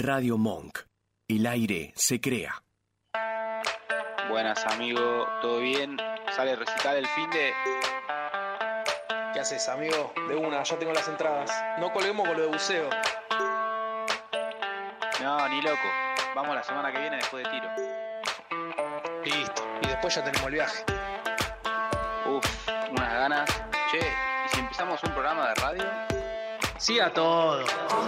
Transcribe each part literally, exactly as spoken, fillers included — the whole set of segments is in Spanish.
Radio Monk. El aire se crea. Buenas, amigo. ¿Todo bien? ¿Sale recital el fin de...? ¿Qué haces, amigo? De una, ya tengo las entradas. No colguemos con lo de buceo. No, ni loco. Vamos la semana que viene después de tiro. Listo. Y después ya tenemos el viaje. Uf, unas ganas. Che, ¿y si empezamos un programa de radio? Sí a todo.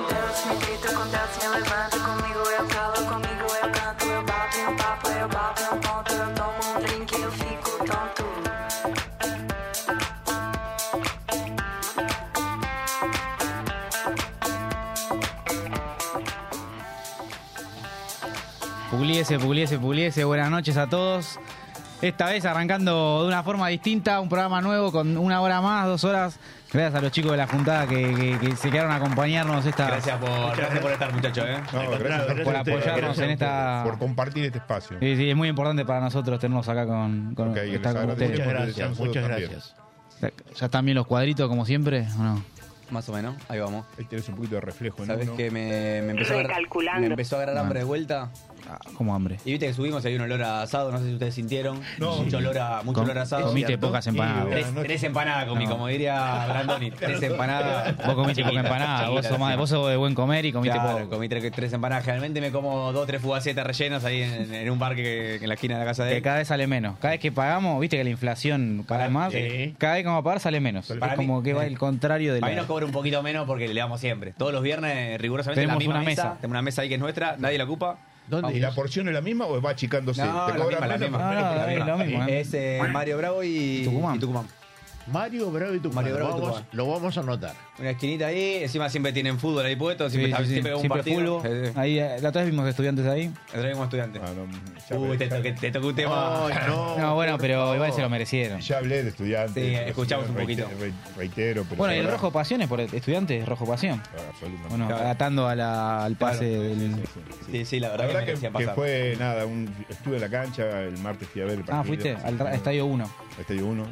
Pugliese, Pugliese, Pugliese, buenas noches a todos. Esta vez arrancando de una forma distinta, un programa nuevo con una hora más, dos horas. Gracias a los chicos de la juntada que, que, que se quedaron a acompañarnos. Esta... Gracias por, gracias por estar, muchachos. ¿eh? No, gracias, gracias por a ustedes, apoyarnos gracias en esta... Por, por compartir este espacio. Sí, sí, es muy importante para nosotros tenernos acá con, con, Okay, estar con ustedes. muchas gracias, muchas gracias. ¿Ya están bien los cuadritos como siempre o no? Más o menos, ahí vamos. Ahí tenés un poquito de reflejo en ¿Sabes uno. que me, me, empezó a agarrar, me empezó a agarrar hambre de vuelta? Ah, como hambre. Y viste que subimos y hay un olor a asado, no sé si ustedes sintieron. No. mucho olor a, mucho Com- olor a asado. Comiste pocas empanadas. Tres, No. tres empanadas comí, No. como diría Brandoni. Tres empanadas. Vos comiste poca Chiquitas, empanada, vos chiquitas, sos, más, sí. vos sos de buen comer y comiste Claro, poco. comí tres, tres empanadas. Generalmente me como dos, tres fugacetas rellenos ahí en, en un bar que, que en la esquina de la casa de Que él. cada vez sale menos. Cada vez que pagamos, viste que la inflación cada vez más, Sí. cada vez que vamos a pagar sale menos. Para es como mí- que va el contrario de A mí la... nos cobra un poquito menos porque le damos siempre. Todos los viernes, rigurosamente, Tenemos en la misma una mesa. mesa. Tenemos una mesa ahí que es nuestra, nadie la ocupa. ¿Dónde? ¿Y la porción es la misma o va achicándose? No, ¿Te la cobran misma, la menos? misma. No, no, La es misma. lo mismo, ¿eh? Es eh, Mario Bravo y Tucumán. y Tucumán. Mario Bravo y Tucumán. Mario Bravo y lo, vamos, Tucumán. lo vamos a anotar. Una esquinita ahí, encima siempre tienen fútbol ahí puesto, Sí, siempre, sí, está- sí, siempre hay un siempre partido. fútbol. Sí, sí. Ahí, eh, la otra vez vimos estudiantes ahí. Nosotros como estudiantes. Ah, no, ya, Uy, te, ya- toqué- te tocó un tema. Ay, no, No, bueno, por pero favor. igual se lo merecieron. ya hablé de estudiantes. Sí, pero escuchamos un reite- poquito. re- Reitero, pero... Bueno, y el la rojo verdad- pasión es por estudiantes, rojo pasión. Ah, absolutamente. Bueno, Claro. atando a la- al pase del... Sí, sí, la La verdad, verdad que, que, merecían que pasar. fue nada, un, estuve en la cancha, el martes fui a ver el partido. Ah, fuiste así al que, ra- estadio uno. Estadio uno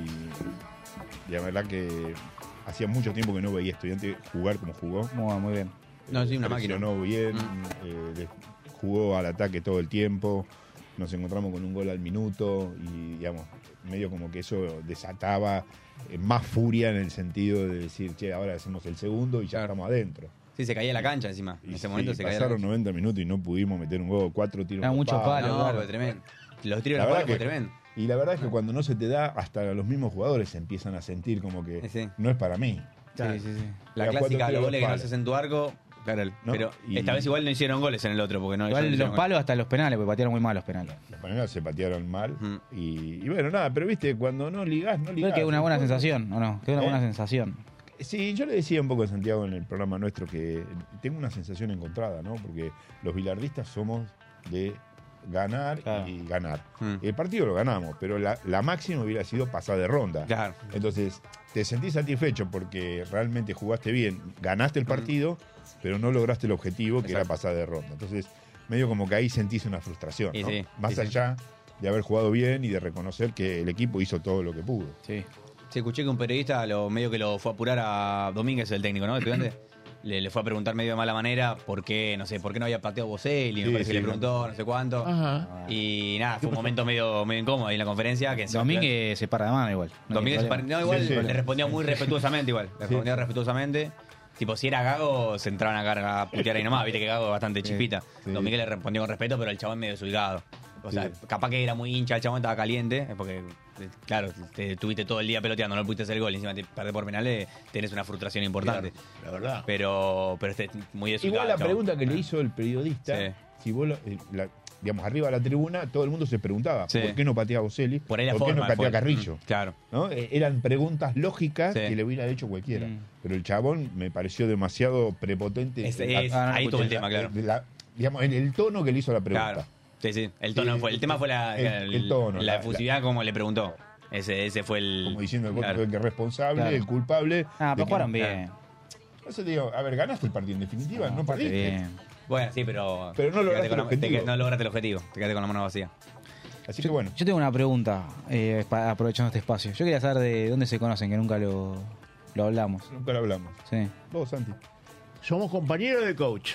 y, y la verdad que hacía mucho tiempo que no veía estudiante jugar como jugó. Muy, muy bien. No, sí, una máquina. Presionó bien, Mm. eh, le- jugó al ataque todo el tiempo, nos encontramos con un gol al minuto y digamos, medio como que eso desataba eh, más furia en el sentido de decir, che, ahora hacemos el segundo y ya estamos adentro. Sí, se caía la cancha encima. En Y ese sí, momento se caía la pasaron cancha. noventa minutos y no pudimos meter un gol, cuatro tiros. Era por mucho palo. palo. No, claro. pero tremendo. Los tiros La de la verdad fue que- tremendo. Y la verdad es que cuando no se te da, hasta los mismos jugadores se empiezan a sentir como que Sí, sí. no es para mí. Sí, sí, sí. La Era cuatro clásica, tiros, los goles que no palos. haces en tu arco. Claro, ¿No? pero Y- esta vez igual no hicieron goles en el otro, porque no ellos no Igual los hicieron palos hasta los penales, porque patearon muy mal los penales. Los paneles se patearon mal. Ujú. y, y bueno, nada, pero viste, cuando no ligás, no Creo ligás. que una buena El juego- sensación, ¿o no? Quedó una ¿Eh? buena sensación. Sí, yo le decía un poco a Santiago en el programa nuestro que tengo una sensación encontrada, ¿no? Porque los bilardistas somos de ganar Claro. y ganar. Mm. El partido lo ganamos, pero la, la máxima hubiera sido pasar de ronda. Claro. Entonces, te sentís satisfecho porque realmente jugaste bien, ganaste el partido, pero no lograste el objetivo que Exacto. era pasar de ronda. Entonces, medio como que ahí sentís una frustración, Y ¿no? sí, Más y sí. allá de haber jugado bien y de reconocer que el equipo hizo todo lo que pudo. Sí. Sí, escuché que un periodista lo medio que lo fue a apurar a Domínguez, el técnico, ¿no? El estudiante. Le, le fue a preguntar medio de mala manera por qué, no sé, por qué no había pateado Boselli, me Sí, parece sí, que le preguntó, no sé cuánto. Ajá. Y nada, fue un momento medio, medio incómodo ahí en la conferencia. Que encima- Domínguez se para de mano igual. No Domínguez hay se par- problema. no, igual Sí, sí. le respondió muy respetuosamente igual. Le respondió Sí. respetuosamente. Tipo, si era Gago, se entraban a, cara- a putear ahí nomás. Viste que Gago es bastante chispita. Sí. Domínguez le respondió con respeto, pero el chabón medio desubicado. O sea, Sí. capaz que era muy hincha, el chabón estaba caliente. Es porque, eh, claro, te tuviste todo el día peloteando, no pudiste hacer el gol. Y encima te perdés por penales, tenés una frustración importante. La verdad. Pero, pero este muy desubicado. Igual la el chabón. pregunta que le hizo el periodista, Sí. si vos, lo- eh, la- digamos, arriba de la tribuna, todo el mundo se preguntaba, Sí. ¿por qué no patea a Boselli? Por ahí la ¿Por forma. qué no patea fue. a Carrillo? Mm, Claro. ¿No? Eh, Eran preguntas lógicas Sí. que le hubiera hecho cualquiera. Mm. Pero el chabón me pareció demasiado prepotente. Es- La- es- ah, no ahí escuché. tuvo el tema, claro. de la- digamos, en el tono que le hizo la pregunta. Claro. Sí, sí. El tono Sí, fue. El tema fue la, el- el tono, la la- efusividad como le preguntó. Ese, ese fue el. Como diciendo, vos claro. sos el que es responsable, Claro. el culpable. Ah, de pero que- jugaron bien. Eso te digo, a ver, ganaste el partido en definitiva, no, Aparte perdiste. bien. Bueno, sí, pero. Pero no te lograste quedaste con el la- te objetivo. que- no lograste el objetivo. Te quedaste con la mano vacía. Así que bueno, Yo tengo una pregunta, eh, pa- aprovechando este espacio. Yo quería saber de dónde se conocen, que nunca lo, lo hablamos. nunca lo hablamos. Sí. Vos, Santi. Somos compañeros de coach.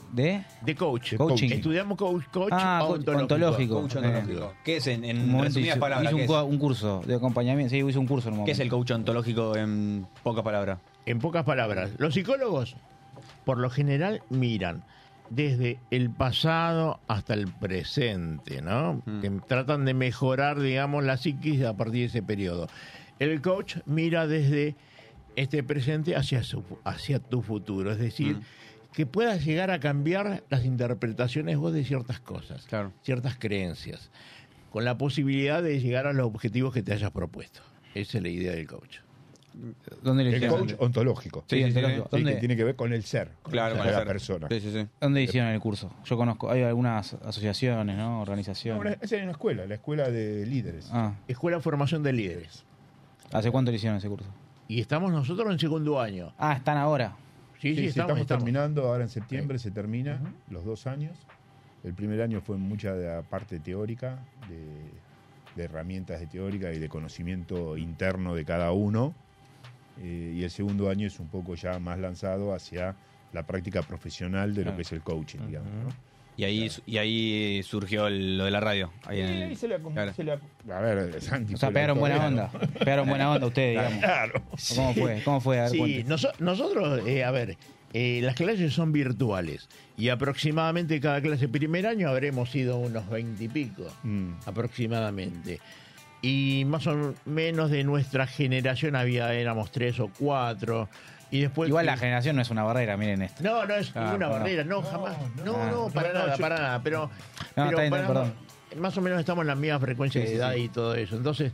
¿De? De coach. Coaching. Estudiamos coach, coach Ah, coach ontológico. ontológico. Coach Eh. ontológico. ¿Qué es en, en Un momento resumidas hice- palabras? hice ¿qué un, es? cu- un curso de acompañamiento. Sí, hice un curso en un ¿Qué es el momento. coach ontológico en pocas palabras? En pocas palabras, los psicólogos, por lo general, miran desde el pasado hasta el presente, ¿no? Mm. Que tratan de mejorar, digamos, la psiquis a partir de ese periodo. El coach mira desde este presente hacia, su, hacia tu futuro, es decir, Mm. que puedas llegar a cambiar las interpretaciones vos de ciertas cosas, Claro. ciertas creencias, con la posibilidad de llegar a los objetivos que te hayas propuesto. Esa es la idea del coach. ¿Dónde le El hicieron? coach ontológico. Sí, Sí, sí, ontológico. Sí, ¿Dónde, que tiene que ver con el ser, con Claro, el con ser de el la ser. persona. Sí, sí, sí. ¿Dónde hicieron el curso? Yo conozco, hay algunas asociaciones, ¿no? No, Organizaciones. una- es en una escuela, la escuela de líderes. Ah, Escuela de Formación de Líderes. ¿hace cuánto le hicieron ese curso? Y estamos nosotros en segundo año. Ah, están ahora. Sí, sí, Sí, sí, estamos, estamos, estamos. terminando, ahora en septiembre se termina los dos años. El primer año fue mucha de la parte teórica, de, de herramientas de teórica y de conocimiento interno de cada uno. Eh, y el segundo año es un poco ya más lanzado hacia la práctica profesional de lo Claro. que es el coaching, digamos. ¿no? Y ahí, y ahí surgió el- lo de la radio. Ahí en Sí, el- ahí se la acom- claro. se la- a ver, Santi O sea, fue el pegaron buena autor, onda. ¿no? Pegaron buena onda ustedes, digamos. Claro. ¿O ¿Cómo fue? ¿Cómo fue? A ver, Sí, cuente. noso- nosotros, eh, a ver, eh, las clases son virtuales y aproximadamente cada clase primer año habremos sido unos veinte y pico, Mm. aproximadamente. Y más o menos de nuestra generación había, éramos tres o cuatro. Y después Igual la generación no es una barrera, miren esto. No, no es Ah, ninguna no. barrera, no, jamás. No, Ah. no, para No, no, nada, yo- para nada. Pero, No, pero está bien, para- perdón. más o menos estamos en la misma frecuencia Sí, de sí, edad sí. y todo eso. Entonces,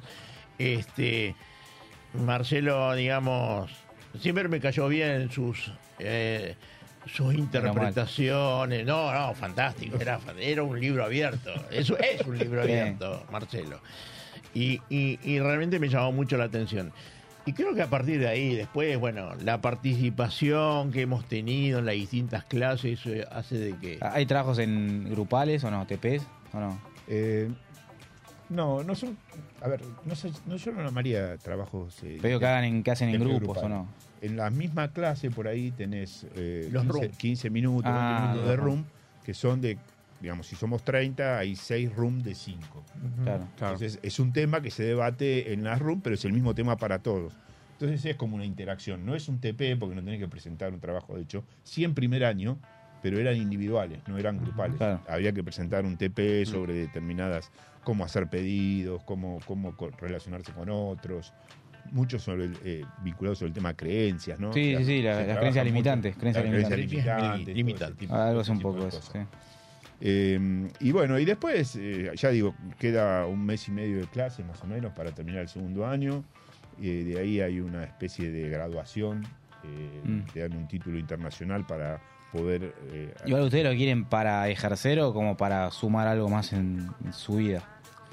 este Marcelo, digamos, siempre me cayó bien sus eh, sus interpretaciones. No, no, fantástico. Era, era un libro abierto. Eso es un libro Bien. abierto, Marcelo. Y, y, y realmente me llamó mucho la atención. Y creo que a partir de ahí, después, bueno, la participación que hemos tenido en las distintas clases eh, hace de que... ¿Hay trabajos en grupales o no? ¿T Ps o no? Eh, no, no son. A ver, no sé, no, yo no llamaría trabajos. eh, Pero que, hagan en, que hacen en de grupos grupal. o no. En la misma clase por ahí tenés eh, Los quince, room. quince minutos, Ah, veinte minutos de los room, que son de, digamos, si somos treinta, hay seis room de cinco. Claro. Entonces es un tema que se debate en las room, pero es el mismo tema para todos. Entonces es como una interacción. No es un T P porque no tenés que presentar un trabajo de hecho. Sí en primer año, pero eran individuales, no eran grupales. Claro. Había que presentar un T P sobre determinadas, cómo hacer pedidos, cómo, cómo co- relacionarse con otros. Muchos sobre el, eh, vinculados sobre el tema creencias, ¿no? Sí, sí, sí, la- se las trabaja creencias mucho- limitantes, creencias las creencias limitantes. limitantes, Limitantes. todo ese tipo- Ah, algo es ese un tipo poco de eso, cosas. sí. Eh, y bueno, y después, eh, ya digo, queda un mes y medio de clase más o menos para terminar el segundo año. Eh, de ahí hay una especie de graduación, eh, Mm. te dan un título internacional para poder... eh, Igual ustedes lo quieren para ejercer o como para sumar algo más en, en su vida.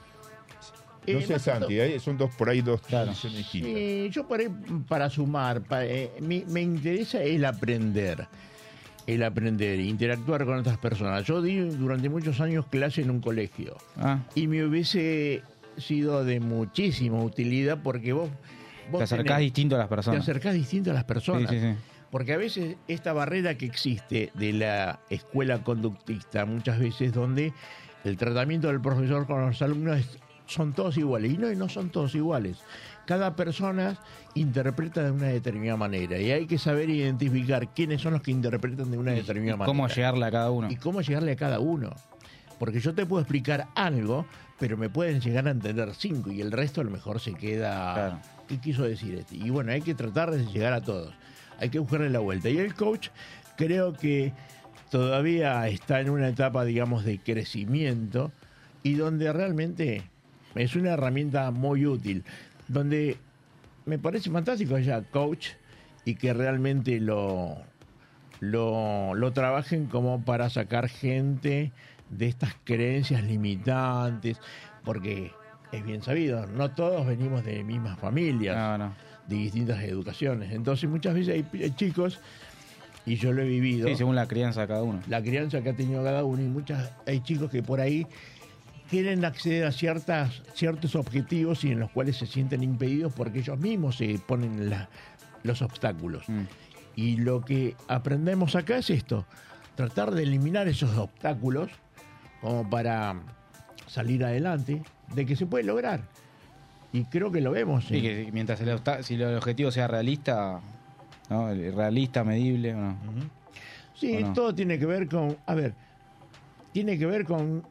no Eh, sé, más- Santi, hay- son dos por ahí dos Claro. posiciones distintas. Sí, yo por ahí, para sumar, pa- eh, mi- me interesa el aprender. El aprender, interactuar con otras personas. Yo di durante muchos años clase en un colegio. Ah, Y me hubiese sido de muchísima utilidad porque vos, vos te acercás tenés- distinto a las te personas. acercás distinto a las Sí, personas. sí, sí. Porque a veces esta barrera que existe de la escuela conductista, muchas veces donde el tratamiento del profesor con los alumnos es- son todos iguales. Y no, y no son todos iguales. Cada persona interpreta de una determinada manera. Y hay que saber identificar quiénes son los que interpretan de una determinada manera. ¿Cómo llegarle a cada uno? Y cómo llegarle a cada uno. Porque yo te puedo explicar algo, pero me pueden llegar a entender cinco y el resto a lo mejor se queda... Claro. ¿Qué quiso decir este? Y bueno, hay que tratar de llegar a todos. Hay que buscarle la vuelta. Y el coach creo que todavía está en una etapa, digamos, de crecimiento y donde realmente es una herramienta muy útil. Donde me parece fantástico que haya coach y que realmente lo, lo, lo trabajen como para sacar gente de estas creencias limitantes, porque es bien sabido, no todos venimos de mismas familias, No, no. de distintas educaciones. Entonces muchas veces hay, hay chicos, y yo lo he vivido, Sí, según la crianza de cada uno. la crianza que ha tenido cada uno, y muchas hay chicos que por ahí quieren acceder a ciertas, ciertos objetivos y en los cuales se sienten impedidos porque ellos mismos se ponen la- los obstáculos. Mm. Y lo que aprendemos acá es esto, tratar de eliminar esos obstáculos como para salir adelante, de que se puede lograr. Y creo que lo vemos. Sí, ¿eh? que mientras el, obsta- si el objetivo sea realista, ¿no? El realista, medible, ¿o no? Ujú. Sí, ¿O no? todo tiene que ver con, a ver, tiene que ver con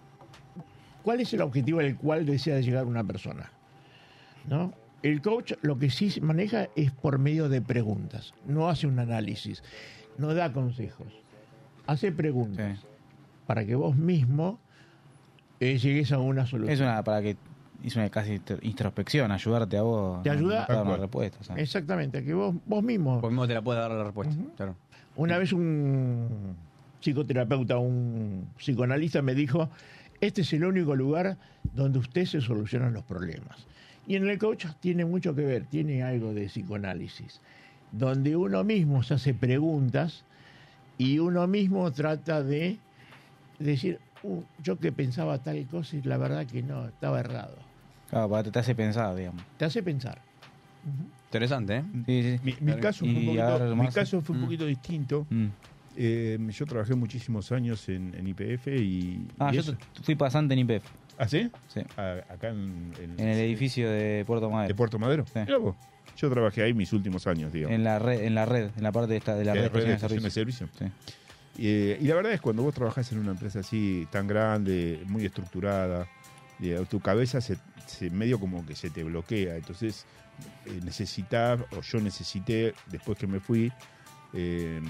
cuál es el objetivo al cual desea llegar una persona, ¿no? El coach lo que sí maneja es por medio de preguntas, no hace un análisis, no da consejos, hace preguntas Sí. para que vos mismo eh, llegues a una solución. Es una, para que hizo una casi inter- introspección, ayudarte a vos. Te ¿no? ayuda- a dar una Tal cual. respuesta. o sea. Exactamente, que vos, vos mismo. Vos mismo te la puedes dar la respuesta. Claro. Una vez un psicoterapeuta, un psicoanalista me dijo, este es el único lugar donde usted se solucionan los problemas. Y en el coach tiene mucho que ver, tiene algo de psicoanálisis, donde uno mismo se hace preguntas y uno mismo trata de decir, "Uh, yo que pensaba tal cosa y la verdad que no, estaba errado". Claro, para te, te hace pensar, digamos. Te hace pensar. Interesante, ¿eh? Sí, sí. Mi, mi caso fue un Y poquito, a ver, mi Marce. caso fue un Mm. poquito distinto. Mm. Eh, yo trabajé muchísimos años en, en I P F y... Ah, y yo eso- t- fui pasante en I P F. ¿Ah, sí? Sí. A- acá en, en- En el edificio de Puerto de Madero. Puerto Madero. Sí. Mirá vos. Yo trabajé ahí mis últimos años, digamos. En la red, en la red, en la parte de, esta, de la red de Eh, red de estaciones de estaciones de servicio. servicio. Sí. Eh, y la verdad es cuando vos trabajás en una empresa así tan grande, muy estructurada, eh, tu cabeza se, se medio como que se te bloquea. Entonces eh, necesitar, o yo necesité, después que me fui, eh,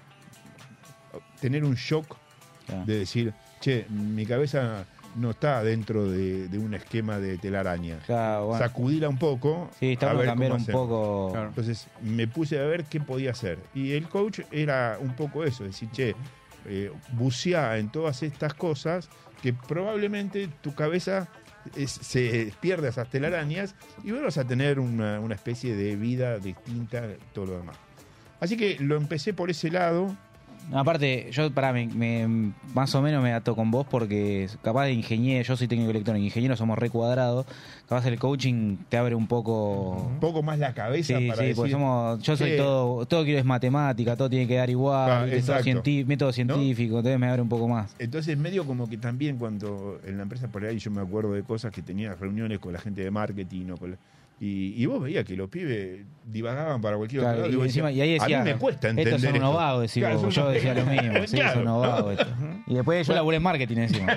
tener un shock Claro. de decir, che, mi cabeza no está dentro de, de un esquema de telaraña. Claro, bueno. Sacudila un poco. Sí, está a bueno ver cambiar cómo un hacer. poco. Claro. Entonces me puse a ver qué podía hacer. Y el coach era un poco eso, decir, che, eh, buceá en todas estas cosas que probablemente tu cabeza es- se pierde esas telarañas y vas a tener una, una especie de vida distinta, todo lo demás. Así que lo empecé por ese lado. Aparte, yo para me, me- más o menos me ato con vos porque capaz de ingeniero, yo soy técnico electrónico, ingenieros somos recuadrados, capaz el coaching te abre un poco. Un poco más la cabeza Sí, para sí, decir, porque somos, yo soy che, todo, todo quiero es matemática, todo tiene que dar igual, Ah, ¿viste? Todo exacto. cienti- método científico, entonces me abre un poco más. Entonces, medio como que también cuando en la empresa por ahí yo me acuerdo de cosas que tenía reuniones con la gente de marketing o con la- y, y vos veías que los pibes divagaban para cualquier Claro, otro lado. y, vos encima, decías, y ahí decía, a mí me cuesta entender estos son esto. unos vagos, decís Claro, vos. son Yo unos- decía lo mismo, sí, Claro, son unos ¿no? vagos estos. Y después yo laburé en marketing encima.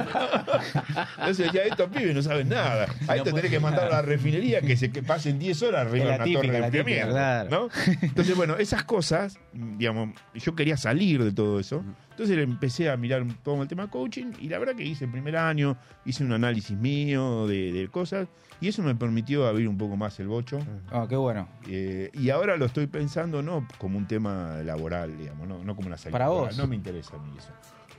Entonces ya estos pibes no saben nada. A esto tenés que mandar a la refinería que se que pasen diez horas arriba Es de la una típica, torre de la típica, enfriamiento, claro. ¿no? Entonces, bueno, esas cosas, digamos, yo quería salir de todo eso. Entonces le empecé a mirar un poco el tema coaching y la verdad que hice el primer año, hice un análisis mío de, de cosas y eso me permitió abrir un poco más el bocho. Ah, qué bueno. Eh, y ahora lo estoy pensando no como un tema laboral, digamos, no, no como una salida Para laboral. vos. No me interesa a mí eso.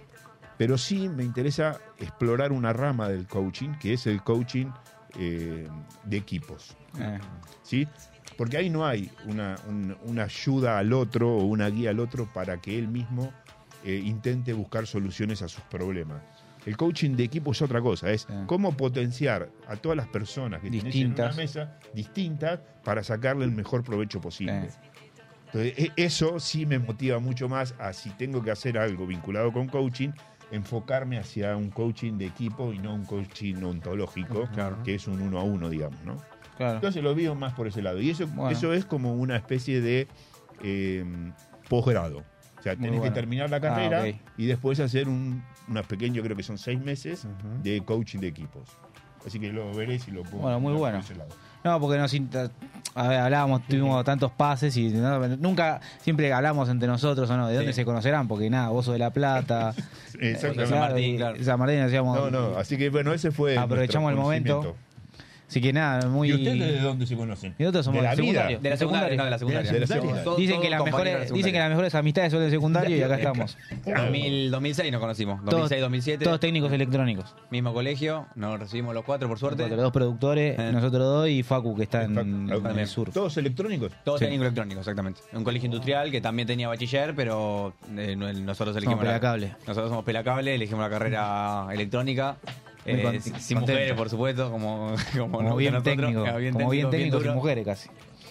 Pero sí me interesa explorar una rama del coaching, que es el coaching eh, de equipos. Eh, ¿Sí? Porque ahí no hay una, un- una ayuda al otro o una guía al otro para que él mismo eh, intente buscar soluciones a sus problemas. El coaching de equipo es otra cosa, es Sí. cómo potenciar a todas las personas que Distintas. tienes en una mesa distintas para sacarle el mejor provecho posible. Sí. Entonces, e- eso sí me motiva mucho más a si tengo que hacer algo vinculado con coaching, enfocarme hacia un coaching de equipo y no un coaching ontológico, que es un uno a uno, digamos, ¿no? claro. Entonces lo veo más por ese lado. Y eso, Bueno. eso es como una especie de eh, posgrado. O sea, Muy tenés bueno. que terminar la carrera Ah, ok. y después hacer un, unos pequeños, creo que son seis meses, de coaching de equipos. Así que lo veré si lo puedo. Bueno, muy por bueno. ese lado. No, porque nos inter- a ver, hablábamos, tuvimos tantos pases y no, nunca, siempre hablamos entre nosotros, ¿o no? ¿De dónde Sí. se conocerán? Porque nada, vos sos de La Plata. Exactamente. San Martín, y- claro. San Martín decíamos. No, no, así que bueno, ese fue. Aprovechamos nuestro el momento. conocimiento. Así que nada, muy. ¿Y ustedes de dónde se conocen? Y nosotros somos de la del vida. secundario. De la secundaria, no, de la secundaria. De la secundaria. Todos- Dicen todos que, las compañeros de la mejores, dicen que secundaria. las mejores amistades son del secundario y acá estamos. dos mil, dos mil seis nos conocimos. dos mil Todos, seis, dos mil siete. todos técnicos electrónicos. Mismo colegio. Nos recibimos los cuatro, por suerte. Los dos productores, Eh. nosotros dos y Facu que está en, Facu- en el sur. ¿Todos electrónicos? Todos Sí. técnicos electrónicos, exactamente. Un colegio industrial que también tenía bachiller, pero eh, no- nosotros elegimos. la- pelacable. Nosotros somos pelacable, elegimos la carrera electrónica. Muy eh, con- sin contento. mujeres, por supuesto, como, como, Como nos bien gusta a nosotros, técnico, eh, como bien técnicos y duro. mujeres casi.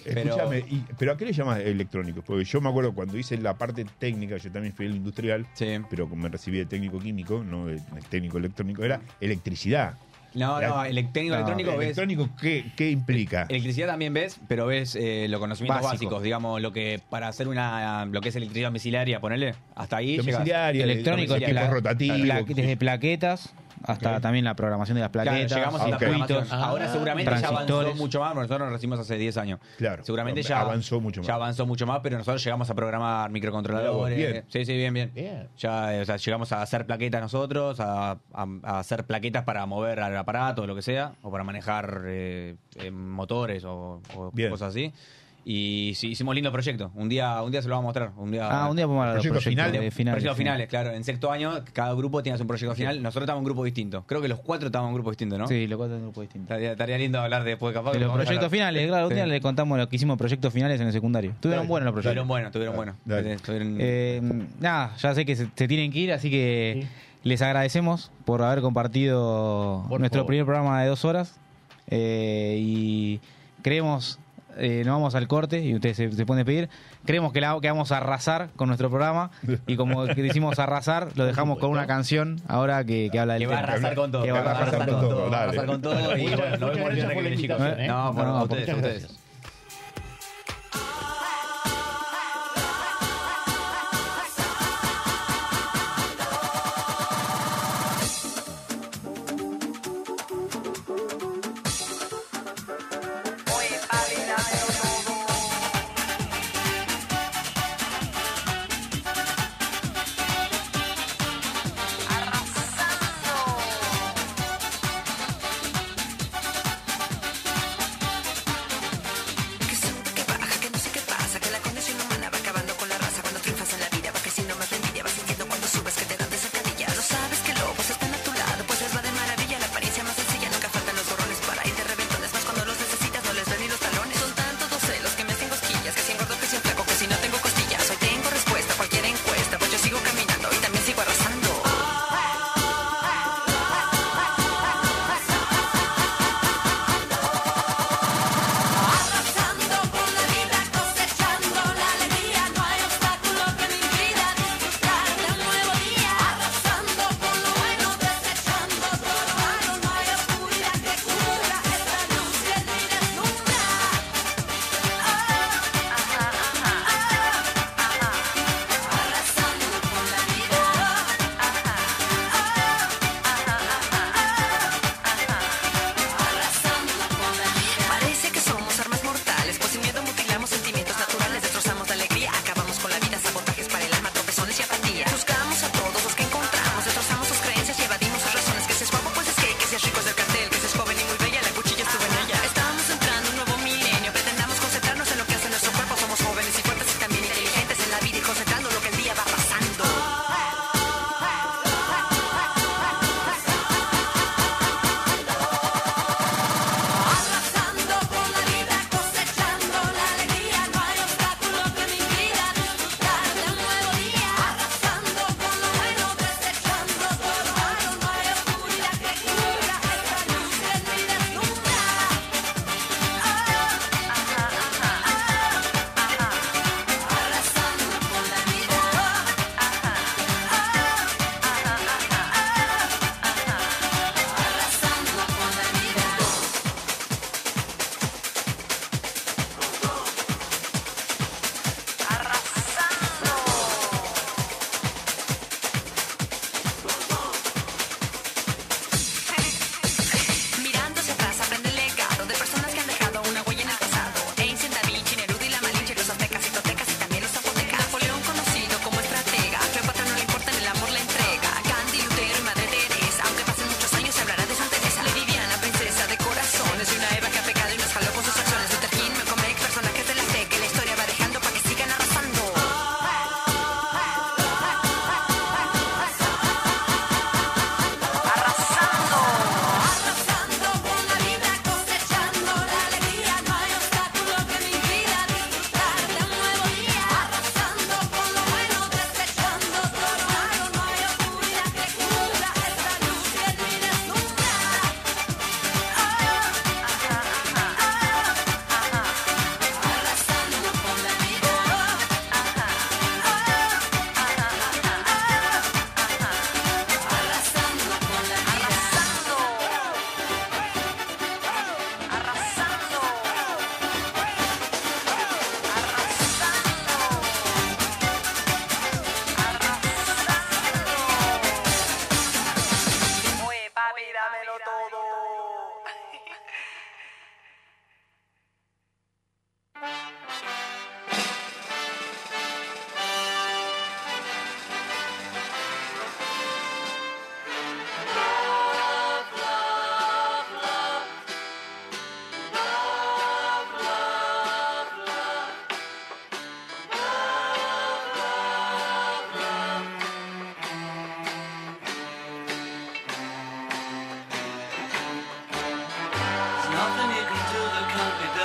Pero- Escúchame, y- ¿pero a qué le llamas electrónico? Porque yo me acuerdo cuando hice la parte técnica, yo también fui el industrial, Sí. pero como me recibí de técnico químico, no de, de técnico electrónico, era electricidad. No, no, el técnico No, electrónico ves. ¿Electrónico qué, qué implica? Electricidad también ves, pero ves eh, los conocimientos Básico. básicos, digamos, lo que para hacer una lo que es electricidad domiciliaria, ponele, hasta ahí llegas. Domiciliaria, Electrónico, de- de pla- equipos rotativos. pla- desde plaquetas hasta Ok. también la programación de las Claro, plaquetas, llegamos a la ok. programación. circuitos. Ahora Ah, seguramente ya avanzó transistores. mucho más, nosotros nos recibimos hace diez años. Claro, Seguramente no, ya avanzó mucho más. Ya avanzó mucho más, pero nosotros llegamos a programar microcontroladores. Bien. Sí, sí, bien, bien. Bien. Ya, eh, o sea, llegamos a hacer plaquetas nosotros, a, a- a hacer plaquetas para mover al aparato o lo que sea, o para manejar eh, eh, motores o, o Bien. cosas así. Y sí, hicimos lindo proyecto. Un día, un día se lo vamos a mostrar. Un día, Ah, un día podemos hablar de los Proyectos proyectos finales. de finales. Proyectos sí. finales, claro. En sexto año, cada grupo tiene su proyecto final. Nosotros estábamos en un grupo distinto. Creo que los cuatro estábamos en un grupo distinto, ¿no? Sí, lo cuatro en grupo distinto. Estaría, estaría lindo hablar después, capaz. De que los podemos proyectos hablar. finales, claro, un día Sí. le contamos lo que hicimos proyectos finales en el secundario. Estuvieron Dale. buenos los proyectos. Estuvieron buenos, estuvieron buenos. Dale. Estuvieron- Eh, nada, ya sé que se, se tienen que ir, así que les agradecemos por haber compartido Por nuestro favor. primer programa de dos horas. Eh, y creemos, eh, nos vamos al corte y ustedes se, se pueden despedir. Creemos que, la, que vamos a arrasar con nuestro programa y como que decimos arrasar, lo dejamos con una canción ahora que, que habla del Que va a tema. arrasar con todo. Que va a arrasar con todo, Va a dale. arrasar con todo. Y bueno, nos vemos el Muchas viernes gracias que por la viene, chicos. invitación, ¿eh? No, por No, a por- ustedes, a muchas ustedes. gracias.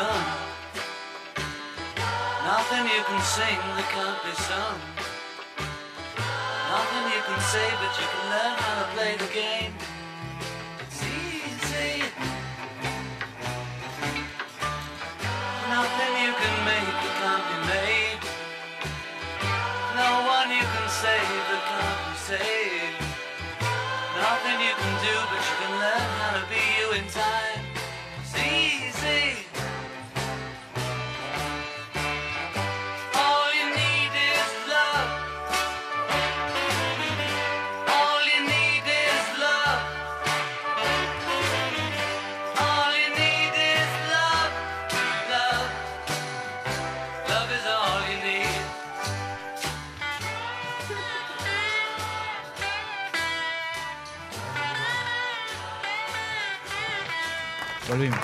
done. Nothing you can sing that can't be sung. Nothing you can say, but you can learn how to play the game. It's easy. Nothing you can make that can't be made. No one you can save that can't be saved. Nothing you can do, but you can learn how to be you in time. It's easy. All you need is love. All you need is love. All you need is love. Love. Love is all you need. Volvimos.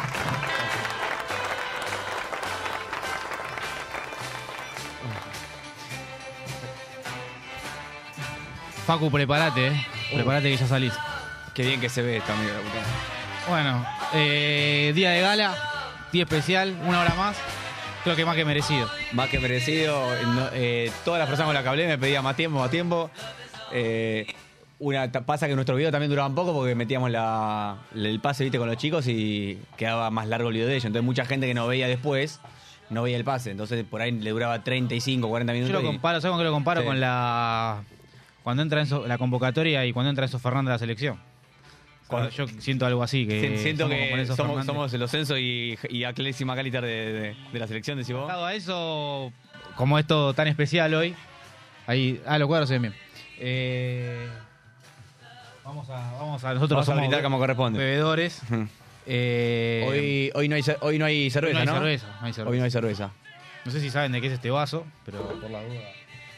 Facu, prepárate, eh. Prepárate que ya salís. Qué bien que se ve esto, amigo. Bueno, eh, día de gala, día especial, una hora más. Creo que más que merecido. Más que merecido. No, eh, todas las personas con las que hablé me pedían más tiempo, más tiempo. Eh, una, pasa que nuestro video también duraba un poco porque metíamos la, el pase, viste, con los chicos y quedaba más largo el video de ellos. Entonces mucha gente que nos veía después no veía el pase. Entonces por ahí le duraba treinta y cinco, cuarenta minutos. Yo lo y- comparo, ¿sabes con qué lo comparo? Sí. Con la. Cuando entra Enzo, la convocatoria y cuando entra Enzo Fernández a la selección. Cuando yo siento algo así. Que Si- Siento somos como que Enzo somos, Fernández. somos los Censo y, y Aclés y Macalister de, de, de la selección, decís vos. Dado a eso, como es todo tan especial hoy, ahí, ah, los cuadros se ven bien. Eh, vamos a, vamos a nosotros Vamos a somos brindar como corresponde. bebedores. Eh, Hoy, hoy, no hay, ce- hoy no hay cerveza, no hay ¿no? cerveza, no hay cerveza. Hoy no hay cerveza. No sé si saben de qué es este vaso, pero por la duda.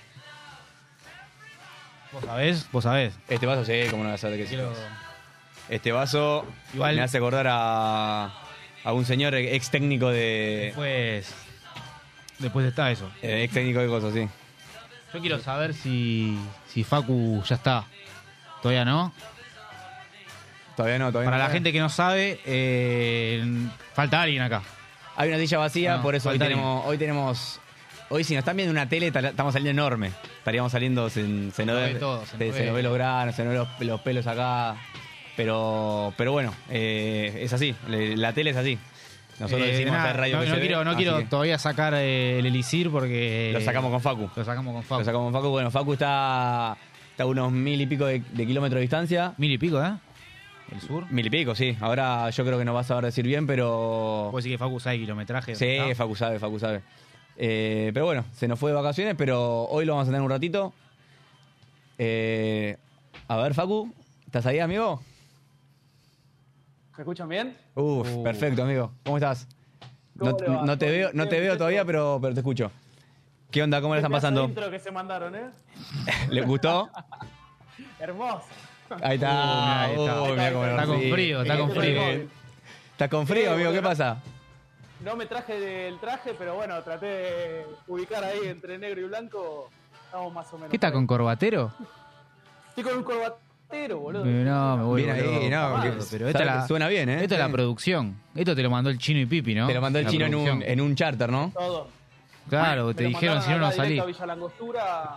¿Vos sabés? ¿Vos sabés? Este vaso, sí, como no vas a saber de qué Quiero- es. Este vaso Igual- me hace acordar a, a un señor ex técnico de. Después, después está eso. eh, ex técnico de cosas, sí. Yo quiero saber si, si Facu ya está. ¿Todavía no? Todavía no, todavía Para no. la gente que no sabe, eh, falta alguien acá. Hay una silla vacía, No, por eso hoy falta tenemos, hoy tenemos. Hoy si nos están viendo una tele, tal- estamos saliendo enorme. Estaríamos saliendo, se, se nos lo ve, ve todo, se se, nos se ve. nos ve los granos, se nos ve los, los pelos acá. Pero, pero bueno, eh, es así. Le- La tele es así. Nosotros Eh, decimos nada, hacer radio no, que no se quiero, ve, no así quiero que todavía sacar eh, el elixir porque... Lo sacamos con Facu. Lo sacamos con Facu. Lo sacamos con Facu. Bueno, Facu está, está a unos mil y pico de, de kilómetros de distancia. Mil y pico, ¿eh? ¿El sur? Mil y pico, sí. Ahora yo creo que no vas a saber decir bien, pero... Puedo decir que Facu sabe kilometraje. Sí, ¿no? Facu sabe, Facu sabe. Eh, pero bueno, se nos fue de vacaciones, pero hoy lo vamos a tener un ratito. Eh, a ver, Facu, ¿estás ahí, amigo? ¿Me escuchan bien? Uf, Uh. perfecto, amigo. ¿Cómo estás? ¿Cómo No, le va? no te veo, no te Bien, veo bien, todavía, bien. pero, pero te escucho. ¿Qué onda? ¿Cómo le están Qué pedazo de pasando? intro que se mandaron, ¿eh? ¿Les gustó? Hermoso. Ahí está. Uh, mirá, ahí está. Uy, mirá cómo Está lo- con sí. frío, está con Eh, frío. eh, ¿Estás con frío, amigo? ¿Qué pasa? No me traje del traje, pero bueno, traté de ubicar ahí entre negro y blanco. Estamos más o menos. ¿Qué está por con ahí. corbatero? Estoy con un corbatero, boludo. No, me voy Bien ahí, no, que- pero esta sabe la, que suena bien, ¿eh? Esto es la Sí. producción. Esto te lo mandó el Chino y Pipi, ¿no? Te lo mandó el La chino en un, producción. en un charter, ¿no? Todo. Claro, Me te lo dijeron mandaron si no, no acá salí. directo a Villa Langostura.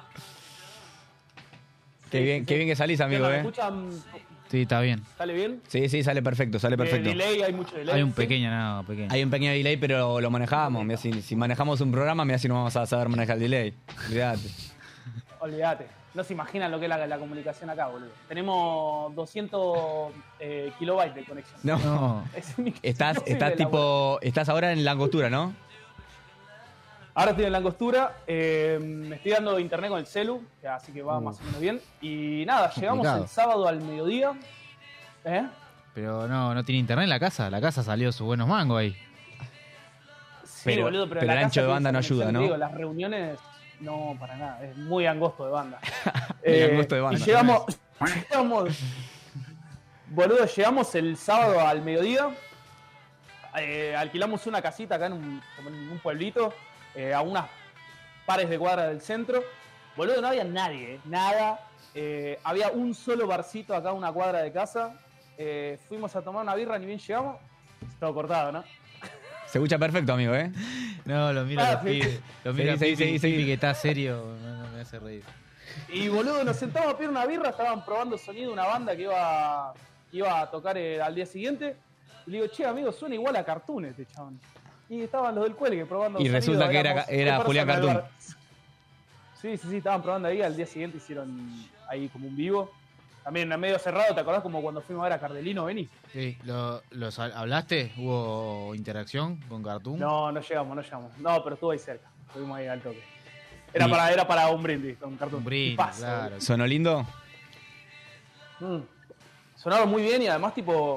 Qué Sí, bien, sí, qué sí. bien que salís, ¿Qué amigo, onda, ¿me ¿eh? escuchan? Sí, está bien. ¿Sale bien? Sí, sí, sale perfecto, sale perfecto. Eh, delay, hay mucho delay. Hay un ¿sí? pequeño, no, pequeño. Hay un pequeño delay, pero lo manejamos. Mirá, si, si manejamos un programa, mira si no vamos a saber manejar el delay. Olvídate. Olvídate. No se imaginan lo que es la, la comunicación acá, boludo. Tenemos doscientos eh, kilobytes de conexión. No. No. Es un- Estás, imposible estás la tipo. Estás ahora en la angostura, ¿no? Ahora estoy en la angostura, eh, me estoy dando internet con el celu, así que va Uh. más o menos bien. Y nada, llegamos Complicado. el sábado al mediodía. ¿Eh? Pero no, no tiene internet en la casa. La casa salió sus buenos mangos ahí. Sí, Pero- boludo, pero, pero la el ancho casa de banda tiene no esa ayuda, conexión, ¿no? digo, las reuniones, no, para nada, es muy angosto de banda. Muy angosto de banda. Y llegamos, llegamos, boludo, llegamos el sábado al mediodía. Eh, alquilamos una casita acá en un, como en un pueblito, eh, a unas pares de cuadras del centro. Boludo, no había nadie, eh, nada. Eh, había un solo barcito acá a una cuadra de casa. Eh, fuimos a tomar una birra, ni bien llegamos. Todo cortado, ¿no? Se escucha perfecto, amigo, ¿eh? No, lo miro Ah, a los sí, pibes. sí. Lo miro a Sí, sí, Pipi, sí, sí. Pipi que está serio, no, no me hace reír. Y boludo, nos sentamos a pedir una birra, estaban probando sonido de una banda que iba, que iba a tocar eh, al día siguiente. Y le digo, che, amigo, suena igual a Cartoon este chabón. Y estaban los del cuelgue probando Y sonido. resulta que era- éramos era tres Julián personas en el Cartoon. bar. Sí, sí, sí, estaban probando ahí, al día siguiente hicieron ahí como un vivo. También en medio cerrado, ¿te acordás como cuando fuimos a ver a Cardelino, Vení? Sí, lo, los, ¿hablaste? ¿Hubo interacción con Cartoon? No, no llegamos, no llegamos. No, pero estuvo ahí cerca. Estuvimos ahí al toque. Era, Y- para, era para un brindis con Cartoon. Un brindis, Y paso, claro. ¿Sonó lindo? Mm. Sonaron muy bien y además tipo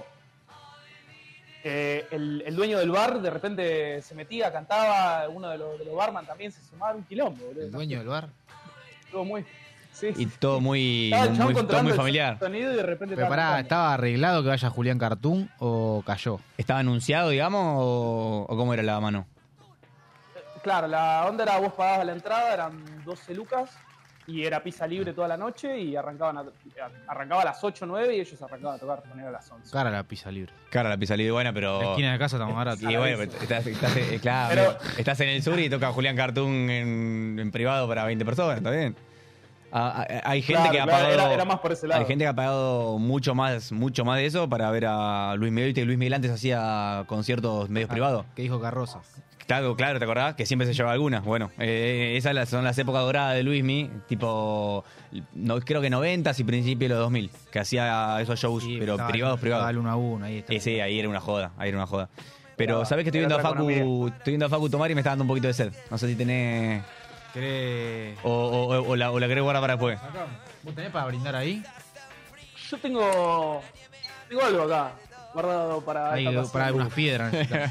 eh, el, el dueño del bar de repente se metía, cantaba, uno de los, de los barman también se sumaba un quilombo, boludo. ¿El dueño del bar? Estuvo muy... Sí, Y sí. todo muy, Estaba el muy, chabón todo controlando muy el familiar. sonido y de repente Pero estaba pará, cantando. ¿estaba arreglado que vaya Julián Cartoon o cayó? ¿Estaba anunciado, digamos, o, o cómo era la mano? Claro, la onda era vos pagabas la entrada, eran doce lucas y era pizza libre toda la noche y arrancaban a, arrancaba a las ocho o nueve y ellos arrancaban a tocar poner a las once. Cara la pizza libre. Cara, la pizza libre buena, pero... La esquina de casa está más barata. Y bueno, pero estás, estás, eh, claro, Pero- estás en el sur y toca Julián Cartoon en, en privado para veinte personas, ¿está bien? Ah, ah, hay gente Claro, que ha claro, pagado era- era más por ese lado. hay gente que ha pagado mucho más mucho más de eso para ver a Luis Miguel. Viste que Luis Miguel antes hacía conciertos medios privados. ¿Qué dijo Carroza? Claro, claro, ¿te acordás? Que siempre se llevaba algunas. Bueno, eh, esas las- son las épocas doradas de Luismi, tipo, no, creo que noventas y principios de los dos mil, que hacía esos shows, Sí, pero estaba- privados, privados. estaba el uno a uno, ahí está. Eh, sí, ahí era una joda, ahí era una joda. Pero, Era- ¿sabés que estoy era viendo a otra Facu, economía. estoy viendo a Facu tomar y me está dando un poquito de sed? No sé si tenés... ¿Querés...? O, o- o la, o la querés guardar para después. ¿Vos tenés para brindar ahí? Yo tengo, tengo algo acá, guardado para Ahí, esta para pasión. unas piedras. necesitamos.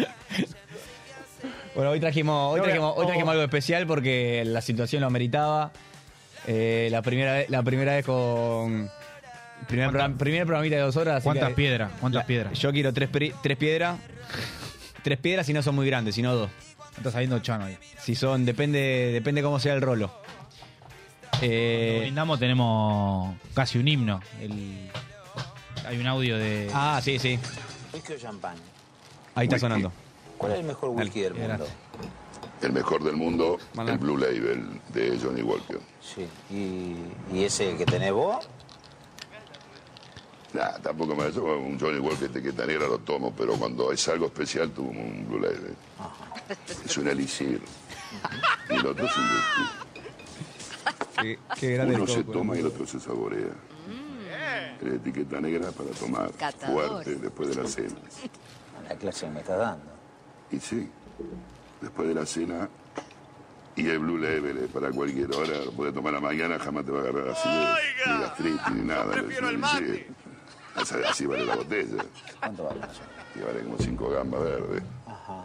Bueno, hoy trajimos, hoy No, trajimos, hoy no. trajimos algo especial porque la situación lo ameritaba. Eh, la primera vez, la primera vez con primer, programa, primer programita de dos horas. así ¿Cuántas que- piedras? ¿Cuántas la- piedras? Yo quiero tres, pri- tres piedras. Tres piedras si no son muy grandes, sino dos. Está saliendo Chano ahí. Si son, depende, depende cómo sea el rolo. Cuando Eh, brindamos tenemos casi un himno. El... Hay un audio de... ah, sí, sí. ¿Whisky o champán? Ahí está sonando. ¿Cuál es el mejor whisky del mundo? Gracias. El mejor del mundo, Mandá. el Blue Label de Johnny Walker. Sí. ¿Y, y ese que tenés vos? Nah, tampoco me yo un Johnny Walker de etiqueta negra lo tomo, pero cuando es algo especial tomo un Blue Label. Es un elixir. Y el otro es un whisky. Qué, qué grande Uno el se coco. toma y el otro se saborea. La etiqueta negra para tomar Catador. fuerte después de la cena. La clase que me estás dando. Y sí, después de la cena. Y el Blue Label es para cualquier hora, lo puedes tomar a la mañana, jamás te va a agarrar acidez, ni gastritis, ni nada. Prefiero el mate. Así, así vale la botella. ¿Cuánto vale eso? Y vale como cinco gambas verdes. Ajá.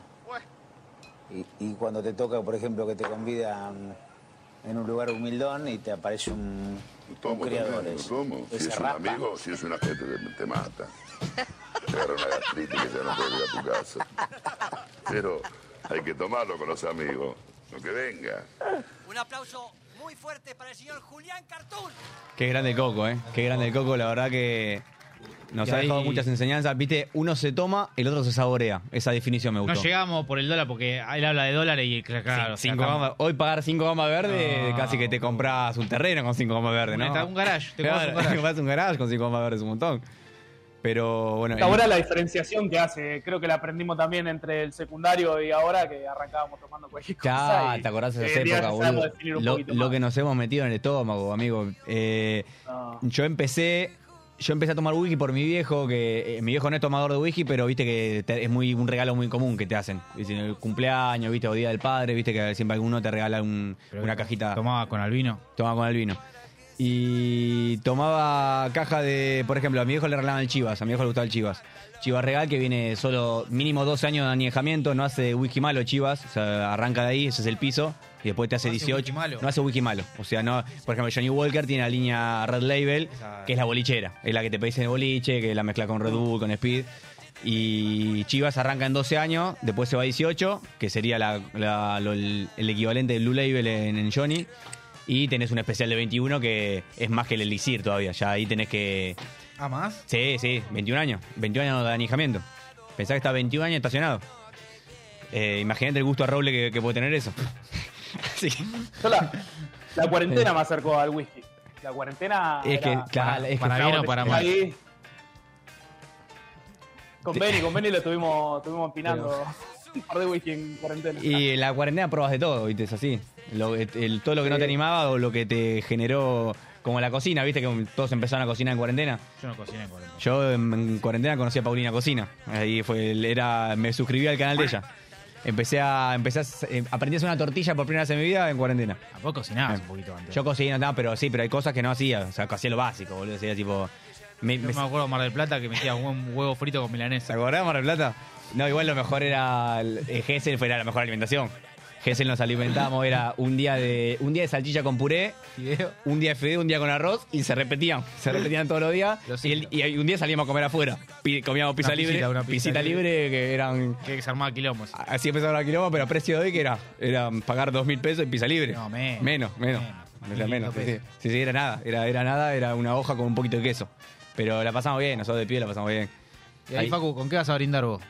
Y, y cuando te toca, por ejemplo, que te convidan en un lugar humildón y te aparece un, Lo tomo un también, criador. lo ese- tomo. Si ese es un rapa. amigo, si es una gente, te, te mata. Te agarra una gastritis que ya no puedes ir a tu casa. Pero hay que tomarlo con los amigos, lo que venga. Un aplauso muy fuerte para el señor Julián Cartoon. Qué grande el coco, ¿eh? Qué grande el coco, la verdad que nos Y ha ahí- dejado muchas enseñanzas. Viste, uno se toma, el otro se saborea. Esa definición me No gustó. llegamos por el dólar porque él habla de dólares y claro, Sí, cinco sacamos- gambas- hoy pagar cinco gambas verdes, No. casi que te compras un terreno con cinco gambas verdes, ¿no? Un- un garage, te Claro, compras un garage. te compras un garage con cinco gambas verdes, un montón. Pero bueno, Está el- buena la diferenciación que hace. Creo que la aprendimos también entre el secundario y ahora que arrancábamos tomando cualquier cosa. Ya, y te acordás de hoy esa en día época, ya sabemos boludo. definir un Lo, poquito lo más. que nos hemos metido en el estómago, amigo. Eh, No. Yo empecé. Yo empecé a tomar whisky por mi viejo, que eh, mi viejo no es tomador de whisky, pero viste que te- es muy un regalo muy común que te hacen. ¿Viste? En el cumpleaños, viste, o día del padre, viste que siempre alguno te regala un- Pero una cajita. Tomaba con albino. Tomaba con el vino. Y tomaba caja de, por ejemplo, a mi viejo le regalaban el Chivas, a mi viejo le gustaba el Chivas. Chivas Regal, que viene solo mínimo doce años de añejamiento, no hace whisky malo Chivas, o sea, arranca de ahí, ese es el piso, y después te hace ¿No hace dieciocho. whisky malo? No hace whisky malo. O sea, no, por ejemplo, Johnny Walker tiene la línea Red Label, Esa- que es la bolichera, es la que te pedís en el boliche, que la mezcla con Red Bull, con Speed. Y Chivas arranca en doce años, después se va a dieciocho, que sería la- la- lo- el, el equivalente del Blue Label en, en Johnny. Y tenés un especial de veintiuno que es más que el elixir todavía. Ya ahí tenés que. ¿Ah, más? Sí, sí, veintiún años. veintiún años de anijamiento. Pensá que está veintiún años estacionado. Eh, Imagínate el gusto a roble que, que puede tener eso. Sí. Yo la, la cuarentena me acercó al whisky. La cuarentena. Es que, era- claro, es que para bien o para mal. Ahí. Con Benny, con Benny lo estuvimos, estuvimos empinando un par de whisky en cuarentena. Y en la cuarentena probas de todo, ¿viste? Es así. Lo- el- todo lo que no Sí. te animaba o lo que te generó, como la cocina, ¿viste? Que todos empezaron a cocinar en cuarentena. Yo no cociné en cuarentena. Yo en, en cuarentena conocí a Paulina Cocina. Ahí fue, el- era, me suscribí al canal de ella. Empecé a, empecé a, eh, aprendí a hacer una tortilla por primera vez en mi vida en cuarentena. ¿A vos cocinabas un poquito antes? Yo cociné, no, pero sí, pero hay cosas que no hacía. O sea, hacía lo básico, boludo. Hacía tipo... Me, Yo me- me acuerdo de Mar del Plata que metía un huevo frito con ¿Te milanesa. acordás de Mar del Plata? No, igual lo mejor era... el- eh, Gessel fue la mejor alimentación. Gessel nos alimentamos, era un día de un día de salchicha con puré, Fideo. un día de fideo, un día con arroz, y se repetían. Se repetían todos los días. Los Y, el- y un día salíamos a comer afuera. Pi- comíamos pizza Una libre, pisita, una pisita, pizza libre, que eran... Que se armaba quilombos. Así empezaba la kilómetro, pero a precio de hoy, que era? Era pagar dos mil pesos y pizza libre. No, menos. Menos, menos. Menos. Era Mil menos, sí, sí. pesos. Sí, sí, era nada. Era, era nada, era una hoja con un poquito de queso. Pero la pasamos bien, nosotros de pie la pasamos bien. Y ahí, Ahí. Facu, ¿con qué vas a brindar vos?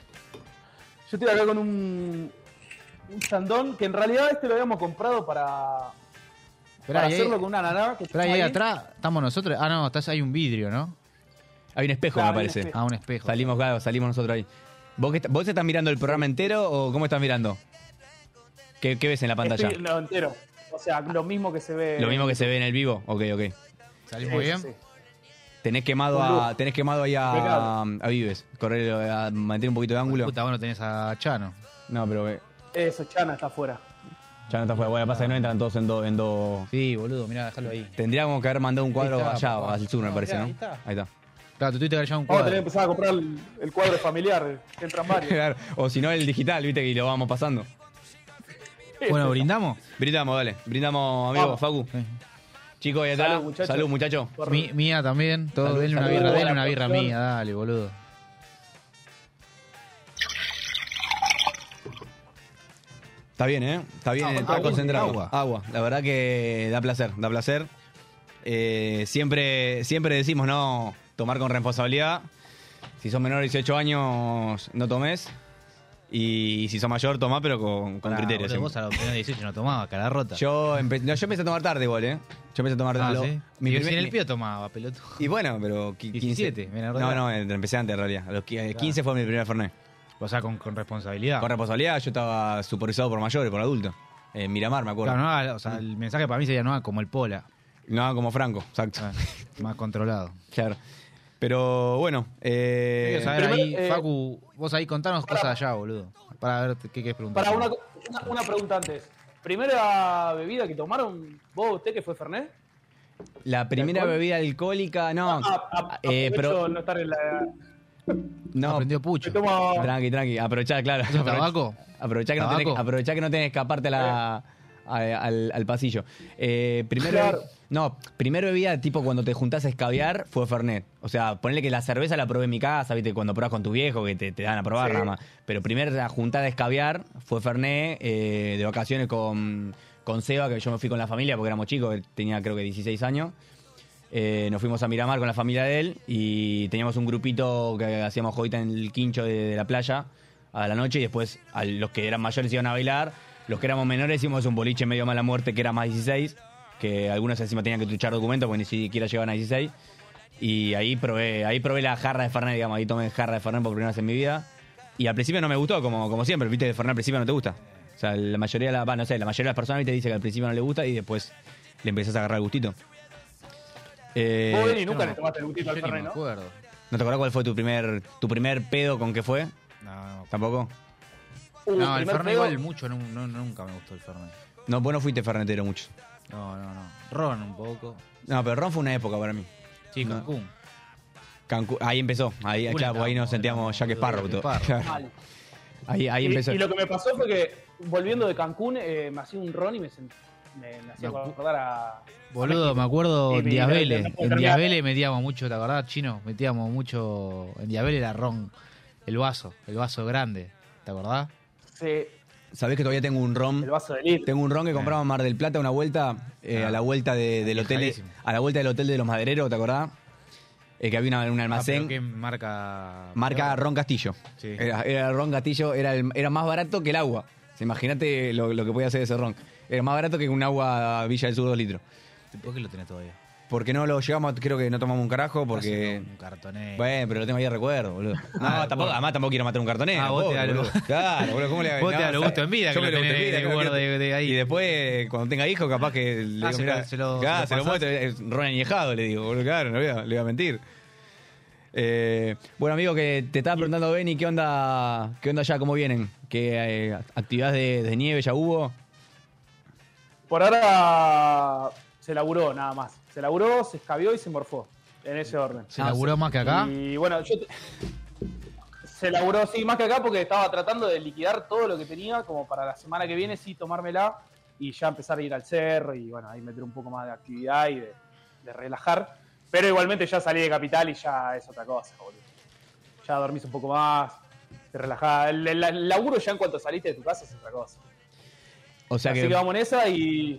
Yo estoy acá con un, un chandón que en realidad este lo habíamos comprado para, Esperá, para y ahí- hacerlo con una naná. Que Esperá, y está ahí ahí. atrás estamos nosotros. Ah, no, estás, hay un vidrio, ¿no? Hay un espejo, Claro, me hay un parece. espejo. Ah, un espejo. Salimos, claro, salimos nosotros ahí. ¿Vos, qué est- ¿Vos estás mirando el programa entero o cómo estás mirando? ¿Qué, qué ves en la pantalla? Estoy- no, entero. O sea, lo mismo que se ve. Lo mismo que se ve en el vivo. Ok, ok. ¿Salimos Sí, bien? sí. Tenés quemado Un a, lujo. tenés quemado ahí a, a Vives. Correr, a mantener un poquito de ángulo. Puta, bueno, tenés a Chano. No, pero eh, Eso, Chana está afuera. ya no está fuera. Bueno, pasa que no entran todos en dos. En dos. Sí, boludo, mirá, déjalo ahí. Tendríamos que haber mandado un cuadro Ahí está, allá, papá. al sur, me No, parece, mirá, ¿no? ahí está. Ahí está. Claro, tú tuviste que haber un Vamos a cuadro. tener que empezar a comprar el, el cuadro familiar, que entran varios. Claro. O si no, el digital, viste, que lo vamos pasando. Bueno, ¿brindamos? Brindamos, dale. Brindamos, amigo, Vamos. Facu. Sí. Chicos, ahí atrás. Salud, muchachos. Salud, muchacho. Mi- mía también. Todo, Salud, denle una salud. birra, denle Buena una birra porción. mía, dale, boludo. Está bien, ¿eh? Está bien, Agua, está agua, concentrado. agua. Agua. La verdad que da placer, da placer. Eh, siempre, siempre decimos, no, tomar con responsabilidad. Si sos menor de dieciocho años, no tomes. Y si sos mayor, tomá, pero con, con Pará, criterio. boludo, vos siempre. a los primeros dieciocho no tomabas, cara rota. Yo, empe- no, yo empecé a tomar tarde igual, ¿eh? Yo empecé a tomar Ah, tarde. ¿sí? Mi Y primer- si en el mi- pío tomaba, pelotudo. Y bueno, pero qui- quince. diecisiete, menor de No, edad. no, eh, empecé antes en realidad. A los qui- eh, quince fue mi primer Fernet. O sea, con, con responsabilidad. Con responsabilidad, yo estaba supervisado por mayores, por adultos. En Miramar, me acuerdo. Claro, no haga- o sea, el mensaje para mí sería no haga como el Pola. No, como Franco, exacto. Ah, más controlado. Claro. Pero bueno, eh, Quiero saber Primero, ahí, eh, Facu, vos ahí contanos para- cosas allá, boludo. Para ver qué querés preguntar. Para una, una, una pregunta antes. Primera bebida que tomaron vos, usted, que fue Fernet. la primera ¿Alcohol? bebida alcohólica, no. Ah, a- eh, aprovecho pero, no estar en la. no, Aprendió Me Pucho. tomo. tranqui, tranqui. Aprovechá, claro. ¿Eso es Aprovechá- tabaco? Aprovechá que, no ¿Tabaco? tenés, aprovechá que no tenés que escaparte a la, a- al, al pasillo. Eh, primero, Claro. No, primero bebida tipo cuando te juntás a escabiar fue Fernet. O sea, ponele que la cerveza la probé en mi casa, viste, cuando probás con tu viejo, que te, te dan a probar Sí. nada más. Pero primero la juntada a escabiar fue Fernet, eh, de vacaciones con, con Seba, que yo me fui con la familia porque éramos chicos, él tenía creo que dieciséis años. Eh, nos fuimos a Miramar con la familia de él y teníamos un grupito que hacíamos jodita en el quincho de, de la playa a la noche y después a los que eran mayores iban a bailar, los que éramos menores hicimos un boliche medio mala muerte que era más dieciséis, que algunos encima tenían que truchar documentos porque ni siquiera llegaban a dieciséis y ahí probé, ahí probé la jarra de Fernet, digamos, ahí tomé jarra de Fernet por primera vez en mi vida y al principio no me gustó, como, como siempre, viste, de Fernet al principio no te gusta. O sea, la mayoría de la, va, no sé, la mayoría de las personas te dice que al principio no le gusta y después le empezás a agarrar el gustito. Eh, Vos, Benny, yo nunca no- le tomaste el gustito Yo al ni Fernet, me ¿no? acuerdo. ¿No te acuerdas cuál fue tu primer, tu primer pedo con qué fue? No, no. ¿Tampoco? Uh, No, el primer Fernet pedo- igual mucho, no, no- nunca me gustó el Fernet. No, vos no fuiste fernetero mucho. No, no, no. Ron un poco. No, pero Ron fue una época para mí. Sí, No. Cancún. Cancún, ahí empezó. Ahí, Cancún claro, porque ahí nos estábamos, sentíamos Jack Sparrow. Jack todo. Sparrow. Mal. ahí ahí Y, empezó. y lo que me pasó fue que, volviendo de Cancún, eh, me hacía un ron y me, sent- me, me hacía No. acordar a. Boludo, me acuerdo Sí, en mi- Díaz no- Vélez. no puedo En terminar. Díaz Vélez metíamos mucho, ¿te acordás, Chino? Metíamos mucho. En Díaz Vélez era ron. El vaso, el vaso grande. ¿Te acordás? Sí, ¿Sabés que todavía tengo un ron? el vaso de litro. Tengo un ron que compramos en Mar del Plata una vuelta, eh, Ah. a la vuelta de- del hotel, Viejadísimo. a la vuelta del hotel de los madereros, ¿te acordás? eh, que había una- un Ah, almacén. pero ¿qué marca? Marca Ron Castillo. Sí. Era, era el Ron Castillo, era, el- era más barato que el agua. O sea, imagínate lo, lo que podía hacer ese ron. Era más barato que un agua Villa del Sur dos litros. ¿Por qué lo tenés todavía? Porque no lo llevamos, creo que no tomamos un carajo, porque... Un cartonero. Bueno, pero lo tengo ahí de recuerdo, boludo. No, Ah, tampoco, bueno. además tampoco quiero matar un cartonero. Ah, vos te pobre, da lo- boludo. Claro, boludo, ¿cómo le Vos te da lo o sea, gusto en vida yo que me lo gusto en tenés vida, de claro, guarda quiero- de- de ahí. Y después, cuando tenga hijos, capaz que le Ah, digo, se lo- mirá, se lo- claro, se se lo lo muestro, pasás. es ron añejado, le digo, boludo, claro, no le voy a, le voy a mentir. Eh, bueno, amigo, que te estaba preguntando, Benny, ¿qué onda, qué onda ya, cómo vienen? ¿Qué eh, actividades de, de nieve ya hubo? Por ahora se laburó nada más. Se laburó, se escabió y se morfó. En ese orden. ¿Se laburó más que acá? Y bueno, yo te- se laburó, sí, más que acá porque estaba tratando de liquidar todo lo que tenía como para la semana que viene, sí, tomármela y ya empezar a ir al cerro y bueno, ahí meter un poco más de actividad y de, de relajar. Pero igualmente ya salí de Capital y ya es otra cosa, boludo. Ya dormís un poco más, te relajás. El, el- el laburo ya en cuanto saliste de tu casa es otra cosa. O sea Así que... que vamos en esa y.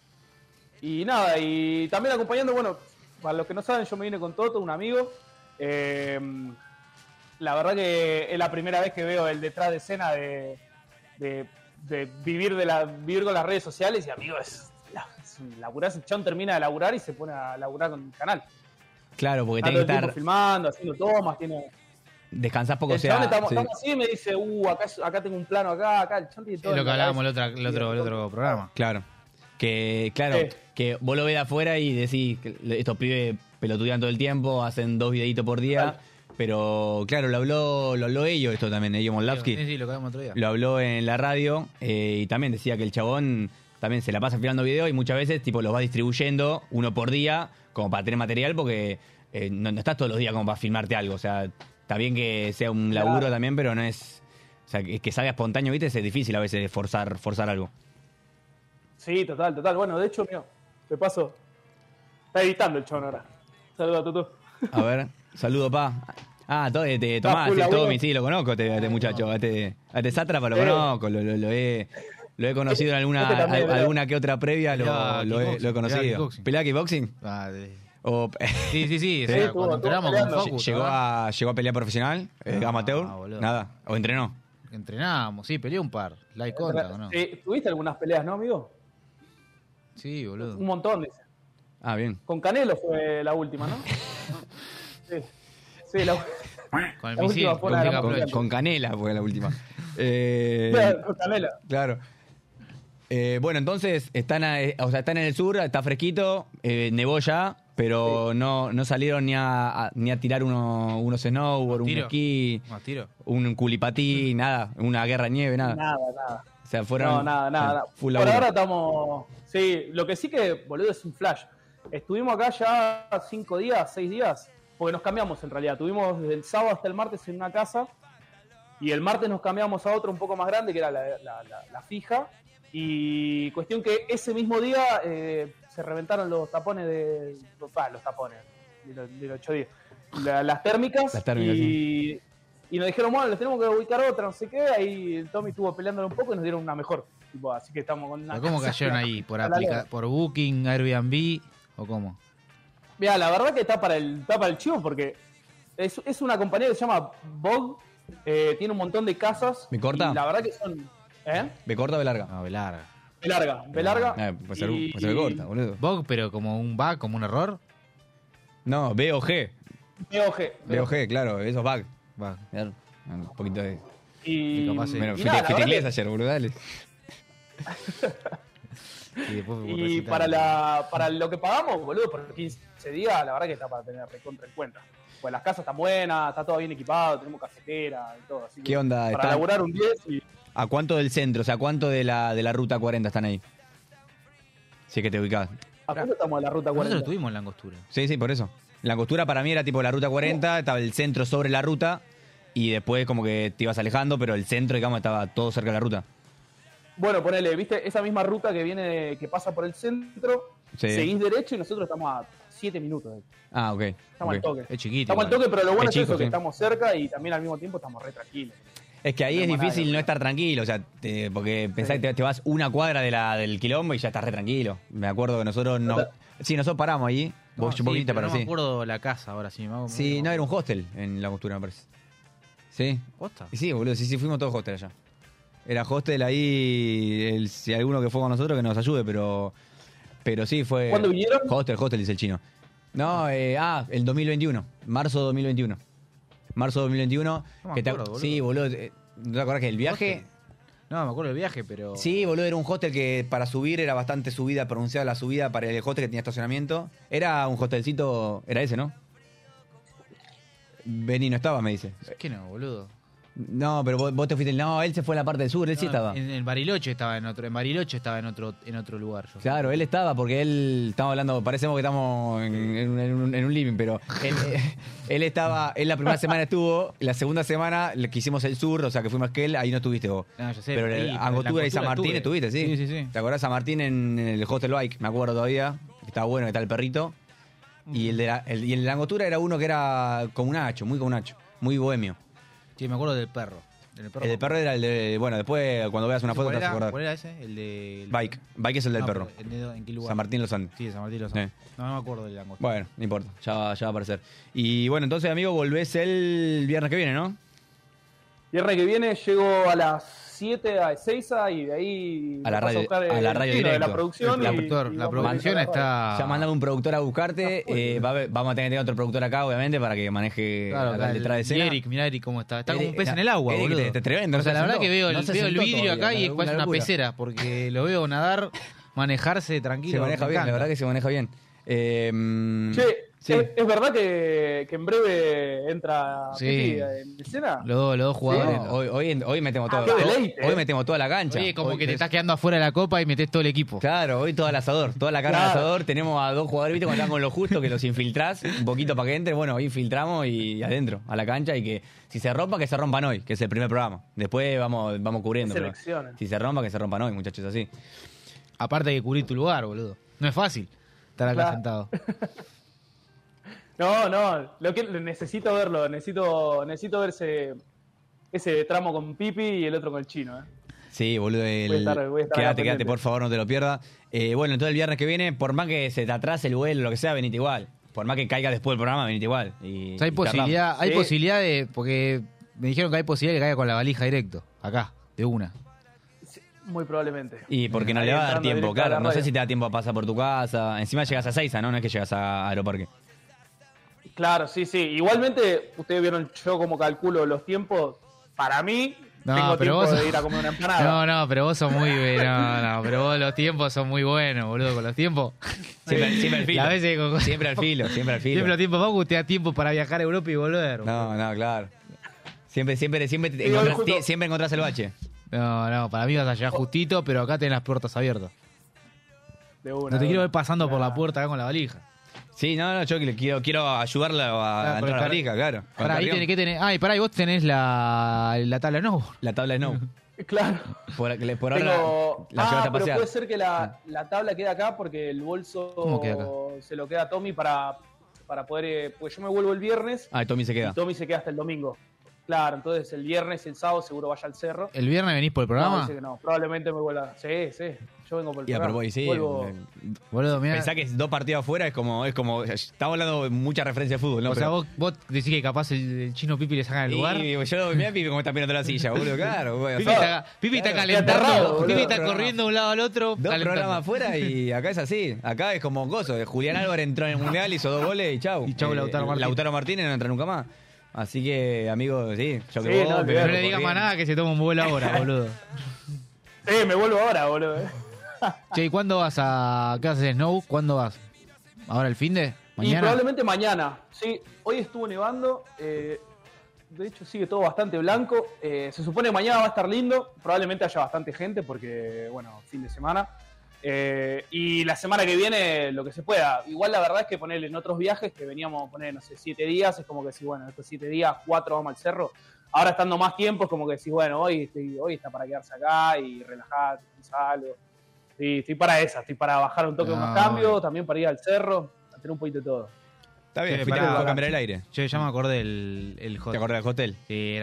Y nada, y también acompañando, bueno, para los que no saben, yo me vine con Toto, un amigo. Eh, la verdad que es la primera vez que veo el detrás de escena de, de, de vivir de la vivir con las redes sociales y amigo, es, es un laburar, el chabón termina de laburar y se pone a laburar con el canal. Claro, porque Está tenés todo que el tiempo estar... filmando, haciendo tomas, tiene. Descansás poco, o El chabón sea... estamos, sí. estamos así y me dice, uh, acá, acá tengo un plano acá, acá, el chabón tiene todo. Es lo en que la hablábamos el cabeza. otro, el otro, el otro programa. Claro. Que, claro, Sí. que vos lo ves de afuera y decís que estos pibes pelotudean todo el tiempo, hacen dos videitos por día. Claro. Pero claro, lo habló, lo habló ellos esto también, ellos Moldavsky. Sí, sí, lo que hablamos otro día. Lo habló en la radio eh, y también decía que el chabón también se la pasa filmando videos y muchas veces tipo los va distribuyendo uno por día como para tener material porque eh, no, no estás todos los días como para filmarte algo. O sea, está bien que sea un laburo Claro. también, pero no es... O sea, que, que salga espontáneo, ¿viste? Es difícil a veces forzar, forzar algo. Sí, total, total. Bueno, de hecho, mío, te paso. Está editando el chabón ahora. Saludos a Tutu. A ver, saludo, pa. Ah, todo, te, Está Tomás, full sí, laburo. Tommy, sí, lo conozco, este, este muchacho. A este, a este sátrapa lo Sí. conozco, lo, lo- lo he, lo he conocido en alguna, Este también, al- ¿verdad? alguna que otra previa, lo, Peleaba lo he, lo he kickboxing, conocido. peleaba kickboxing. ¿Pelea kickboxing? Ah, de- O, Sí, sí, sí. o Sí, sea, estuvo- cuando estuvo entramos con peleando. Focus, ¿llegó, ¿verdad? a, ¿Llegó a pelear profesional? Eh, No, ¿Amateur? boludo. Nada. ¿O entrenó? Entrenábamos, sí, peleé un par. Like contra, ¿o no? Sí, ¿tuviste algunas peleas, no, amigo? Sí, boludo. Un montón, dice. Ah, bien. Con Canelo fue la última, ¿no? Sí. Sí, la, Con el la misil, última fue con la de Giga la Con, Ploch. con Canela fue la última. Eh, Claro, con Canelo. Claro. Eh, bueno, entonces están, a- eh, o sea, están en el sur, está fresquito, eh, nevó ya, pero no, no salieron ni a, a- ni a tirar uno, unos snowboard, un ¿Tiro? esquí, Más tiro. un culipatí, nada, una guerra de nieve, nada. Nada, nada. O sea, fueron... No, nada, nada. nada. full Por laburo. ahora estamos. Sí, lo que sí que, boludo, es un flash. Estuvimos acá ya cinco días, seis días, porque nos cambiamos en realidad. Tuvimos desde el sábado hasta el martes en una casa y el martes nos cambiamos a otro un poco más grande, que era la, la- la- la fija. Y cuestión que ese mismo día eh, se reventaron los tapones de. Ah, los tapones, de los, de los ocho días. La- las térmicas. Las térmicas, y, y nos dijeron, bueno, les tenemos que ubicar otra, no sé qué. Ahí el Tommy estuvo peleándolo un poco y nos dieron una mejor. Tipo, así que estamos con una. ¿Pero ¿Cómo casa cayeron a- ahí? ¿Por, a la aplica lora. ¿Por Booking, Airbnb o cómo? Mira, la verdad que está para el, está para el chivo porque es, es una compañía que se llama Bog, eh, tiene un montón de casas. ¿Me corta? Y la verdad que son. ¿Eh? ¿B corta o B larga? No, larga. B larga, B larga. Ah, pues se y- pues se B corta, boludo. Bug, pero como un bug, como un error. No, B o G. B O G. B o G, claro, eso es bug. Bug. Claro, un poquito de... Y, Y capaz sí. Bueno, y fuiste, nada, la fuiste verdad inglés que- ayer, boludo, dale. Y, después fue por y recital. para, la, para lo que pagamos, boludo, por quince días, la verdad que está para tener recontra en cuenta. Pues las casas están buenas, está todo bien equipado, tenemos cafetera y todo. Así que ¿Qué onda? Para ¿Están- laburar un diez y. ¿A cuánto del centro? O sea, ¿cuánto de la, de la ruta cuarenta están ahí? Si es que te ubicás. ¿A cuánto estamos de la ruta Nosotros cuarenta? estuvimos en la angostura. Sí, sí, por eso. La angostura para mí era tipo la ruta cuarenta, estaba el centro sobre la ruta y después como que te ibas alejando, pero el centro, digamos, estaba todo cerca de la ruta. Bueno, ponele, viste, esa misma ruta que viene, que pasa por el centro, Sí. seguís derecho y nosotros estamos a siete minutos. de- Ah, ok. Estamos ok. al toque. Es chiquito. Estamos al igual. toque, pero lo bueno Es es, chico, eso, que sí. estamos cerca y también al mismo tiempo estamos re tranquilos. Es que ahí No es tenemos nada difícil de- no estar tranquilo, o sea, te- porque pensás Sí. que te, te vas una cuadra de la, del quilombo y ya estás re tranquilo. Me acuerdo que nosotros no... Sí, nosotros paramos ahí No, Vos- sí, Boquita, pero pero no sí. me acuerdo la casa ahora sí. Me hago- Sí, me- no, era un hostel en la Angostura, me parece. ¿Sí? ¿Posta? Y sí, boludo, sí, sí, fuimos todos hostel allá. Era hostel ahí, el- si hay alguno que fue con nosotros que nos ayude, pero pero sí fue... ¿Cuándo vinieron? Hostel, hostel, dice el chino. No, eh, ah, el dos mil veintiuno, marzo dos mil veintiuno. Marzo dos mil veintiuno. No me que te- acuerdo, boludo. Sí, boludo, eh, ¿no te acordás que el viaje... Hostel. No, me acuerdo del viaje, pero... Sí, boludo, era un hostel que para subir era bastante subida, pronunciada la subida para el hostel que tenía estacionamiento. Era un hostelcito, era ese, ¿no? Beni no estaba, me dice. Es que no, boludo. No, pero vos, vos te fuiste. No, él se fue a la parte del sur, él sí No, estaba. En, en Bariloche estaba en otro, en Bariloche estaba en otro, en otro lugar. Yo. Claro, él estaba porque él estamos hablando, parecemos que estamos en, en- en un, en un living, pero él, eh, él estaba, él la primera semana estuvo, la segunda semana le- que hicimos el sur, o sea que fuimos que él, ahí no estuviste vos. No, ya sé, pero ahí, en pero en Angostura la y San Angostura Martín estuve. estuviste, ¿sí? Sí, sí, sí. ¿Te acordás San Martín en el Hostel Bike? Me acuerdo todavía, que estaba bueno, que está el perrito. Y el de la, el, y el de la Angostura era uno que era como un Nacho, muy como un Nacho, muy bohemio. Sí, me acuerdo del perro. Del perro. El del perro era el de, bueno, después cuando veas una foto te ¿Cuál vas a era? acordar. ¿Cuál era ese? El de... el- Bike, Bike es el del No, perro. pero ¿en, de- en qué lugar? San Martín Los Andes. Sí, San Martín Los Andes. Sí. No, no me acuerdo del langosta. Bueno, no importa, ya va, ya va a aparecer. Y bueno, entonces, amigo, volvés el viernes que viene, ¿no? Viernes que viene llego a las siete a Ezeiza y de ahí A la me paso radio, buscar a el la radio chino de directo. la producción. La y- productor- y la vamos a producción empezar a grabar. está... Ya mandame un productor a buscarte. eh, va a haber- vamos a tener que tener otro productor acá, obviamente, para que maneje Claro, acá acá el detrás de el- escena. y Eric, mirá Eric cómo está. Está como un Eric, pez no, en el agua, Eric, boludo. te- te tremendo, o no sea, se la verdad sentó. que veo el, No se veo el sentó vidrio todavía, acá y una- es parece una una locura. pecera, porque lo veo nadar, manejarse tranquilo. Se maneja me bien, la encanta. verdad que se maneja bien. Eh, mm, Che, sí. ¿es, es verdad que, que en breve entra Sí. Pipi en escena? Los dos, los dos jugadores. No, hoy, hoy, hoy metemos todo, Ah, qué todo- deleite, hoy eh. metemos toda la cancha. Oye, como Hoy que te es- estás quedando afuera de la copa y metés todo el equipo. Claro, hoy todo al asador, toda la carne al Claro. asador. Tenemos a dos jugadores, viste, cuando están con lo justo, que los infiltrás un poquito para que entren. Bueno, hoy infiltramos y adentro, a la cancha. Y que si se rompa, que se rompan hoy, que es el primer programa. Después vamos, vamos cubriendo. pero Selecciones. si se rompa, que se rompan hoy, muchachos, así. Aparte hay que cubrir tu lugar, boludo. No es fácil estar acá Claro. sentado. No, no, lo que necesito verlo, necesito, necesito ver ese, ese tramo con Pipi y el otro con el chino, ¿eh? Sí, boludo. El... Voy a estar- voy a estar acá quédate, quédate, pendiente. por favor, no te lo pierdas. Eh, bueno, entonces el viernes que viene, por más que se te atrase el vuelo, lo que sea, venite igual. Por más que caiga después del programa, venite igual. Y, O sea, hay y posibilidad, charlamos. hay Sí. posibilidad de. Porque me dijeron que hay posibilidad de que caiga con la valija directo. Acá, de una. Muy probablemente. Y porque no Ahí le va a dar entrando tiempo, directo a claro. la No sé radio. si te da tiempo a pasar por tu casa. Encima llegas a Seiza, ¿no? No es que llegas a Aeroparque. Claro, sí, sí. Igualmente, ustedes vieron yo como calculo los tiempos. Para mí, No, tengo pero tiempo vos- de ir a comer una empanada. No, no, pero vos sos muy. No, no, pero vos los tiempos son muy buenos, boludo. Con los tiempos. Siempre, siempre al filo. Y a veces con- Siempre al filo, siempre al filo. Siempre los tiempos, Facu, te da tiempo para viajar a Europa y volver. boludo. No, no, claro. Siempre, siempre, siempre, te Sí, hoy encontrás, justo- tie- siempre encontrás el bache. No, no, para mí vas a llegar justito, pero acá tenés las puertas abiertas. De una, No te de quiero una. ver pasando por la Claro. puerta acá con la valija. Sí, no, no, yo que le quiero, quiero ayudarla a Claro, entrar a porque la para- valija, claro. Pará, ahí Con tenés, ¿qué tenés? Ay, pará, y vos tenés la, la tabla de snowboard. La tabla de snow. Claro. Por, que le- por ahora Tengo... la ah, llevaste a pero pasear. puede ser que la, la tabla quede acá porque el bolso ¿Cómo queda acá? se lo queda a Tommy para, para poder... eh, Pues yo me vuelvo el viernes Ah, Tommy se y queda. Tommy se queda hasta el domingo. Claro, entonces el viernes y el sábado seguro vaya al cerro. ¿El viernes venís por el No, programa? dice que no, probablemente me vuelva. Sí, sí, yo vengo por el Ya, pero programa. voy, sí. Vuelvo- eh, Boludo, mirá. Pensá que dos partidos afuera es como, es como. Estamos hablando de mucha referencia de fútbol, ¿no? o sea, Pero- vos, vos decís que capaz el, el chino Pipi le saca el lugar. Y yo lo mirá a Pipi como está mirando la silla, boludo, claro. Bueno, Pipi o sea, está, Pipi está claro, calentando, aterrado, boludo. Pipi está Programa. corriendo de un lado al otro. Dos calentando. programas afuera y acá es así. Acá es como gozo. Julián Álvarez entró en el Mundial, hizo dos goles y chau. Y chau, Lautaro Martínez. Lautaro Martínez no entra nunca más. Así que, amigo, sí. Yo que Sí, vos, no, pero- olvidate. No le digas más nada que se toma un vuelo ahora, boludo. Sí, me vuelvo ahora, boludo. Che, ¿y cuándo vas a. ¿Qué haces, Snow? ¿Cuándo vas? ¿Ahora el fin de? Y ¿Mañana? probablemente mañana. Sí, hoy estuvo nevando. eh, de hecho, sigue todo bastante blanco. eh, se supone que mañana va a estar lindo. Probablemente haya bastante gente porque, bueno, fin de semana. Eh, y la semana que viene, lo que se pueda. Igual la verdad es que ponerle en otros viajes que veníamos a poner, no sé, siete días, es como que si, bueno, estos siete días, cuatro vamos al cerro. Ahora estando más tiempo, es como que decís, bueno, hoy, estoy, hoy está para quedarse acá y relajar, pensar algo. Sí, estoy para esa, estoy para bajar un toque No, unos cambios, obvio. también para ir al cerro, a tener un poquito de todo. Está bien, Che, fuiste pará. a cambiar el aire. Che, ya me acordé del el ¿Te hotel. acordás del hotel? Sí, era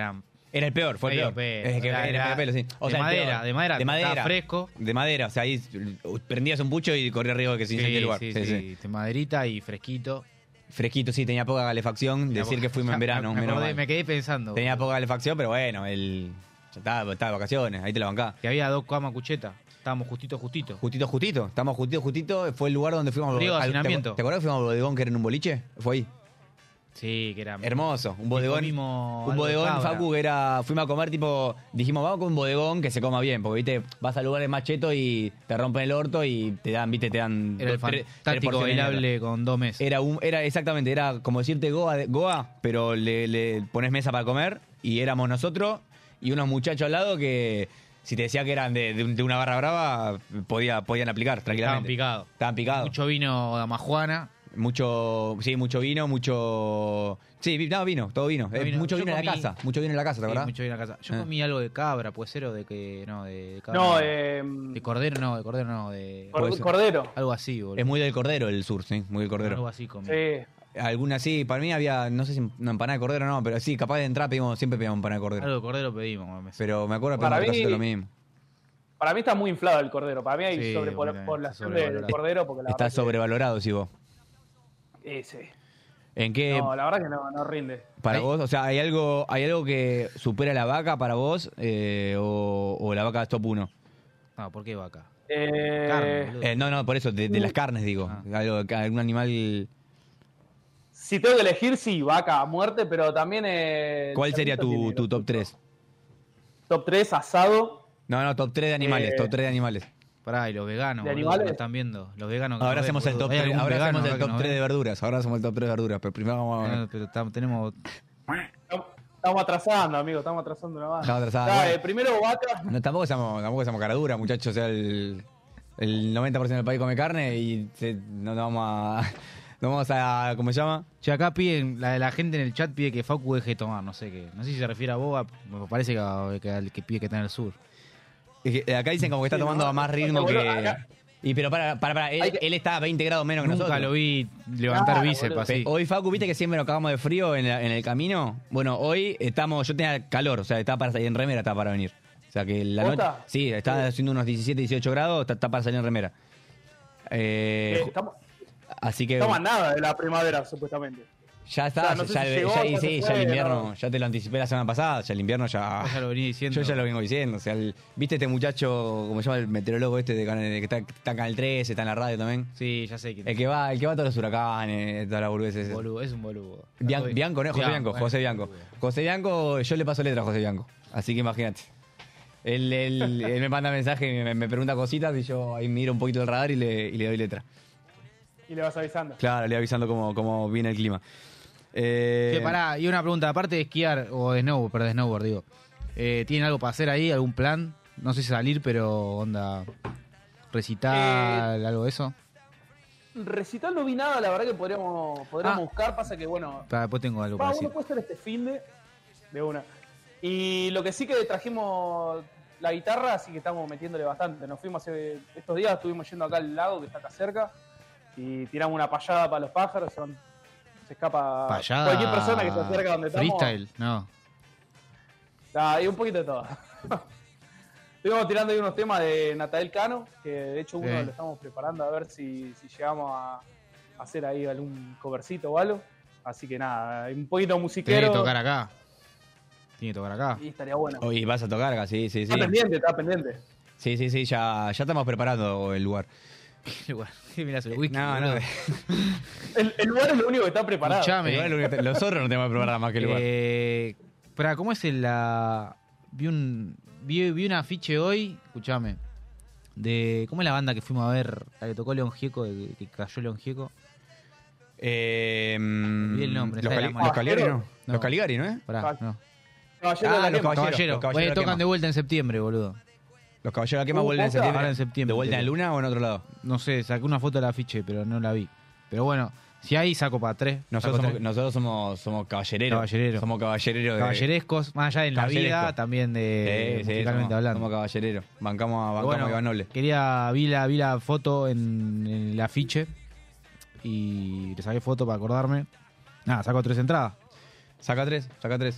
Era el peor, fue el Medio peor. pelo, Es que era- era medio pelo, sí. O de sea, el madera, peor. de madera, de madera, estaba fresco. De madera, o sea, ahí prendías un pucho y corría riesgo de que se incendie el lugar. sí, Sí, sí, sí. de maderita y fresquito. Fresquito, sí, tenía poca calefacción. Decir poca- que fuimos en me- verano, me menos acordé, mal. me quedé pensando. Tenía poca calefacción, pero bueno, el... ya estaba, estaba de vacaciones, ahí te la bancás. Que había dos camas cucheta. Estábamos justito, justito. Justito, justito. Estamos justito, justito. Fue el lugar donde fuimos Frío, al- hacinamiento. ¿Te, ¿Te acuerdas que fuimos al bodegón que era en un boliche? Fue ahí. Sí, que era Hermoso. Un bodegón. comimos Un algo de bodegón, cabra. Facu, que era. Fuimos a comer, tipo. Dijimos, vamos con un bodegón que se coma bien. Porque, viste, vas a lugares más chetos y te rompen el orto y te dan, viste, te dan. Era el dos, tres- tres fantástico porciones de bailable mierda. con dos mesas. Era un, era exactamente, era como decirte Goa, de- Goa, pero le, le pones mesa para comer y éramos nosotros y unos muchachos al lado que si te decía que eran de, de un- de una barra brava, podía, podían aplicar Estaban tranquilamente. picados. Estaban picados. Mucho vino de amajuana. Mucho, sí, mucho vino, mucho... Sí, vi- no, vino, todo vino. Eh, vino. mucho Yo vino en la comí- casa, mucho vino en la casa, ¿te Sí, acordás? mucho vino en la casa. Yo Ah. comí algo de cabra, puede ser, o de que. No, de, de cabra. No, no. eh, De cordero, no, de cordero no. De. Cor- Puede ser. Cordero. Algo así, boludo. Es muy del cordero el sur, sí, muy del cordero. Algo así comí. Sí. Alguna sí, para mí había, no sé si una empanada de cordero o no, pero sí, capaz de entrar pedimos, siempre pedíamos empanada de cordero. Algo de cordero pedimos. me- Pero me acuerdo que Para pedimos mí- casi lo mismo. Para mí está muy inflado el cordero. Para mí hay Sí, sobrepoblación bueno, está de, del sobrevalorado. cordero. Porque la Está verdad que- sobrevalorado, si vos. Eh, sí. ¿En qué? No, la verdad que no, no rinde. Para Ahí- vos, o sea, ¿hay algo, hay algo que supera la vaca para vos eh, o, o la vaca es top uno? No, ¿por qué vaca? Eh, Carne, boludo. Eh, no, no, por eso, de, de las carnes digo. Ah. Algo, que- algún animal... Si tengo que elegir, sí, vaca a muerte, pero también. Eh, ¿Cuál sería Chapito tu, tiene tu los top tres? Top tres, asado. No, no, top tres de animales, Eh, top tres de animales. Pará, y los veganos, ¿De boludo, animales? que lo están viendo. Los veganos. que Ahora nos ven, hacemos el boludo. top ¿Hay tres, algún ahora vegano hacemos el acá que top nos tres ve? de verduras. Ahora hacemos el top tres de verduras, pero primero vamos a... No, pero tam- tenemos. Estamos- Estamos atrasando, amigo, estamos atrasando una banda. Estamos atrasados, Ya, bueno. eh, primero vaca. No, tampoco somos, tampoco somos cara dura, muchachos. O sea, el, el noventa por ciento del país come carne y se- no, no vamos a... No vamos a... ¿Cómo se llama? Che, acá piden, la, la gente en el chat pide que Facu deje de tomar, no sé qué. No sé si se refiere a vos, a- me parece que, que al que pide que está en el sur. Es que acá dicen como que está Sí, tomando no, a más no, ritmo boludo, que... acá- Y pero para, para, para, él, Hay que- él está a veinte grados menos que Nunca nosotros. lo vi levantar Claro, bíceps boludo. así. Hoy, Facu, viste que siempre nos cagamos de frío en, la- en el camino. Bueno, hoy estamos, yo tenía calor, o sea, estaba para salir en remera, estaba para venir. O sea, que la noche. ¿Posta? Sí, estaba haciendo unos diecisiete, dieciocho grados, está, está para salir en remera. Eh, Eh, estamos, así que estamos a nada de la primavera, supuestamente. ya está, o sea, no sé ya, si ya- llegó, ya- ya sí, se ya fue, el invierno, no. ya te lo anticipé la semana pasada, ya el invierno ya. Vos ya lo venís diciendo. Yo ya lo vengo diciendo, o sea, el- viste este muchacho, como se llama el meteorólogo este de, Canal- que está, está en Canal trece, está en la radio también. Sí, ya sé quién El que va, el que va a todos los huracanes, todas las boludeces. es. Boludo, es un boludo. Bian- Estoy- Bianco, ¿no? José Bianco, bueno, José Bianco. boludo. José Bianco, yo le paso letra a José Bianco. Así que imagínate. Él, él- él me manda mensajes y me, me pregunta cositas y yo ahí miro un poquito el radar y le, y le doy letra. Y le vas avisando. Claro, le voy avisando cómo, cómo viene el clima. Eh, Che, pará, y una pregunta, aparte de esquiar o de snowboard, pero de snowboard, digo. Eh, ¿Tienen algo para hacer ahí? ¿Algún plan? No sé si salir, pero onda. Recital, algo de eso. Recital no vi nada, la verdad que podríamos, podríamos Ah. buscar. Pasa que, bueno, Pará, después tengo algo va, para uno decir. puede ser este fin de, de una. Y lo que sí que trajimos la guitarra, así que estamos metiéndole bastante. Nos fuimos hace, estos días, estuvimos yendo acá al lago que está acá cerca y tiramos una payada para los pájaros. Se, van- se escapa Payada. cualquier persona que se acerca donde estamos. Freestyle, no. Ah, hay un poquito de todo. Estuvimos tirando ahí unos temas de Natael Cano, que de hecho uno Sí. lo estamos preparando a ver si, si llegamos a hacer ahí algún covercito o algo. Así que nada, un poquito Tiene musiquero. que tocar acá. Tiene que tocar acá. Y estaría bueno. Hoy vas a tocar acá, sí, sí, sí. Está pendiente, está pendiente. Sí, sí, sí, ya, ya estamos preparando el lugar. Bueno, ¿qué mirás el whisky? No, no. boludo? El, el lugar es lo único que está preparado. Escuchame. El lugar es lo único que- Los zorros no tenemos que preparar más que el lugar. Eh, pará, ¿cómo es el la. Vi un. Vi, vi un afiche hoy, escuchame. De. ¿Cómo es la banda que fuimos a ver? La que tocó León Gieco, de- que cayó León Gieco. Eh, Vi el nombre, los, está de Cali- la los mano. Caligari, ¿no? No. Los Caligari, ¿no? ¿eh? Pará, Ca- no. Caballero Ah, de la los Quema. caballeros. Caballero. los Caballeros Bueno, de la tocan Quema. de vuelta en septiembre, boludo. Los caballeros de la quema Uh, vuelven en posta. septiembre. Ahora en septiembre, ¿De vuelta en creo. Luna o en otro lado? No sé, saqué una foto del afiche, pero no la vi. Pero bueno, si hay, saco para tres. Nosotros, Saco somos, tres. nosotros somos, somos caballereros. Caballereros. Somos caballereros. de- Caballerescos, más allá de la Caballeresco. vida, también de Sí, sí, musicalmente somos, hablando. somos caballereros. Bancamos a, Pero bancamos bueno, a Iván Noble. quería, vi la, vi la foto en, en el afiche y le saqué foto para acordarme. Nada, saco tres entradas. Saca tres, saca tres.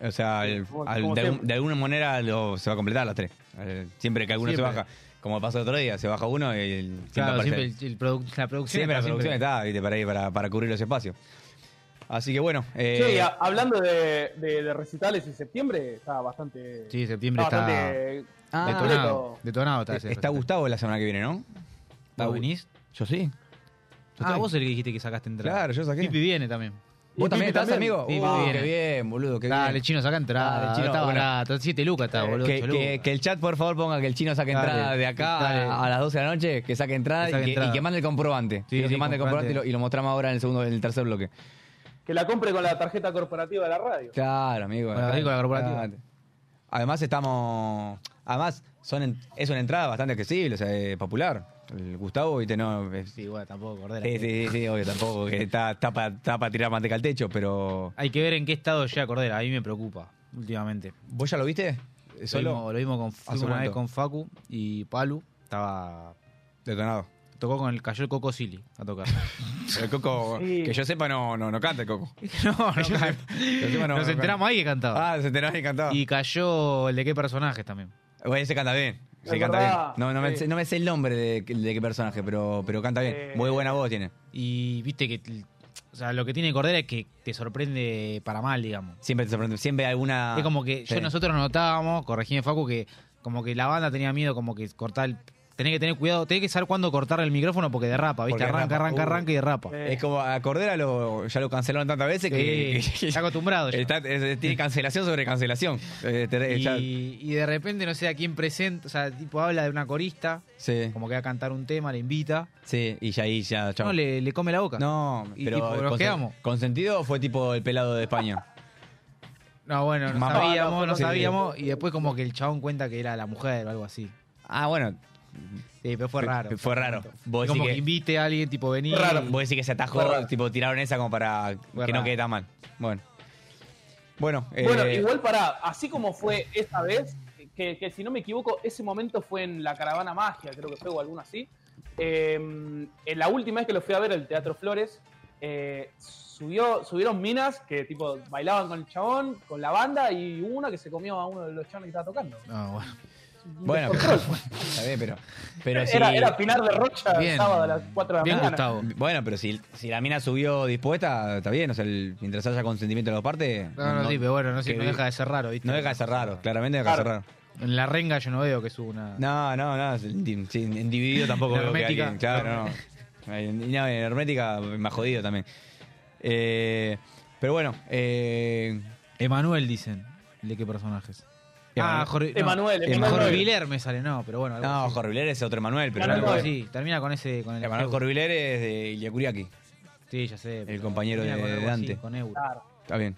O sea, el- como- al- como de, algún- siempre. de alguna manera lo- se va a completar las tres. Eh, siempre que alguno Siempre. se baja, como pasó el otro día, se baja uno y el- siempre Claro, aparece- siempre el, el produ- la producción. siempre la está producción está ¿viste? Para, ahí, para, para cubrir los espacios. Así que bueno. eh, Che, y a- hablando de, de- de recitales en septiembre, está bastante. Sí, septiembre está bastante Ah, detonado. Detonado está ese está recital. Gustavo la semana que viene, ¿no? Está ¿Vos Gu- venís? Yo sí. Yo Ah, estoy. vos el que dijiste que sacaste entrada. Claro, yo saqué. Pipi viene también. ¿Vos Y también Pipi estás, también. amigo? Pipi Uh, viene. qué bien, boludo, qué Dale, bien. chino, saca entrada. Dale, Chino, está bueno. barato. siete lucas está, boludo. Que, ocho que- lucas. que el chat, por favor, ponga que el chino saque Dale, entrada de acá dale. a, a las doce de la noche, que saque entrada, Que saque y, que, entrada. y que mande el comprobante. Sí, Quiero sí, que mande el comprobante y lo, y lo mostramos ahora en el segundo, en el tercer bloque. Que la compre con la tarjeta corporativa de la radio. Claro, amigo. Con la rico, la corporativa. Claro. Además estamos... Además, son en- es una entrada bastante accesible, o sea, es popular. El Gustavo, viste, no... es- Sí, bueno, tampoco Cordera. sí, sí, sí, obvio, tampoco que está, está para tirar manteca al techo, pero... Hay que ver en qué estado llega Cordera. A mí me preocupa últimamente. ¿Vos ya lo viste? Lo ¿Solo? vimos, lo vimos con, fuimos una cuánto? vez con Facu y Palu. Estaba. Detonado. Tocó con el. Cayó el Coco Silly a tocar. El Coco, Sí. que yo sepa, no, no, no canta el Coco. no, no, Que yo canta. sepa- que yo sepa, no- Nos no enteramos ahí que cantaba. Ah, se enteró y cantaba. Y cayó el de qué personajes también. Bueno, ese canta bien. Sí, Es canta verdad, bien. No, no, me, sí. sé- no me sé el nombre de, de qué personaje, pero, pero canta bien. Eh, Muy buena voz tiene. Y viste que. O sea, lo que tiene Cordera es que te sorprende para mal, digamos. Siempre te sorprende. Siempre hay alguna. Es como que Sí. yo nosotros notábamos, corregime Facu, que como que la banda tenía miedo como que cortar el... Tenés que tener cuidado, tenés que saber cuándo cortar el micrófono porque derrapa, ¿viste? Porque arranca, derrapa. arranca, Uh. arranca y derrapa. Eh, Es como a Cordera lo, ya lo cancelaron tantas veces que, Sí, que- está acostumbrado ya. está- es- tiene cancelación sobre cancelación. Eh, te- ya- Y, y de repente no sé a quién presenta, o sea, tipo habla de una corista, sí, como que va a cantar un tema, le invita, sí, y ya ahí ya. chau. no, le, le come la boca. No, Y pero tipo, nos con, quedamos. con sentido fue tipo el pelado de España. No, bueno, no Mamá. sabíamos, no Sí. sabíamos, y después como que el chabón cuenta que era la mujer o algo así. Ah, bueno. Sí, pero fue raro. Fue raro. Vos Como decís que que, invite a alguien, tipo, venir. Fue raro. Vos decís que se atajó, Fue raro. tipo tiraron esa como para Fue que no raro. quede tan mal. Bueno. Bueno, eh, Bueno, igual para, así como fue esta vez, que, que si no me equivoco, ese momento fue en la Caravana Magia, creo que fue o alguna así. Eh, en la última vez que lo fui a ver, el Teatro Flores, eh, subió, subieron minas que tipo bailaban con el chabón, con la banda, y hubo una que se comió a uno de los chabones que estaba tocando. No, bueno. Un Bueno, descontrol. pero, está bien, pero, pero si, era, era Pinar de Rocha Bien. el sábado a las cuatro de la Bien, mañana. Gustavo. bueno, pero si, si la mina subió dispuesta, está bien, o sea, el- mientras haya consentimiento de las partes, No, no, sí, pero bueno, no, sé, que- no deja de ser raro, ¿viste? no deja de ser raro, claramente deja de ser Claro. raro. En la renga yo no veo que suba una... No, no, no, en, di- sí, en dividido tampoco La veo que hermética. alguien- claro, no. En, y no, en hermética más jodido también. Eh, pero bueno, eh, Emanuel dicen. ¿De qué personajes? Emanuel. Ah, Jorge... Emanuel, No, Emanuel. Jorge Viler me sale, no, pero bueno. algo no, así. Jorviler es otro Emanuel, pero Emanuel algo Noel. así. Sí, termina con ese... Con el Emanuel Euro. Jorviler es de Iliacuriaki. Sí, ya sé. pero compañero termina de con algo Dante. así, con Euro. Claro. Está bien.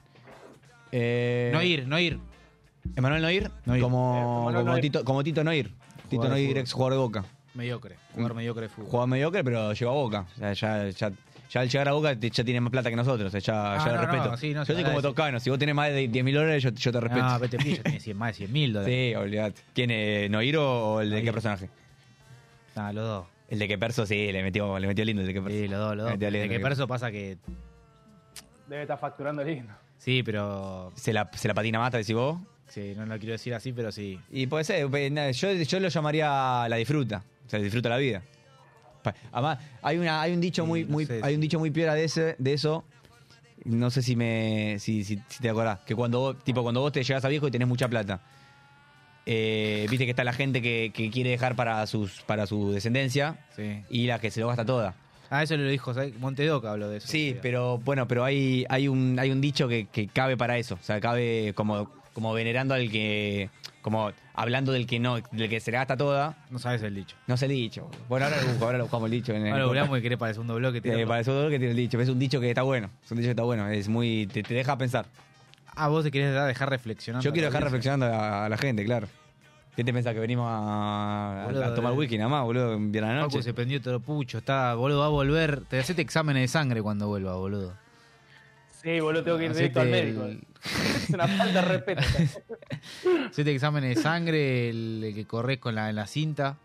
Eh, No ir, no ir. Emanuel Noir, Noir. Como, Eh, Emanuel como, Noir. Tito, como Tito Noir. Tito Jugador de Noir, fútbol. ex jugador de Boca. Mediocre. Jugador mediocre de fútbol. Jugaba mediocre, pero llegó a Boca. O sea, ya, ya, ya al llegar a Boca te- ya tiene más plata que nosotros. O sea, ya, Ah, ya lo no, respeto. no, sí, no, yo se soy habla como de eso. Tocano. Si vos tenés más de diez mil dólares, yo, yo te respeto. No, vete pillo, tiene cien, más de cien mil dólares. Sí, olvidate. ¿Quién es? ¿Noir o el de Noir. qué personaje? Ah, los dos. El de que Perso, sí, le metió, le metió lindo el de que Perso. Sí, los dos, los dos. Metió De lindo que el de Perso pasa que... Debe estar facturando lindo. Sí, pero... Se la, se la patina mata, decís vos. Sí, no lo quiero decir así, pero sí. Y puede ser, pe- nada, yo, yo lo llamaría la disfruta. O sea, disfruta la vida. Pa- Además, hay una, hay un dicho Sí, muy, no muy, sé, hay un sí. dicho muy piola de ese, de eso. No sé si me, si, si, si te acordás. Que cuando vos, tipo, cuando vos te llegas a viejo y tenés mucha plata. eh, viste que está la gente que, que quiere dejar para sus, para su descendencia Sí. y la que se lo gasta toda. Ah, eso lo dijo, ¿sabes? Montedoca habló de eso. Sí, pero bueno, pero hay, hay un, hay un dicho que, que cabe para eso. O sea, cabe como, como venerando al que, como hablando del que no, del que se le gasta toda. No sabes el dicho. No sé el dicho. Bueno, ahora lo busco, ahora lo buscamos el dicho. En el, Ahora lo googleamos y querés para el segundo bloque. Eh, tirarlo. para eso que tiene el dicho. Es un dicho que está bueno. Es un dicho que está bueno. Es muy, te, te deja pensar. Ah, vos te querés dejar reflexionando. Yo quiero a la dejar audiencia. reflexionando a, a la gente, claro. ¿Qué te pensás que venimos a, a- Boludo, a tomar eh. whisky nada más, boludo? En viernes a la Facu noche. se prendió todo pucho, está, boludo, va a volver. Te hacete exámenes de sangre cuando vuelva, boludo. Sí, boludo, tengo que ir Hacete directo al el- médico. Es una falta de respeto. Hacete exámenes de sangre, el, el que corres con la, en la cinta.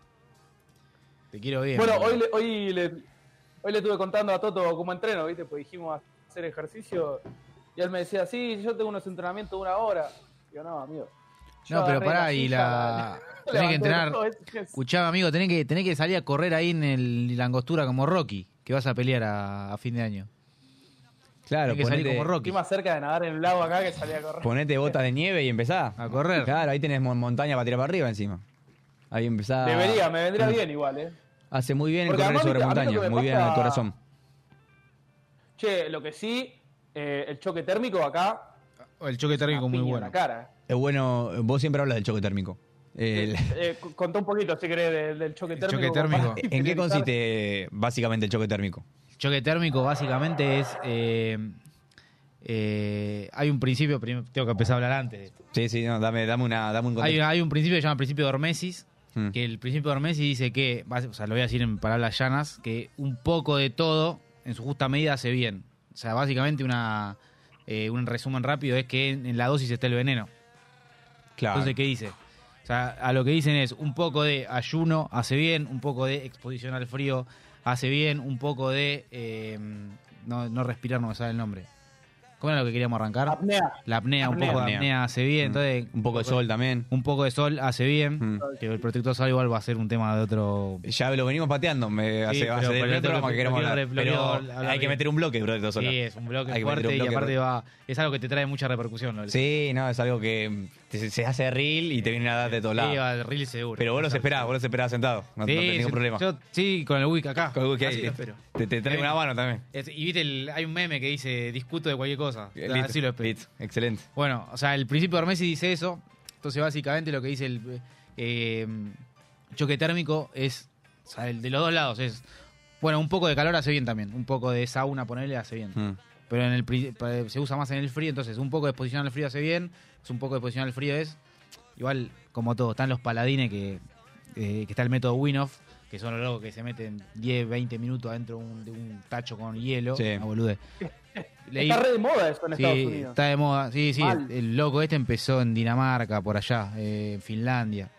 Te quiero bien. Bueno, boludo. hoy le, hoy, le, hoy le estuve contando a Toto cómo entreno, ¿viste? Pues dijimos hacer ejercicio. Y él me decía, sí, yo tengo unos entrenamientos de una hora. Y yo, no, amigo. Yo No, pero agarré pará, la y silla, la... la- Tenés que levanté entrenar... todo, es- es- Escuchame, amigo, tenés que, tenés que salir a correr ahí en el, la angostura como Rocky, que vas a pelear a, a fin de año. Claro, Tenés que salir ponete, como Rocky. Estoy más cerca de nadar en el lago acá que salir a correr. ponete botas de nieve y empezá. A correr. Claro, ahí tenés mon- montaña para tirar para arriba encima. Ahí empezá. Debería, me vendría Ah. bien igual, ¿eh? Hace muy bien en Porque correr además, sobre viste, a mí lo montaña, que me muy bien en el pasa- corazón. Che, lo que sí, eh, el choque térmico acá. El choque térmico una muy piña bueno. en la cara. Es bueno, vos siempre hablas del choque térmico. El- Eh, cu- contá un poquito, si querés, del, del choque El térmico. choque como térmico. para ¿En qué interiorizar. consiste básicamente el choque térmico? El choque térmico básicamente es... eh, eh, hay un principio, prim- tengo que empezar a hablar antes de esto. Sí, sí, no, dame, dame, una, dame un Hay, contexto. hay un principio que se llama principio de Hormesis, Mm. que el principio de Hormesis dice que, o sea, lo voy a decir en palabras llanas, que un poco de todo, en su justa medida, hace bien. O sea, básicamente una eh, un resumen rápido es que en, en la dosis está el veneno. Claro. Entonces, ¿qué dice? O sea, a lo que dicen es un poco de ayuno hace bien, un poco de exposición al frío hace bien, un poco de... eh, no, no respirar, no me sale el nombre. ¿Cómo era lo que queríamos arrancar? Apnea. La apnea, un Apnea. poco de apnea hace bien. Mm. Entonces, Un poco de sol también. un poco de sol hace bien. Mm. Que el protector solar igual va a ser un tema de otro... Ya lo venimos pateando, me hace, pero- hace pero del lo- programa lo- que queremos lo quiero- hablar. lo Pero quiero hablar hay que bien. meter un bloque, bro, de solar. Sí, es un bloque Hay que fuerte meter un y bloque, aparte bro. va, es algo que te trae mucha repercusión. ¿no? Sí, no, es algo que te- se hace reel y te viene a dar de todos lados. Sí, va, el reel seguro. Pero vos los esperás, vos los esperás sentado. No, Sí, no tenés ningún sí, problema. yo- sí, con el wiki acá. Con el wiki Así ahí. lo espero. Te, te traigo una mano también. Es- y viste, el- hay un meme que dice discuto de cualquier cosa. Listo, Así lo espero. listo, excelente. Bueno, o sea, el principio de Hormesis dice eso. Entonces, básicamente, lo que dice el eh, choque térmico es, o sea, el de los dos lados es, bueno, un poco de calor hace bien también. Un poco de sauna, ponerle, hace bien. Mm. Pero en el pri- pa- se usa más en el frío, entonces un poco de exposición al frío hace bien. Es un poco de exposición al frío es, igual, como todo, están los paladines que, eh, que está el método Winoff, que son los locos que se meten diez, veinte minutos adentro de un, de un tacho con hielo. Sí. Una boludez. Leí- Está re de moda eso en Sí, Estados Unidos. está de moda. Sí, sí, Mal. el, el loco este empezó en Dinamarca, por allá, eh, en Finlandia.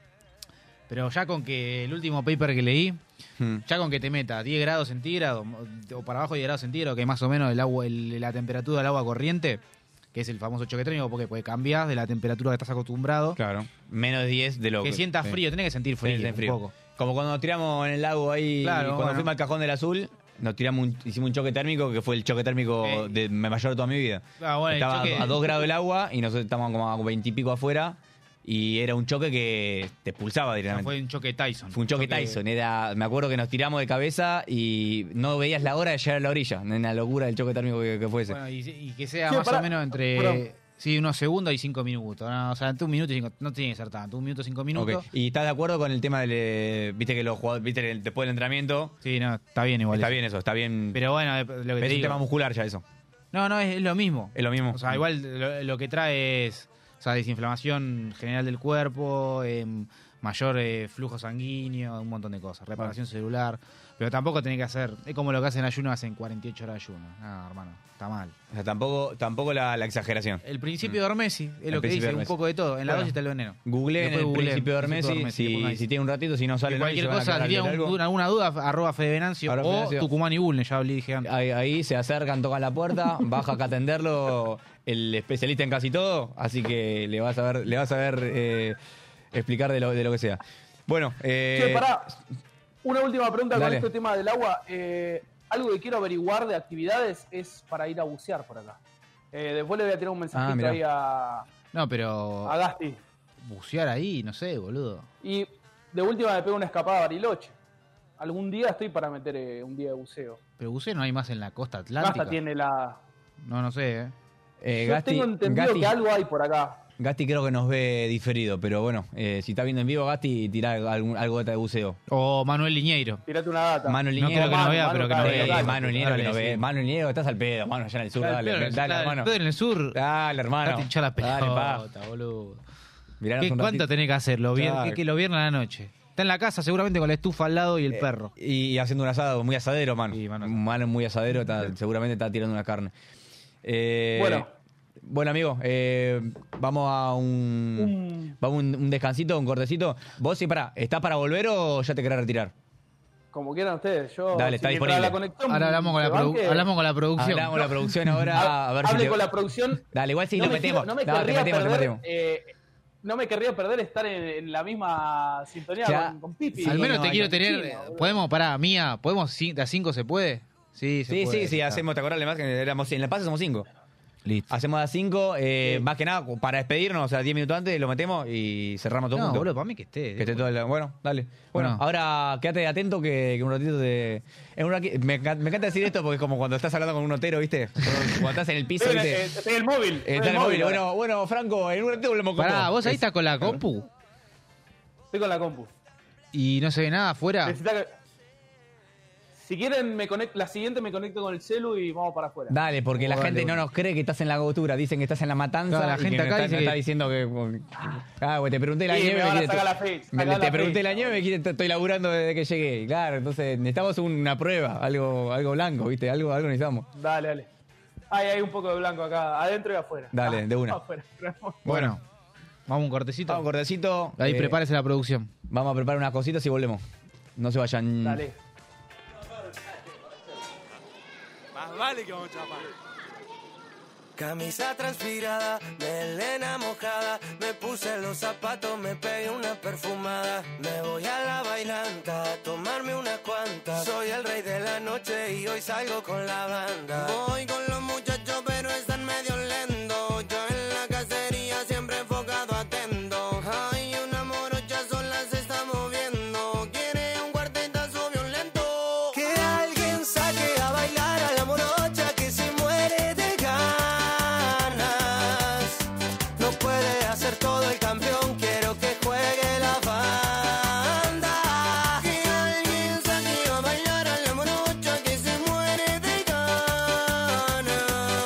Pero ya con que el último paper que leí, Mm. ya con que te meta diez grados centígrados o para abajo de diez grados centígrados, que es más o menos el agua, el- la temperatura del agua corriente, que es el famoso choque térmico, porque pues, cambiás de la temperatura que estás acostumbrado. Claro. Menos de diez de lo Que que... sientas sí. frío, tenés que sentir frío, Sí, sí, un frío. poco. Como cuando nos tiramos en el lago ahí, Claro, cuando bueno. fuimos al Cajón del Azul, nos tiramos un- hicimos un choque térmico que fue el choque térmico Eh. de mayor de toda mi vida. Ah, bueno, el Estaba choque- a dos grados el agua y nosotros estábamos como a veintipico afuera y era un choque que te expulsaba O sea, directamente. fue un choque Tyson. Fue un choque Tyson, era, me acuerdo que nos tiramos de cabeza y no veías la hora de llegar a la orilla, una locura el choque térmico que, que fuese. Bueno, y, y que sea Che, más pará. o menos entre Perdón. sí, unos segundos y cinco minutos. ¿no? O sea, entre un minuto y cinco. No tiene que ser tanto. Un minuto y cinco minutos. Ok. ¿Y estás de acuerdo con el tema del, eh, viste que los jugadores, viste el- después del entrenamiento, Sí, no, está bien igual. está eso. bien eso, está bien, Pero bueno, lo que pero te es un digo. tema muscular ya eso, No, no, es, es lo mismo. es lo mismo. O sea, igual lo, lo que trae es o sea, desinflamación general del cuerpo, eh, mayor eh, flujo sanguíneo, un montón de cosas, reparación celular. Pero tampoco tenés que hacer, es como lo que hacen ayuno, hacen cuarenta y ocho horas de ayuno. No, hermano, está mal. O sea, tampoco, tampoco la, la exageración. El principio de Hormesis es El lo que principio dice, de un Hormesis. poco de todo. En la Bueno, dosis está el veneno. Googleen Después el googleen, principio de principio de Hormesis, Hormesis, que si, pongan ahí. si tiene un ratito, si no sale Y no, y cualquier se van a cosa, aclarar tiene de algo, alguna duda, arroba Fede Venancio Arroba o Fede Venancio. Tucumán y Bulnes, ya le dije antes. ahí, ahí se acercan, tocan la puerta, baja acá a atenderlo, el especialista en casi todo, así que le vas a ver, le vas a ver eh, explicar de lo, de lo que sea. Bueno, eh, Che, pará. Una última pregunta dale. con este tema del agua. Eh, algo que quiero averiguar de actividades es para ir a bucear por acá. Eh, después le voy a tirar un mensajito Ah, mirá. ahí a, No, pero a Gasti. bucear ahí, no sé, boludo. Y de última me pego una escapada a Bariloche. Algún día estoy para meter eh, un día de buceo. Pero buceo no hay más en la costa atlántica. Gasta tiene la... No, no sé, ¿eh? eh, Yo Gasti, tengo entendido Gasti- que algo hay por acá. Gasti creo que nos ve diferido, pero bueno, eh, si está viendo en vivo, Gasti, tirá algún, algo de buceo. O Manuel Liñeiro. Tirate una data. Mano No Liniero, creo que nos vea, pero que nos Eh, vea. Mano Liniero que Dale, no ve. sí. Mano Liniero, estás al pedo, mano, allá en el sur, Claro, dale, pero- dale, claro, hermano. pero en el sur. Dale, hermano. Date hinchar la Dale, pa. pelota, boludo. Miranos ¿Qué, un ¿Cuánto ratito. tenés que hacer? Los vier- Claro. que, que los viernes a la noche. Está en la casa seguramente con la estufa al lado y el Eh, perro. Y, y haciendo un asado, muy asadero, mano. Sí, mano. Mano muy asadero, está- seguramente está tirando una carne. Eh, Bueno. Bueno, amigo, eh, vamos a un, Un- vamos a un, un descansito, un cortecito. Vos sí, pará, ¿estás para volver o ya te querés retirar? Como quieran ustedes. Yo, Dale, está si disponible. La conexión Ahora hablamos con, la se produ- banque, hablamos con la producción. Hablamos con la producción ahora. A ver si hable te- con la producción. Dale, igual sí no lo me metemos. quiero- no me No, te querría metemos, te perder, metemos. eh, no me querría perder estar en, en la misma sintonía Ya. con, con Pipi. Al menos no, te hay quiero que- tener. China, eh, boludo. ¿Podemos, pará, mía? ¿Podemos ci- de a cinco se puede? Sí, se Sí, puede. sí, sí, Ah. hacemos, te acordás además que éramos, en la pase somos cinco. Listo. Hacemos a cinco, eh, más que nada, para despedirnos, o sea, diez minutos antes lo metemos y cerramos todo No, junto. boludo, para mí que esté. Que esté todo el- Bueno, dale. Bueno, Bueno. ahora quédate atento que, que un ratito te... en un raqui- me, enca- me encanta decir esto porque es como cuando estás hablando con un notero, ¿viste? Cuando, cuando estás en el piso, Estoy en- ¿viste? eh, estoy en el móvil. Eh, estoy está en en el móvil. ahora. Bueno, bueno, Franco, en un ratito volvemos con Pará, vos. vos ahí Es- estás con la compu Estoy con la compu. y no se ve nada afuera. Necesita que- Si quieren, me conect... la siguiente me conecto con el celu y vamos para afuera. Dale, porque la Dale, gente bueno. no nos cree que estás en la agotura. Dicen que estás en la matanza. Claro, la y gente que acá nos está, dice nos que- está diciendo que. Ah, güey, te pregunté la Sí, nieve. me van a dijiste- sacar la fecha, me- sacar te la pregunté fecha, la nieve y me dijiste, estoy laburando desde que llegué. Y claro, entonces necesitamos una prueba, algo, algo blanco, ¿viste? Algo, algo necesitamos. Dale, dale. Hay, hay un poco de blanco acá, adentro y afuera. Dale, Ah, de una. afuera. Bueno, vamos a un cortecito. Vamos, cortecito. Ahí eh, prepárese la producción. Vamos a preparar unas cositas y volvemos. No se vayan. Dale. Más vale que vamos a chapar. Camisa transpirada, melena mojada, me puse los zapatos, me pegué una perfumada. Me voy a la bailanta a tomarme unas cuantas. Soy el rey de la noche y hoy salgo con la banda. Voy con los muchachos pero están medio lentos. Yo en la cacería siempre enfocado atento. Hay una morocha sola se está moviendo. Quiere un cuartetazo violento. Que alguien saque a bailar a la morocha que se muere de ganas. No puede hacer todo el campeón, quiero que juegue la banda. Que alguien saque a bailar a la morocha que se muere de ganas.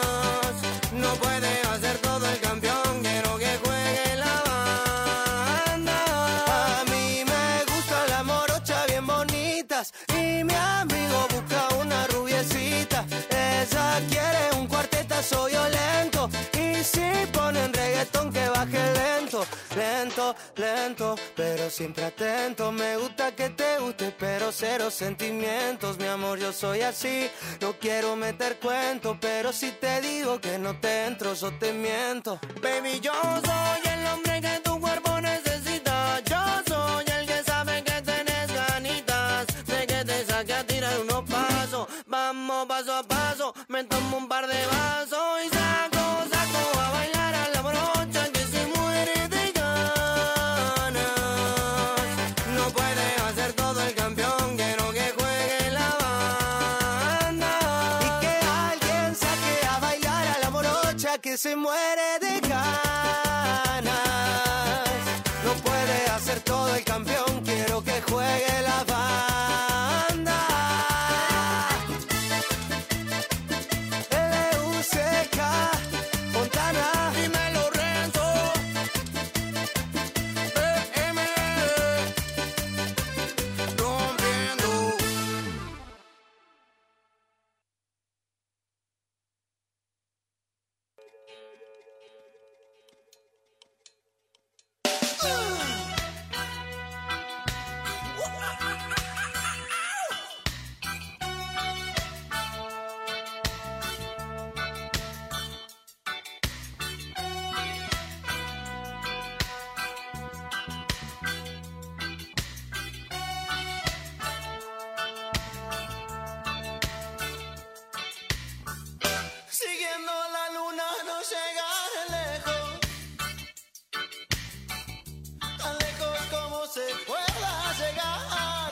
No puede hacer todo el campeón, quiero que juegue la banda. A mí me gusta la morocha bien bonitas y mi amigo busca una rubiecita. Ella quiere un cuartetazo violento y si ponen reggaetón que baje lento, lento, lento, pero siempre atento. Me gusta que te guste, pero cero sentimientos, mi amor, yo soy así. No quiero meter cuentos, pero si te digo que no te entro, yo te miento. Baby, yo soy el hombre que tu cuerpo necesita. Yo soy el que sabe que tenés ganitas de que te saque a tirar unos pasos. Vamos paso a paso, me tomo un par de vasos y saco, saco a bailar a la morocha que se muere de ganas. No puede hacer todo el campeón, quiero que juegue la banda. Y que alguien saque a bailar a la morocha que se muere de ganas. No puede hacer todo el campeón, quiero que juegue la banda. L U C K, Fontana, dímelo Renzo. B M, rompiendo. Siguiendo la luna no llegaré lejos, tan lejos como se pueda llegar.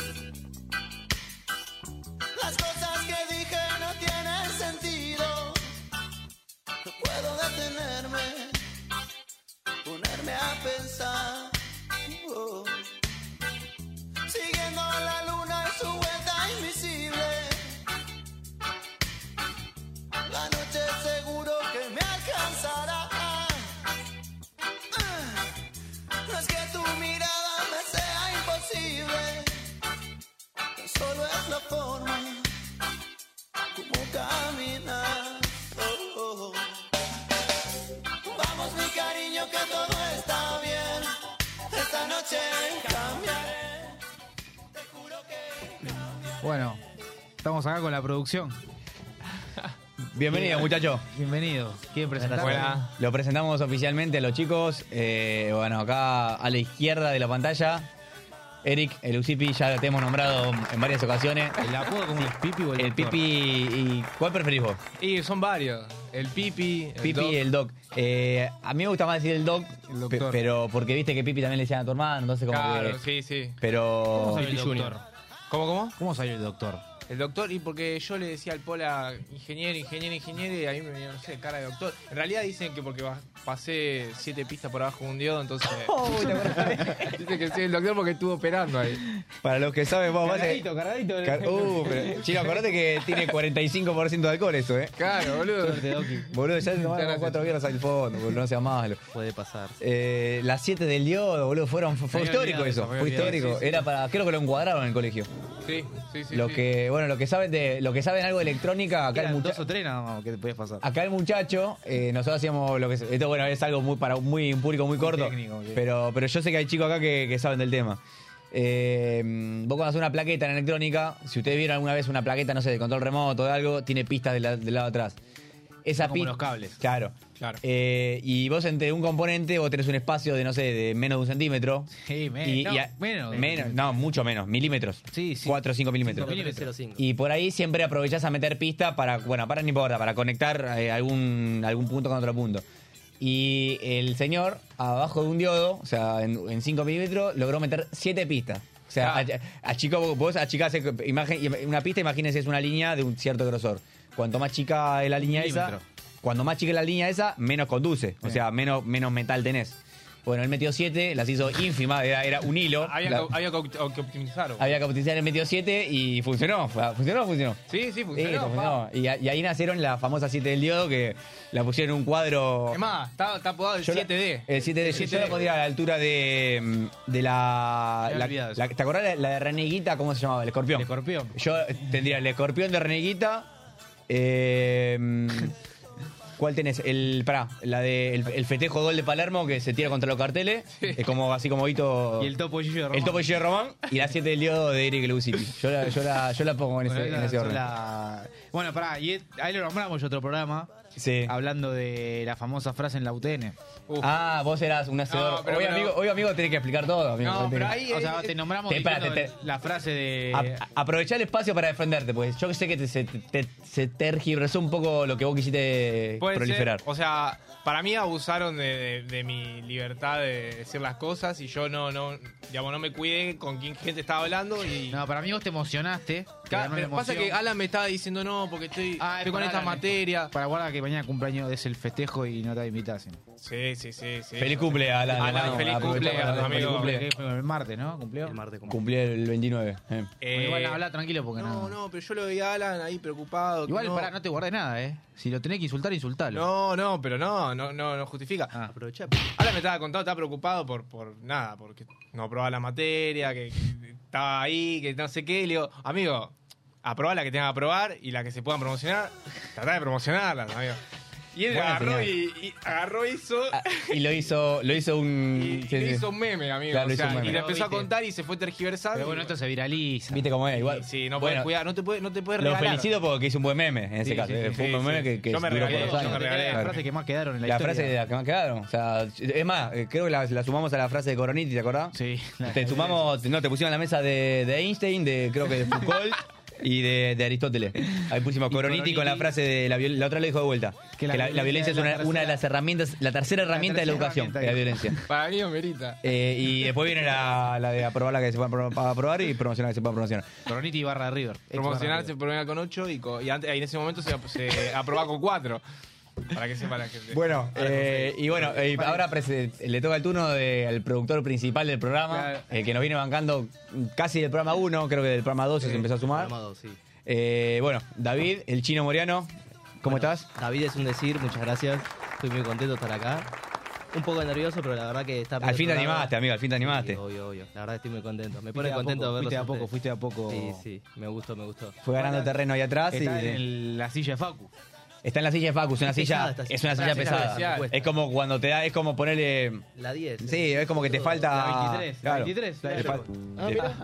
Las cosas que dije no tienen sentido, no puedo detenerme, ponerme a pensar. Oh. Siguiendo la luna en su vuelta invisible, la noche seguro que me alcanzará. Ah, no es que tu mirada me sea imposible, tan solo es la forma como caminas. Oh, oh. Vamos mi cariño que todo está bien, Bueno, estamos acá con la producción. Bienvenido, muchachos. Bienvenido. ¿Quieren presentar? Buena. Lo presentamos oficialmente a los chicos. Eh, bueno, acá a la izquierda de la pantalla, Eric, el Usipi, ya te hemos nombrado en varias ocasiones. ¿El apodo como el Pipi o el El doctor? Pipi, y ¿cuál preferís vos? Y son varios. El Pipi, el Pipi Doc. y el Doc. Eh, a mí me gusta más decir el Doc, El doctor. pe- pero porque viste que Pipi también le decían a tu hermano, entonces como Claro, que... sí, sí. Pero... ¿Cómo salió el Pipi doctor? Junior. ¿Cómo, cómo? ¿Cómo salió el doctor? El doctor, y porque yo le decía al Pola ingeniero, ingeniero, ingeniero, y a mí me venía, no sé, cara de doctor. En realidad dicen que porque ba- pasé siete pistas por abajo de un diodo, entonces. Dicen que soy el doctor porque estuvo operando ahí. Para los que saben, vos vas a... Cargadito, cargadito. Car- Uh, pero, Chino, acordate que tiene cuarenta y cinco por ciento de alcohol eso, ¿eh? Claro, boludo. Suerte, Doki. Boludo, ya se tomaron gracias. cuatro viernes al fondo, boludo, no sea malo. Puede pasar. Eh, las siete del diodo, boludo, fueron, fue, fue Me había histórico olvidado eso, eso, me fue había olvidado, histórico. sí, sí. Era para, creo que lo encuadraron en el colegio. Sí, sí, sí. lo sí. que, bueno, lo que saben de, lo que saben algo de electrónica, acá el Eran muchacho. dos o tres nada más que te podías pasar. Acá el muchacho, eh, nosotros hacíamos lo que esto bueno es algo muy para muy un público muy corto, técnico, sí. pero pero yo sé que hay chicos acá que, que saben del tema. Eh, vos cuando haces una plaqueta en electrónica, si ustedes vieron alguna vez una plaqueta, no sé, de control remoto o de algo, tiene pistas del, la- del lado de atrás. Esa Como pi- los cables. Claro. Claro. Eh, y vos entre un componente vos tenés un espacio de, no sé, de menos de un centímetro. Sí, men- Y- no, y a- menos. menos, no, mucho menos, milímetros. Sí, sí. cuatro o cinco milímetros. cero cinco. Y por ahí siempre aprovechás a meter pista para, bueno, para no importa, para conectar eh, algún, algún punto con otro punto. Y el señor, abajo de un diodo, o sea, en, en cinco milímetros, logró meter siete pistas. O sea, Ah. a, a chico, vos achicás eh, imagen, una pista, imagínense, es una línea de un cierto grosor. Cuanto más chica es la línea esa, Milímetro. cuando más chica es la línea esa, menos conduce. O Bien. sea, menos, menos metal tenés. Bueno, él metió siete, las hizo ínfima, era, era un hilo. Había, La- que, había que opt- que optimizar. boludo. había que optimizar, él metió siete y funcionó. ¿Funcionó o funcionó? Sí, sí, Sí, funcionó. funcionó. Y, a- y ahí nacieron las famosas siete del diodo que la pusieron en un cuadro. Es más, está, está apodado el Yo la- siete D. El siete D. El Yo siete la D. pondría a la altura de, mm, de la, Me había la- olvidado eso. la- ¿Te acordás la, la de Reneguita? ¿Cómo se llamaba? El escorpión. El escorpión. Yo tendría el escorpión de Reneguita. Eh, mm, ¿Cuál tenés? El, pará, la de el, el festejo gol de Palermo que se tira contra los carteles. Es como así como Hito. Y el topo Gillo de Román. El topo Gillo de Román y la siete del diodo de Eric Leucipi. Yo la, yo la, yo la pongo en ese, Bueno, en ese son orden. la- Bueno, pará, y es- ahí lo nombramos en otro programa, Sí. hablando de la famosa frase en la U T N. Uf. Ah, vos eras un hacedor. No, pero- hoy, pero- amigo, hoy, amigo, tenés que explicar todo. Amigo. No, pero Tenés- ahí- O sea, te nombramos Te- espera, diciendo te- te- la frase de... A- aprovechá el espacio para defenderte, pues yo sé que te, se, te, se tergiversó un poco lo que vos quisiste Puede proliferar. ser, o sea, para mí abusaron de, de- de mi libertad de decir las cosas y yo no, no, digamos, no me cuidé con quién gente estaba hablando y... No, para mí vos te emocionaste. te Claro, ganó la pero pasa emoción. que Alan me estaba diciendo no, porque estoy, Ah, estoy es con para esta Alan, materia. Para guardar que mañana cumpleaños es el festejo y no te invitasen. Sí, sí, sí, sí. Feliz cumple, Alan. Alan, hermano. feliz Aprovechá cumple, para darle amigo. feliz cumple. Que fue el martes, ¿no? ¿Cumplió? El martes como- Cumplí el veintinueve. eh. Eh, Bueno, igual habla tranquilo porque no, no. no, pero yo lo veía a Alan ahí preocupado. que Igual, no. pará, no te guardes nada, ¿eh? Si lo tenés que insultar, insultalo. No, no, pero no, no, no, no justifica. Ah. Aprovechá. Alan me estaba contando, estaba preocupado por, por nada, porque no aprobaba la materia, que, que estaba ahí, que no sé qué. Y le digo, amigo, aprobá la que tenga que aprobar y la que se puedan promocionar, tratá de promocionarla, amigo. Y él Buena agarró señal. y, y agarró eso Ah, y lo hizo, lo hizo un. y, y sí, le sí. hizo un meme, amigo. Claro, o le hizo sea, un meme. y le Pero, empezó a viste. contar y se fue tergiversando. Pero bueno, esto se viraliza. Viste cómo es, igual. Y sí, no Bueno, puedes cuidar, no te puedes, no te puedes Lo regalar. felicito porque hizo un buen meme en ese Sí, caso. sí, eh, sí, Fue un sí, meme sí. que, que Yo me duró regalé, por dos yo años. me regalé. Las Claro. frases que más quedaron en la, La historia. frase de las que más quedaron. O sea, es más, eh, creo que la, la sumamos a la frase de Coroniti, ¿te acordás? Sí. Te sumamos, no, te pusimos en la mesa de, de Einstein, de creo que de Foucault y de, de Aristóteles. Ahí pusimos Y Coroniti con la Coroniti- frase de la, viol- la otra le dijo de vuelta. Que la, la violencia es una, una de las herramientas, la tercera herramienta de la tercera educación, herramienta de la de- violencia. Para mí, merita. Eh, y después viene la, la de aprobar la que se pueda apro- aprobar y promocionar la que se pueda promocionar. Coroniti y barra de River. Ex barra Promocionarse River. promocionar con ocho y, co- y antes, ahí en ese momento se, se aprobaba con cuatro. Para que sepa la gente. Bueno, eh, y bueno, eh, ahora prese- le toca el turno de- al productor principal del programa, Claro. el que nos viene bancando casi del programa uno, creo que del programa dos se empezó a sumar. Programa dos, sí. Eh, bueno, David, el chino Moriano, ¿cómo Bueno, estás? David es un decir, muchas gracias. Estoy muy contento de estar acá. Un poco nervioso, pero la verdad que está... Al fin te otro lado. animaste, amigo, al fin te animaste. Sí, obvio, obvio. La verdad estoy muy contento. Me Fuiste pone de a contento poco, verlos fuiste de a a poco, ustedes. fuiste de a poco. Sí, sí, me gustó, me gustó. Fue ganando terreno ahí atrás y Está en el- la silla de Facu. está en la silla de Facu, es una Es silla, pesada esta es silla. una silla Una silla pesada. especial. Es como cuando te da, es como ponerle, La diez. sí, es como que te falta, La veintitrés, la claro. veintitrés, la Te de fal- Ah, te- mira.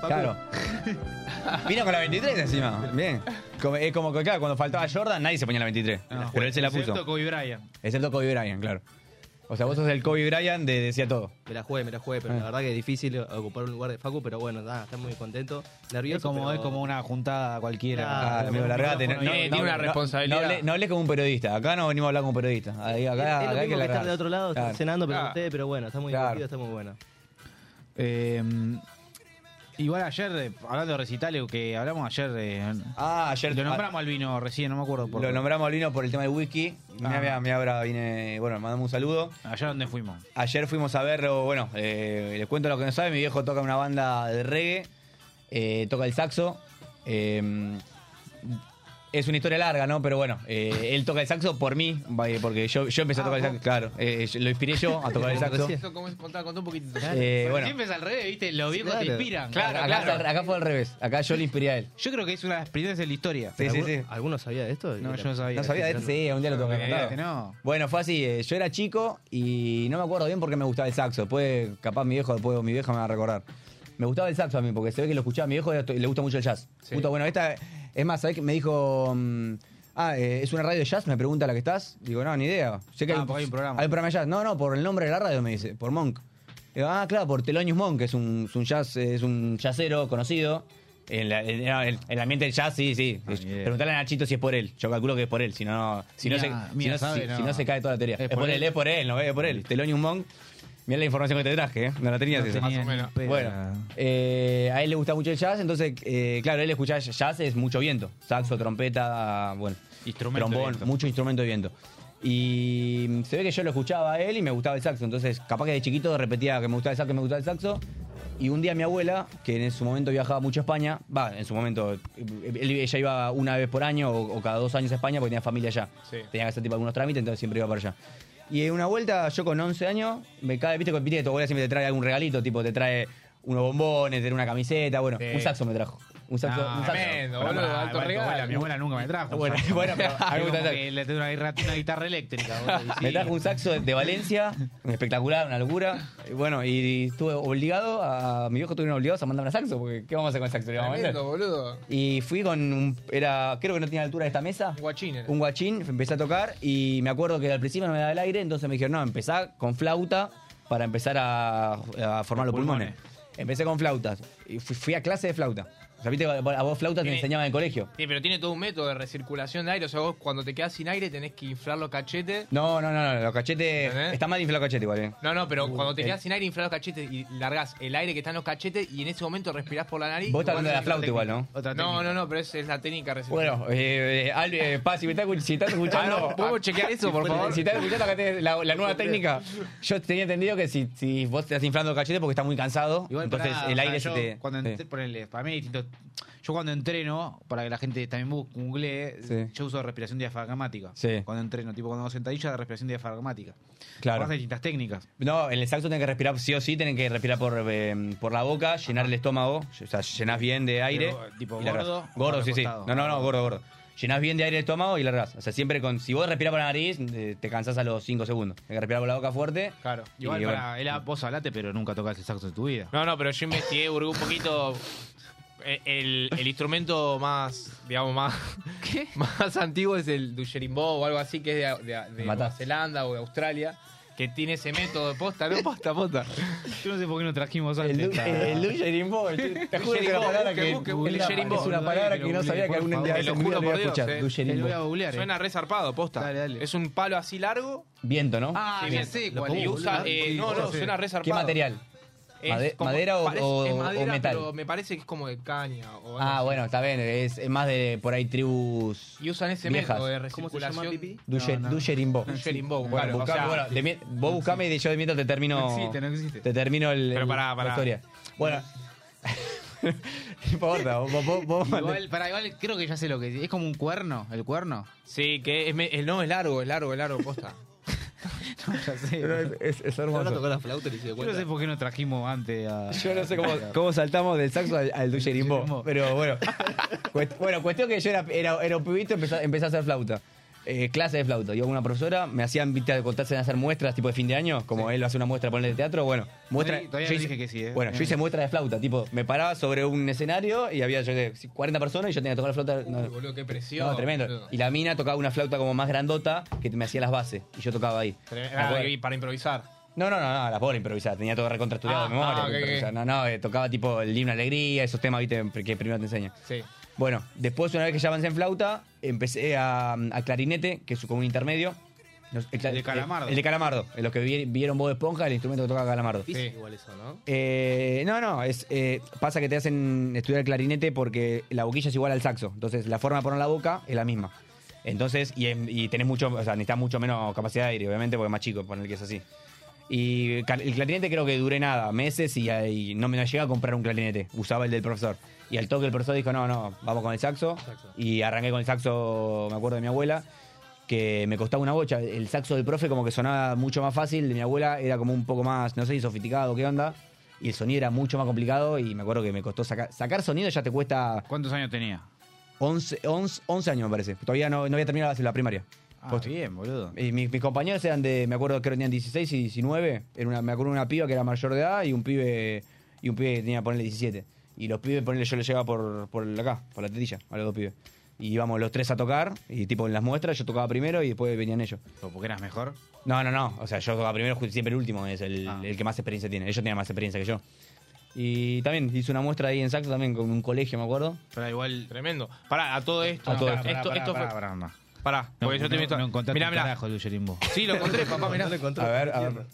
Facu. Claro. Vino con la veintitrés encima. Bien. Como, es como que, claro, cuando faltaba Jordan, nadie se ponía la veintitrés. No, pero él se la puso. excepto Kobe Bryant. Excepto Kobe Bryant, claro. O sea, vos sos el Kobe Bryant de decía todo. Me la jugué, me la jugué, pero Ah. la verdad que es difícil ocupar un lugar de Facu, pero bueno, nada, está muy contento. Nervioso. Es como, pero- es como una juntada cualquiera. Claro, amigo, largate. No, no, Tiene no, una no, responsabilidad. No, hables, no hables como un periodista. Acá no venimos a hablar como periodistas. Ahí, acá, es, es acá lo hay mismo que que estar largar. de otro lado, estar Claro. cenando, pero Claro. ustedes, pero bueno, está muy Claro. divertido, está muy bueno. Eh, igual ayer, eh, hablando de recitales, que hablamos ayer, eh, Ah, ayer. lo nombramos al vino recién, no me acuerdo. Por Lo nombramos al vino por el tema del whisky. Mira, Ah. mira, mira, ahora vine. Bueno, mandamos un saludo. ¿Allá dónde fuimos? Ayer fuimos a verlo. Bueno, eh, les cuento lo que no saben. Mi viejo toca en una banda de reggae. eh, toca el saxo. eh, es una historia larga, ¿no? Pero bueno, eh, él toca el saxo por mí, vaya, porque yo, yo empecé a Ah, tocar el vos. saxo. Claro, eh, yo- lo inspiré yo a tocar el saxo. Eso, ¿cómo es? Contá, contá un poquito. Eh, bueno. Siempre es al revés, ¿viste? Los viejos Claro. te inspiran. Claro, acá, claro. acá fue al revés. Acá yo le inspiré a él. Yo creo que es una de las primeras de la historia. Sí, sí, sí. ¿Alguno sabía de esto? No, yo no sabía. No sabía de este, sí, un día lo tengo que contar. Este no. Bueno, fue así, eh, yo era chico y no me acuerdo bien por qué me gustaba el saxo. Después, capaz mi viejo, después mi vieja me va a recordar. Me gustaba el saxo a mí, porque se ve que lo escuchaba a mi viejo y le gusta mucho el jazz. Sí. Justo, bueno, esta, es más, ¿sabés qué? Me dijo, mm, ah, eh, ¿es una radio de jazz? Me pregunta la que estás. Digo, no, ni idea. Sé que Ah, hay, porque hay un programa. Hay un programa de jazz. No, no, por el nombre de la radio me dice, por Monk. Digo, ah, claro, por Thelonious Monk, que es un, es un jazz, es un jazzero conocido. En, la- en- en el, el ambiente del jazz, sí, sí. Ah, ni idea. Preguntale a Nachito si es por él. Yo calculo que es por él. Si no, si no, Mira, se, si mira, no, sabe, si- no. si no se cae toda la teoría. Es Es, por por él, él. es por él, no es por él. Thelonious Monk. Mira la información que te traje, ¿eh? No la tenías No esa. tenía Más o ni menos. pera. Bueno, eh, a él le gusta mucho el jazz, entonces, eh, claro, él escucha jazz, es mucho viento. Saxo, trompeta, bueno, Instrumento de trombón, viento. mucho instrumento de viento. Y se ve que yo lo escuchaba a él y me gustaba el saxo, entonces capaz que de chiquito repetía que me gustaba el saxo, que me gustaba el saxo. Y un día mi abuela, que en su momento viajaba mucho a España, va, en su momento, él- ella iba una vez por año o, o cada dos años a España porque tenía familia allá. Sí. Tenía que hacer tipo algunos trámites, entonces siempre iba para allá. Y en una vuelta, yo con once años, me cae, viste, viste que tu abuela siempre te trae algún regalito, tipo te trae unos bombones, te trae una camiseta, bueno, Sí. un saxo me trajo. Un saxo, Ah, un saxo. tremendo, Pará, boludo, pará, alto igual tu regalo. abuela, mi abuela nunca me trajo. Bueno, un saxo. bueno, pero a mí me Es gusta como el que le tengo una, guirra- una guitarra eléctrica. boludo, y sí. Me trajo un saxo de Valencia, espectacular, una locura. Y bueno, y estuve obligado, a mi viejo tuvieron obligados a mandarme a saxo, porque ¿qué vamos a hacer con el saxo? ¿Le vamos a vender? Tremendo, boludo. Y fui con un, era, creo que no tenía la altura de esta mesa. Un guachín era. Un guachín, empecé a tocar y me acuerdo que al principio no me daba el aire, entonces me dijeron, no, empezá con flauta para empezar a, a formar los pulmones. Empecé con flautas y fui, fui a clase de flauta. O sea, viste, a vos flauta te Tiene- enseñaban en el colegio. Sí, pero tiene todo un método de recirculación de aire. O sea, vos cuando te quedas sin aire tenés que inflar los cachetes. No, no, no, no, los cachetes, ¿Entendés? está mal inflado los cachetes igual, eh. No, no, pero Uh, cuando te el- quedas sin aire, inflas los cachetes y largás el aire que está en los cachetes y en ese momento respirás por la nariz. Vos estás igual hablando de la es flauta otra igual, técnica. ¿no? Otra No, técnica. no, no, pero es, es la técnica recirculación. Bueno, eh, eh, Albi, eh, Pa, si, me estás, escu- si estás escuchando... Ah, no, ¿podemos chequear eso, por favor? Si estás escuchando acá tenés la, la nueva técnica, yo tenía entendido que si, si vos te estás inflando el cachete porque estás muy cansado, Igual entonces pará, el o sea, aire yo se te... Cuando sí. entré, ponele, para mí es distinto. Yo cuando entreno, para que la gente también bu- googlee, Sí. yo uso respiración diafragmática. Sí. Cuando entreno, tipo cuando hago sentadilla de respiración diafragmática. Claro. Hay distintas técnicas. No, en el saxo tenés que respirar, sí o sí, tenés que respirar por, eh, por la boca, llenar el estómago, o sea, llenás bien de aire. Pero, tipo, y largás. gordo o Gordo, para sí, el sí. costado. No, no, no, gordo, gordo. Llenás bien de aire el estómago y largás. O sea, siempre con. Si vos respirás por la nariz, eh, te cansás a los cinco segundos. Tenés que respirar por la boca fuerte. Claro. Igual Y para él, vos hablate, pero nunca tocás el saxo en tu vida. No, no, pero yo investigué, hurgué un poquito. eh, El, el instrumento más, digamos, más, más antiguo es el didgeridoo o algo así, que es de, de, de Nueva Matás. Zelanda o de Australia, que tiene ese método de posta, no posta, posta. Yo no sé por qué no trajimos El, antes. du- esta- el didgeridoo, te juro que es una Didgeridoo, palabra busque, que busque, busque, es una- didgeridoo. es una palabra que no sabía que algún día Te en lo mi vida juro lo iba a por Dios, escuchar. eh. Didgeridoo. Te lo voy a googlear, eh. Suena re zarpado, posta. Dale, dale. Es un palo así largo. Viento, ¿no? Ah, Sí, ya bien. sé Lo cuál pongo, es. usa, boludo. eh, Sí, no, ya no, sé. suena re zarpado. ¿Qué material? Es Made- como- ¿Madera o- parece- o- es o madera, metal? pero me parece que es como de caña. O algo Ah, así. bueno, está bien. Es, es más de por ahí tribus. Y usan ese viejas. método de ¿Cómo se llama, recirculación. Pipi? Duje- No, no. Didgeridoo. Didgeridoo, Bueno, claro, o buscame, sea, bueno, de mi- vos buscame y yo de mientras te termino. No existe, no existe. Te termino el, Pero el- pará, pará. la historia. Bueno. No importa, vos, vos, vos- Igual, para, igual creo que ya sé lo que es. Es como un cuerno, el cuerno. Sí, que es, me- el- no, es largo, es largo, es largo, posta. No, ya sé. Pero es, es- es Ahora hermoso. tocó la flauta y se dio Yo no cuenta. sé por qué no trajimos antes a. Yo no sé cómo, cómo saltamos del saxo al, al didgeridoo, pero bueno. Cuest- bueno, cuestión que yo era, era, era un pibito y empecé, empecé a hacer flauta. Eh, clase de flauta. Yo con una profesora me hacían, viste, de contarse de hacer muestras tipo de fin de año, como él hace una muestra ponerle de teatro, bueno, muestra. Todavía- todavía yo no hice- dije que sí, ¿eh? Bueno, yo hice muestra de flauta, tipo, me paraba sobre un escenario y había yo qué sé, cuarenta personas y yo tenía que tocar la flauta. No, Uy, boludo, qué presión. no, tremendo. boludo. Y la mina tocaba una flauta como más grandota que me hacía las bases y yo tocaba ahí. Tremendo. Me acuerdo. Ah, y para improvisar. No, no, no, no, la pobre improvisar, tenía todo recontraestudiado Ah, de memoria. ah, ok, improvisar. ok. No, no, eh, tocaba tipo el himno Alegría, esos temas, viste, que primero te enseña. Sí. Bueno, después una vez que ya avancé en flauta, empecé a, a clarinete, que es como un intermedio. No, El, cla- El de Calamardo. El de Calamardo. Los que vi- vieron Bob Esponja, el instrumento que toca Calamardo. Sí, igual eso, ¿no? Eh, no, no, es, eh, pasa que te hacen estudiar clarinete porque la boquilla es igual al saxo. Entonces la forma de poner la boca es la misma. Entonces, y, es- y tenés mucho, o sea, necesitas mucho menos capacidad de aire, obviamente, porque es más chico poner que es así. Y cal- el clarinete creo que duré nada, meses y, y no me no llegué a comprar un clarinete. Usaba el del profesor. Y al toque el profesor dijo, no, no, vamos con el saxo. Y arranqué con el saxo, me acuerdo de mi abuela, que me costaba una bocha. El saxo del profe como que sonaba mucho más fácil, de mi abuela era como un poco más, no sé si sofisticado, qué onda. Y el sonido era mucho más complicado y me acuerdo que me costó sacar... Sacar sonido ya te cuesta... ¿Cuántos años tenía? once, once, once años me parece. Todavía no, no había terminado la, la primaria. Ah, Posta. bien, boludo. Y mis, mis compañeros eran de, me acuerdo que tenían dieciséis y diecinueve. Era una, me acuerdo de una piba que era mayor de edad y un pibe y un pibe que tenía que ponerle diecisiete. Y los pibes, ponerle, yo los llevaba por, por acá, por la tetilla, a los dos pibes. Y íbamos los tres a tocar, y tipo en las muestras yo tocaba primero y después venían ellos. ¿O porque eras mejor? No, no, no. O sea, yo tocaba primero, siempre el último es el, el que más experiencia tiene. Ellos tenían más experiencia que yo. Y también hice una muestra ahí en saxo también con un colegio, me acuerdo. Pero igual... Tremendo. Pará, a todo esto. A todo esto, esto. esto, esto fue. Pará, pará, pará. Pará, No, porque yo te he no, visto. no encontraste Mirá, un mirá. carajo, Lucho Limbo. Sí, lo encontré, papá, mirá. A ver, a ver.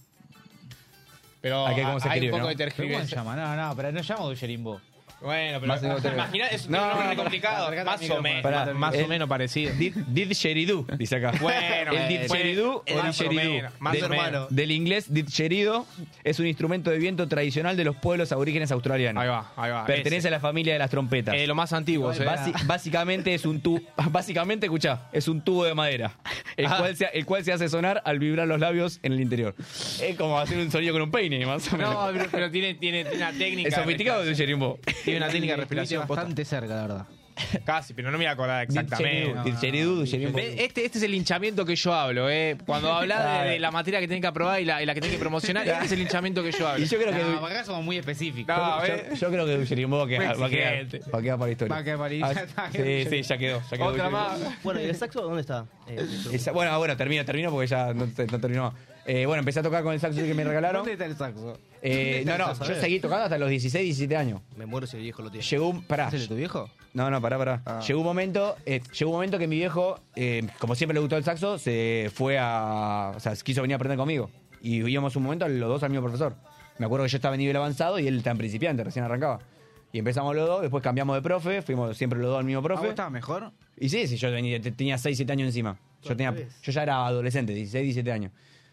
Pero Aquí cómo se hay escribe, un poco ¿no? de ¿Pero ¿Cómo se tergiversación. llama? No, no, pero no llamo Ducherimbo. Bueno, Más pero de- imagina, es un No, nombre no, no, complicado. acá está Más el o micrófono. menos. Pará, Más el- o menos parecido. Did, didgeridoo, dice acá. Bueno, el eh, didgeridoo o más o didgeridoo. menos, más Del- o menos. Del inglés, didgeridoo es un instrumento de viento tradicional de los pueblos aborígenes australianos. Ahí va, ahí va. Pertenece ese. a la familia de las trompetas. Eh, lo más antiguo, ¿eh? Basi- básicamente es un tubo, básicamente, escuchá, es un tubo de madera, el, Ah. cual se, el cual se hace sonar al vibrar los labios en el interior. Es como hacer un sonido con un peine, más o menos. No, pero, pero tiene, tiene, tiene una técnica. Es de sofisticado el didgeridoo. Tiene una técnica de Estuviste respiración. posta. bastante cerca, la verdad. Casi, pero no me voy a acordar exactamente. Didgeridoo, didgeridoo, didgeridoo. Este, este es el hinchamiento que yo hablo, ¿eh? Cuando hablas de, Claro. de la materia que tienen que aprobar y la, y la que tienen que promocionar, este es el hinchamiento que yo hablo. Y yo creo que No, acá somos muy específicos. No, yo, ¿ves? yo creo que didgeridoo va a quedar, Muy va a quedar, exigente. va a quedar para la historia. Va a quedar para la Ah, historia. sí, sí, ya quedó. Ya quedó Otra didgeridoo. más. Bueno, ¿y el saxo dónde está? Eh, Esa- bueno, bueno, termino, termino porque ya no, te- no terminó más. Eh, bueno, empecé a tocar con el saxo que me regalaron. ¿Dónde está el saxo? Eh, no, no, yo seguí tocando hasta los dieciséis, diecisiete años. me muero si el viejo lo tiene. Llegó un. Pará. ¿Es el de tu viejo? No, no, pará, pará. Ah. Llegó un momento, eh, llegó un momento que mi viejo, eh, como siempre le gustó el saxo, se fue a. O sea, quiso venir a aprender conmigo. Y íbamos un momento los dos al mismo profesor. Me acuerdo que yo estaba en nivel avanzado y él estaba en principiante, recién arrancaba. Y empezamos los dos, después cambiamos de profe, fuimos siempre los dos al mismo ¿Ah, vos profe. estabas mejor? Y sí, sí, yo venía- te- tenía seis, siete años encima. Yo, tenía, yo ya era adolescente, dieciséis, diecisiete años.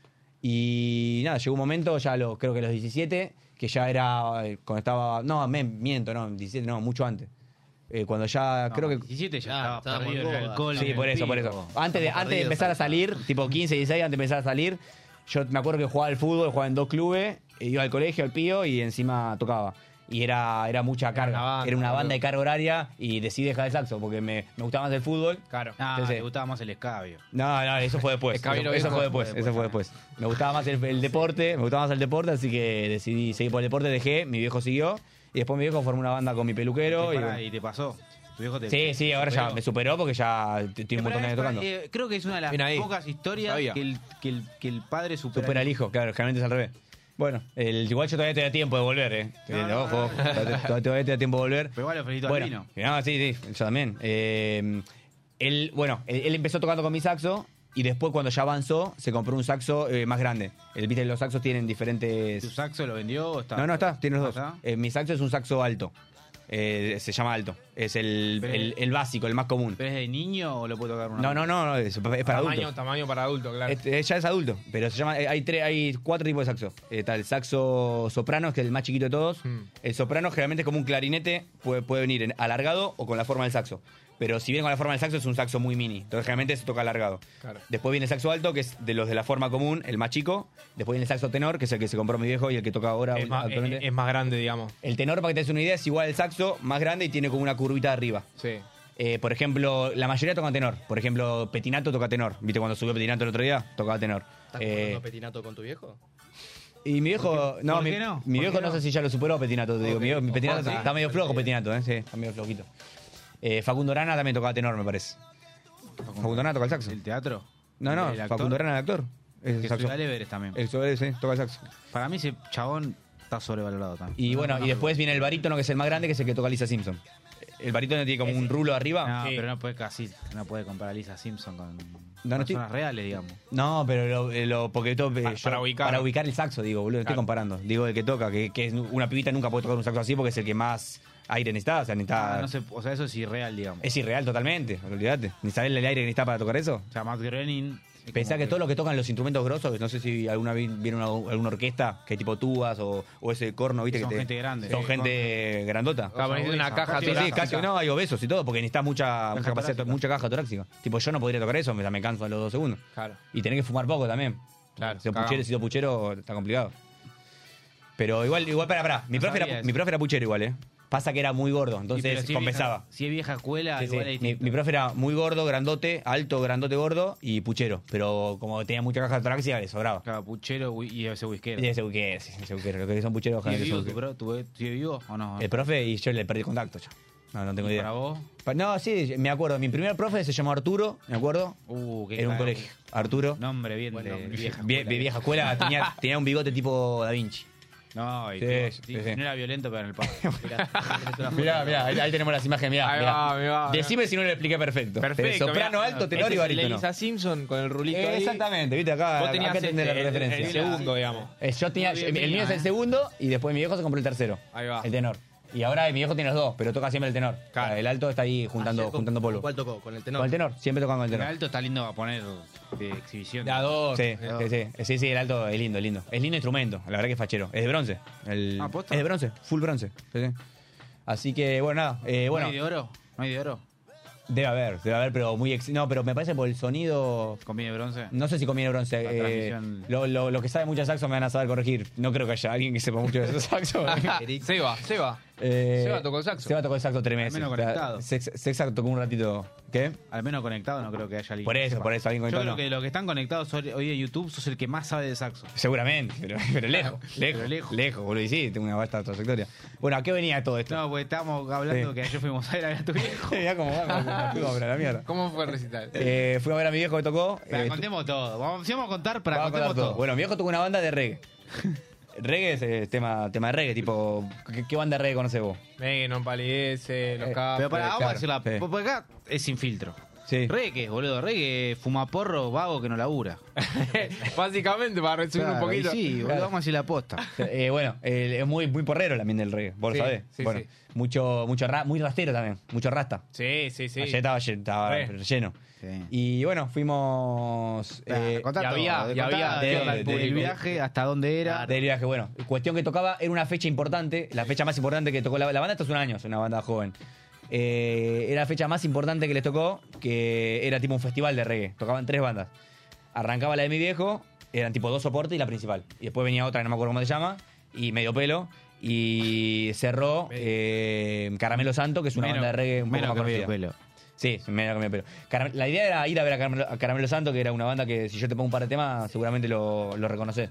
Y nada, llegó un momento, ya lo, creo que los diecisiete, que ya era eh, cuando estaba. No, me, miento, no, diecisiete, no, mucho antes. Eh, cuando ya, creo que. diecisiete ya Ah, estaba estábamos perdido en en el boda. alcohol. Sí, en el por eso, por pico. eso. Antes de, Estamos antes de perdidos, empezar a ahí. salir, tipo quince, dieciséis, antes de empezar a salir, yo me acuerdo que jugaba al fútbol, jugaba en dos clubes, e iba al colegio, al pío, y encima tocaba. Y era, era mucha carga. una banda, era una banda boludo. de carga horaria y decidí dejar el saxo porque me, me gustaba más el fútbol. Claro. Ah, Entonces- te gustaba más el escabio. No, no, eso fue después. Escabilo Eso, eso viejo. fue después, eso fue después. Me gustaba más el, el deporte, me gustaba más el deporte, así que decidí seguir por el deporte, dejé, mi viejo siguió, y después mi viejo formó una banda con mi peluquero. Y, Y, pará, y te pasó. Tu viejo te sí, sí, ahora ya superó. me superó porque ya t- tiene un montón de años Pará, tocando. eh, creo que es una de las Bien ahí. pocas historias Sabía. que el, que, el, que el padre supera. Supera al hijo, claro, generalmente es al revés. Bueno, el, igual yo todavía te da tiempo de volver, ¿eh? No, Eh, no, ojo, no, no. todavía, todavía te da tiempo de volver. Pero igual lo felicito Bueno, al vino. no, sí, sí, yo también. Eh, él, bueno, él, él empezó tocando con mi saxo y después cuando ya avanzó se compró un saxo eh, más grande. El, viste, los saxos tienen diferentes... ¿Tu saxo lo vendió o está? No, no, está, tiene los ¿Ah, dos. está? Eh, mi saxo es un saxo alto. Eh, se llama alto. Es el, Pero- el, el básico, el más común. ¿Pero es de niño o lo puede tocar una No, no, no, no, es, es para Tamaño, adultos. tamaño para adulto, claro. Este, ya es adulto, pero se llama, hay tres, hay cuatro tipos de saxo. Eh, Está el saxo soprano, que es el más chiquito de todos. Hmm. El soprano generalmente es como un clarinete, puede, puede venir en alargado o con la forma del saxo. Pero si viene con la forma del saxo es un saxo muy mini, entonces generalmente se toca alargado. Claro. Después viene el saxo alto, que es de los de la forma común, el más chico. Después viene el saxo tenor, que es el que se compró mi viejo y el que toca ahora Es más, actualmente. es, es más grande, digamos. El tenor, para que te des una idea, es igual al saxo, más grande y tiene como una curvita arriba. Sí. Eh, por ejemplo, la mayoría tocan tenor. Por ejemplo, Petinato toca tenor. ¿Viste cuando subió Petinato el otro día? Tocaba tenor. ¿Estás Eh, jugando petinato con tu viejo? y mi viejo, ¿Por qué- no, por mi, qué no? mi ¿Por viejo qué no no? sé si ya lo superó Petinato, te digo. Ok. Mi, viejo- mi Petinato Ojalá. está medio flojo Petinato, ¿eh? Sí, está medio flojito. Eh, Facundo Arana también tocaba tenor, me parece. Facundo Arana toca el saxo. ¿El teatro? No, no, ¿El actor? Facundo Arana el actor. Es Que el saxo. estudia al Everest también. El sobre, sí, toca el saxo. Para mí ese chabón está sobrevalorado también. Y No, bueno, no, y no. después viene el barítono, que es el más grande, que es el que toca Lisa Simpson. El barítono tiene como un rulo arriba. No, Sí. pero no puede casi, no puede comparar a Lisa Simpson con no personas estoy- reales, digamos. No, pero lo, eh, lo- porque to- eh, yo- para ubicar. para ubicar el saxo, digo, boludo, estoy Claro. comparando. Digo el que toca, que, que es una pibita nunca puede tocar un saxo así porque es el que más aire necesita, o sea, necesita... Ah, no sé, o sea, eso es irreal, digamos. Es irreal totalmente, olvídate. Ni sabés el aire que necesita para tocar eso. O sea, Matt Groening... es Pensá como que todo lo que tocan los instrumentos grosos, que no sé si alguna vez viene una, alguna orquesta, que tipo tubas o, o ese corno, viste, Son que te- gente grande. Son Sí, gente grandota. Claro, ponés una caja Sí, sí, torácica. casi, no, hay obesos y todo, porque necesitas mucha, mucha capacidad, torácica. mucha caja torácica. Tipo, yo no podría tocar eso, me, me canso a los dos segundos. Claro. Y tenés que fumar poco también. Claro, Si sos cagamos. puchero, si sos puchero, está complicado. Pero igual, igual, para, para. Mi, No profe sabía era, eso. mi profe era puchero igual, ¿eh? Pasa que era muy gordo, Sí, entonces pero si es compensaba. vieja- si es vieja escuela, Sí, sí. igual es Mi, distinto. mi profe era muy gordo, grandote, alto, grandote, gordo y puchero. Pero como tenía mucha caja torácica, le sobraba. Claro, puchero wi- y ese whiskero. Y ese buque, sí, ese buquero. Lo que son pucheros, ¿Sigue generalmente vivo, son tu buqueros. pro- tu- ¿Sigue vivo o no? El profe y yo le perdí contacto ya. No, no tengo ¿Y idea. para vos? Pa- No, sí, me acuerdo. Mi primer profe se llamó Arturo, me acuerdo. Uh, qué Era un crack. colegio. Arturo. Nombre bien de vieja Vie- escuela. de vieja escuela. Tenía, tenía un bigote tipo Da Vinci. No, y Sí, tipo, sí, sí, sí. no era violento, pero en el paso. Mirá, mirá, ahí, ahí tenemos las imágenes. Mirá, Ahí mirá. va, ahí va, Decime si no lo expliqué perfecto. Perfecto. Soprano mirá. alto, tenor Ese y es el de barítono. Lisa Simpson con el rulito Eh, ahí. Exactamente, viste acá. Vos tenías acá tenés este, la el- referencia. el segundo, digamos. Eh, yo tenía, Muy bien, el mío es el eh. segundo y después mi viejo se compró el tercero. Ahí va. El tenor. Y ahora mi viejo tiene los dos, pero toca siempre el tenor. Claro. El alto está ahí juntando, Ayer, ¿con- juntando polvo. con ¿Cuál tocó? ¿Con el tenor? Con el tenor, siempre tocan con el El tenor. alto está lindo a poner de exhibición. De a dos. Sí, sí, sí, sí, sí, el alto es lindo, es lindo. Es lindo instrumento, la verdad que es fachero. Es de bronce. El, Ah, ¿posta? es de bronce, full bronce. Sí, sí. Así que, bueno, nada. Eh, bueno, ¿No hay de oro? ¿No hay de oro? debe haber, debe haber, pero muy. ex- No, pero me parece por el sonido. ¿Comida de bronce? No sé si conviene bronce. La eh, transmisión. lo, lo, lo que sabe mucho de saxo me van a saber corregir. No creo que haya alguien que sepa mucho de saxo. Seba, Seba. Eh, Seba tocó el saxo. Seba tocó el saxo tres meses. Al menos O sea, conectado. Sex- Sexa tocó un ratito. ¿Qué? Al menos conectado no creo que haya alguien. Por que eso, sepa. por eso, alguien Yo conectado creo no. que los que están conectados hoy hoy en YouTube sos el que más sabe de saxo. Seguramente, pero, pero lejos, lejos, Pero lejos. lejos, boludo. Y sí, tengo una vasta trayectoria. Bueno, ¿a qué venía todo esto? No, porque estábamos hablando Sí. que ayer fuimos a ver a tu viejo. Ya como va, fuimos para la mierda. ¿Cómo fue el recital? Eh, fui a ver a mi viejo que tocó. Para, eh, contemos todo. Vamos, si vamos a contar, para vamos a contemos contar todo. todo. Bueno, mi viejo tocó una banda de reggae. Reggae es eh, tema, tema de reggae, tipo. ¿Qué, qué banda de reggae conoces vos? Megue, no palidece, los Eh, cafés. Pero para, vamos claro, a decirla. sí. Porque acá es sin filtro. Sí. Reggae, ¿qué es, boludo? Reggae, fumaporro, vago que no labura. Básicamente, para resumir Claro, un poquito. y sí, boludo, Claro. vamos a decir la posta. Eh, bueno, eh, es muy, muy porrero el ambiente del reggae, vos Sí, lo sabés. sí, bueno, sí. mucho, mucho ra- muy rastero también, mucho rasta. Sí, sí, sí. Ayer estaba, lle- estaba Re. lleno. Sí. Y bueno, fuimos. eh, Contá y todo, había- de y contar había- qué de- onda de- el, de- el viaje, hasta dónde era. Del viaje, bueno. Cuestión que tocaba, era una fecha importante, la fecha más importante que tocó la, la banda, esto es un año, es una banda joven. Eh, era la fecha más importante que les tocó, que era tipo un festival de reggae. Tocaban tres bandas. Arrancaba la de mi viejo, eran tipo dos soportes y la principal. Y después venía otra que no me acuerdo cómo se llama, y medio pelo. Y cerró eh, Caramelo Santo, que es una Menos- banda de reggae un poco menos más que medio conocida. pelo. Sí, medio que medio pelo. Caram- la idea era ir a ver a Caramelo, a Caramelo Santo, que era una banda que si yo te pongo un par de temas, seguramente lo, lo reconoces.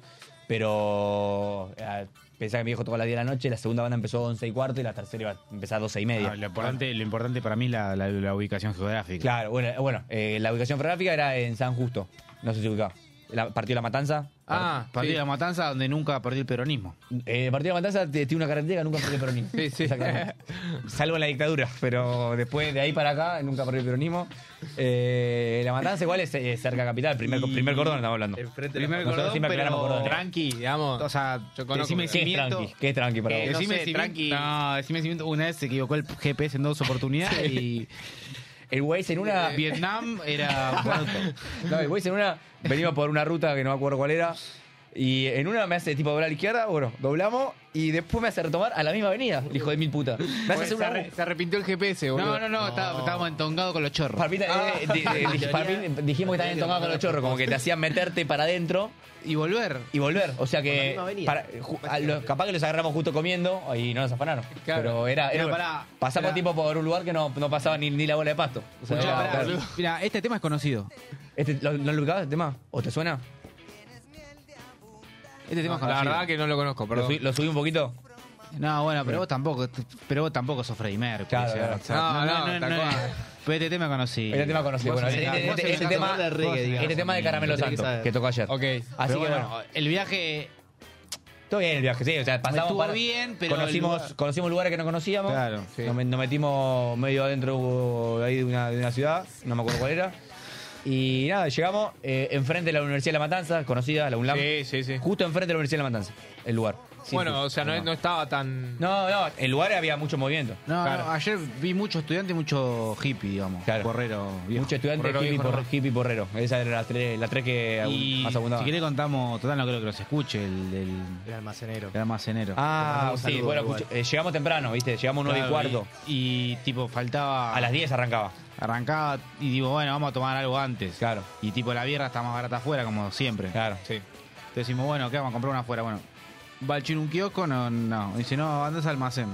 Pero eh, pensaba que mi viejo tocó a las diez de la noche, la segunda banda empezó a once y cuarto y la tercera iba a empezar a doce y media. Ah, lo, importante, lo importante para mí es la, la, la ubicación geográfica. Claro, bueno, eh, bueno eh, la ubicación geográfica era en San Justo, no sé si ubicaba. La, partido de La Matanza. Ah, Partido sí. de la Matanza donde nunca perdió el peronismo. Eh, partido de La Matanza t- tiene una característica que nunca perdió el peronismo. Sí, sí. Exactamente. Salvo en la dictadura, pero después de ahí para acá nunca perdió el peronismo. Eh, la Matanza igual es eh, cerca capital, primer, Y- primer cordón estamos hablando. Enfrente de Primer la Nosotros cordón, siempre aclaramos pero cordón. Tranqui, digamos. O sea, Yo conozco, decime pero- ¿Qué es cimiento. tranqui? ¿Qué es tranqui para Eh, vos? no Decime sé, cimiento. tranqui. No, decime cimiento. Una vez se equivocó el G P S en dos oportunidades y El Waze en una... Vietnam era. No, el Waze en una... Venimos por una ruta que no me acuerdo cuál era. Y en una me hace tipo doblar a la izquierda, bueno, doblamos y después me hace retomar a la misma avenida, el hijo de mil puta. Me hace Pues hacer se, una... arre- se arrepintió el G P S, boludo. No, no, no, está- estábamos entongados con los chorros. Palpita, eh, di- eh, dij- palpita- dijimos que estaban entongados con los chorros, como que te hacían meterte para adentro. Y volver. Y volver, o sea Por la que misma avenida. para- ju- a los- capaz que los agarramos justo comiendo y no nos afanaron. Claro. Pero era, era Pero pará, pasamos pará. tipo por un lugar que no, no pasaba ni, ni la bola de pasto. O sea, Escuchá, era- pará, claro. mira, este tema es conocido. Este, ¿lo, ¿No lo ubicabas el tema? ¿O te suena? Este tema es La conocido. verdad que no lo conozco, ¿Lo, perdón. subí, lo subí un poquito? No, bueno, pero vos tampoco, pero vos tampoco sos Freddie Mercury. Claro, o sea, claro. o sea, No, no, tal cual. Pero este tema es conocido. Este tema conocido. Vos Bueno, sos- este, vos este- sos este el tema, cantante de reggae, digamos. este tema de Caramelo Tenés que Santo, saber. que tocó ayer. Ok. Así Pero que bueno, bueno, el viaje todo bien el viaje, sí. O sea, pasamos estuvo para- bien, pero conocimos, el lugar- conocimos lugares que no conocíamos. Claro, sí. Nos, nos metimos medio adentro de ahí de una, de una ciudad, no me acuerdo cuál era. Y nada, llegamos eh, enfrente de la Universidad de La Matanza, conocida, la UNLAM. Sí, sí, sí. Justo enfrente de la Universidad de La Matanza, el lugar. Sí, Bueno, sí. o sea, no, no estaba tan... No, no, el lugar había mucho movimiento. No, Claro. no, ayer vi mucho estudiante y mucho hippie, digamos. Claro. Porrero. viejo. Mucho estudiante, Porrero hippie, viejo porre- nomás. hippie porrero. Esa era la tres, la tres que aún Y más abundaba. si querés contamos, total no creo que los escuche el, el, El almacenero. el almacenero. Ah, Te mandamos sí, saludos bueno, igual. escucha, eh, llegamos temprano, ¿viste? Llegamos nueve Claro, y cuarto. Y, y, tipo faltaba... A las diez arrancaba. Arrancaba y digo, bueno, vamos a tomar algo antes. Claro. Y tipo la birra está más barata afuera, como siempre. Claro. Sí. Entonces decimos, bueno, ¿qué vamos a comprar una afuera? Bueno, ¿va el chino a un kiosco? No, no. Dice, no, andas al almacén.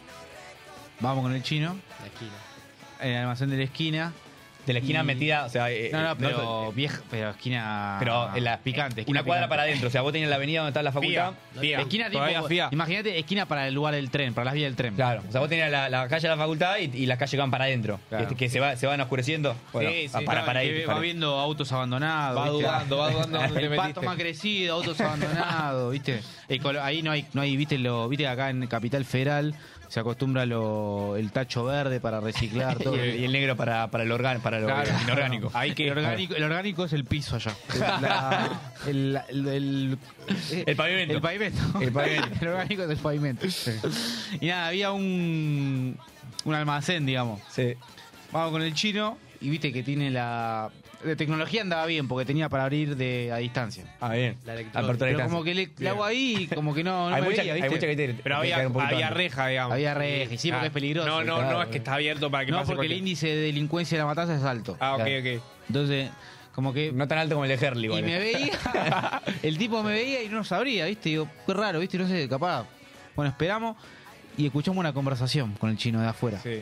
Vamos con el chino, La esquina. en el almacén de la esquina. De la esquina Y- metida, o sea... eh, No, no, eh, pero vieja, pero esquina Pero en la, picante. esquina una cuadra picante. para adentro, o sea, vos tenías la avenida donde está la facultad. Fía. Esquina tipo, Todavía fía. imagínate, esquina para el lugar del tren, para las vías del tren. Claro, o sea, vos tenías la, la calle de la facultad y, y las calles que van para adentro. Claro. Este, que se, va, se van oscureciendo. Bueno, Sí, sí, para, claro, para Que ir. va para- viendo autos abandonados. Va ¿viste? dudando, va dudando dónde te El pato metiste. más crecido, autos abandonados, ¿viste? El colo- ahí no hay, no hay, ¿viste? Lo, ¿viste? Acá en Capital Federal se acostumbra lo, el tacho verde para reciclar todo. y, el, y el negro para, para el orgánico, para lo Claro. inorgánico. Hay que... el, orgánico, el orgánico es el piso allá. La- el, el, el- El pavimento. El pavimento. El pavimento. El orgánico es el pavimento. Y nada, había un, un almacén, digamos. Sí. Vamos con el chino y viste que tiene la... De tecnología andaba bien porque tenía para abrir de a distancia. Ah, bien. La electrónica. Apertura de Pero distancia. como que le, le hago ahí y como que no, no hay, me mucha, veía, hay ¿viste? mucha que te- Pero te había, cae un poquito había antes. reja, digamos. Había reja, y sí, porque es peligroso. No, no, Claro, no es que está abierto para que No, pase porque el cualquier- índice de delincuencia de la matanza es alto. Ah, ok, Claro. ok. Entonces, como que... No tan alto como el de Herley, Y igual. me veía, el tipo me veía y no sabría, ¿viste? Digo, qué raro, ¿viste? No sé, capaz. Bueno, esperamos y escuchamos una conversación con el chino de afuera. Sí.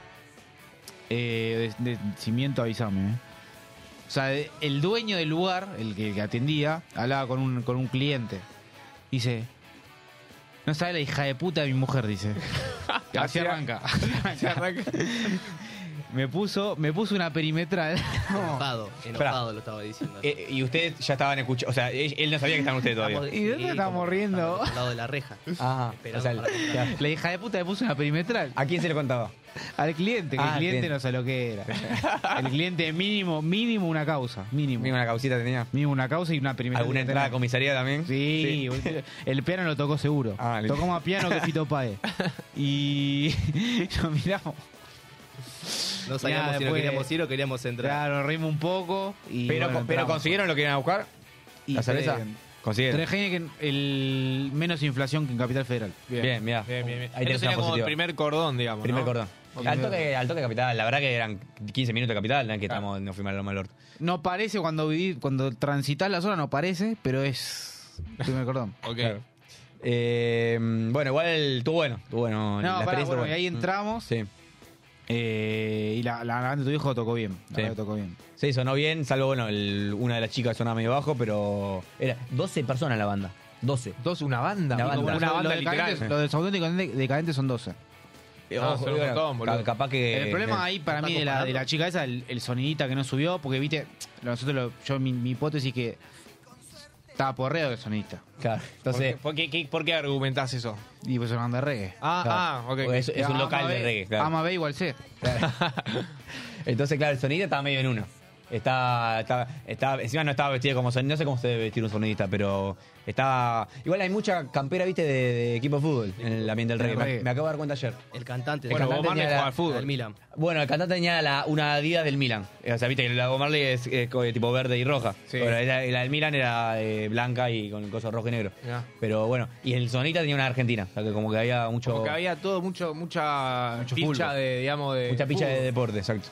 Eh, de, de cimiento, avísame, ¿eh? O sea, de- el dueño del lugar, el que, que atendía, hablaba con un, con un cliente. Dice, no sabe la hija de puta de mi mujer, dice. Así arranca. Así arranca. Me puso, me puso una perimetral. Enojado, enojado lo estaba diciendo. Eh, y ustedes ya estaban escuchando. O sea, él, él no sabía que estaban ustedes todavía. Estamos- ¿Y de dónde sí, estamos como- riendo? estamos al lado de la reja. Ah, Esperando o sea, para comprar. ya. La hija de puta me puso una perimetral. ¿A quién se le contaba? Al cliente, que Ah, el cliente cliente. no sé lo que era. El cliente mínimo, mínimo una causa. Mínimo. Mira, una causita tenía. Mínimo una causa y una perimetral. ¿Alguna entrada a comisaría también? Sí, boludo. El piano lo tocó seguro. Ah, Tocó más piano que Fito Páez. Y nos miramos. No sabíamos Nada, si no después- queríamos ir o queríamos entrar. Claro, nos reímos un poco. Y Pero, bueno, pero entramos. ¿consiguieron lo que iban a buscar? Y ¿La cerveza? tres- ¿Consiguieron? Tres Heineken, el menos inflación que en Capital Federal. Bien, mira. Bien, bien, bien. Ahí Eso tenés sería una como el positiva. primer cordón, digamos, Primer ¿no? cordón. Al toque, al toque de capital, la verdad que eran quince minutos de capital, no es que estamos, no fuimos a Loma del Orto. No parece cuando viví, cuando transitas la zona, no parece, pero es primer cordón. Ok. Claro. Eh, bueno, igual estuvo bueno, estuvo bueno. No, la pará, experiencia bueno, estuvo y ahí buena. entramos. Sí. Eh, y la, la, la banda de tu hijo tocó bien. La Sí. verdad que tocó bien. Sí, sonó bien, salvo, bueno, el- una de las chicas sonaba medio bajo, pero era doce personas la banda. doce. Dos, una banda. Una Y como banda. Una Los banda decadentes- literal. Los del Saudiente Decadente- Decadentes son doce. Eh, Ah, ojo, son un bueno, montón, boludo. ca- capaz que... El problema eh, ahí para ¿está mí de la, de comparando? la chica esa, el, el sonidita que no subió, porque viste, nosotros lo- yo mi, mi hipótesis que estaba porreo de sonidista. Claro, Entonces, entonces... ¿por qué, qué- por qué argumentás eso? Y pues una banda de reggae. Ah, Claro. ah, ok. Porque es, es un Ama local B, de reggae, claro. Ama B igual C. Entonces, claro, el sonido estaba medio en uno. Está, está, está, encima no estaba vestido como sonidista, no sé cómo se debe vestir un sonidista, pero estaba. Igual hay mucha campera, viste, de, de equipo de fútbol en el ambiente del El reggae. Me, reggae. me acabo de dar cuenta ayer. El cantante. El Bueno, cantante Bob Marley tenía juega la- al fútbol. Del Milan. Bueno, el cantante tenía la, una Adidas del Milan. O sea, viste que la de Bob Marley es, es co- tipo verde y roja. Sí. Bueno, la, la del Milan era eh, blanca y con el coso rojo y negro. Ya. Pero bueno, y el sonidista tenía una argentina. O sea, que como que había mucho. Como que había todo, mucho, mucha Mucho picha fútbol. de, digamos, de. Mucha picha de fútbol. deporte, exacto.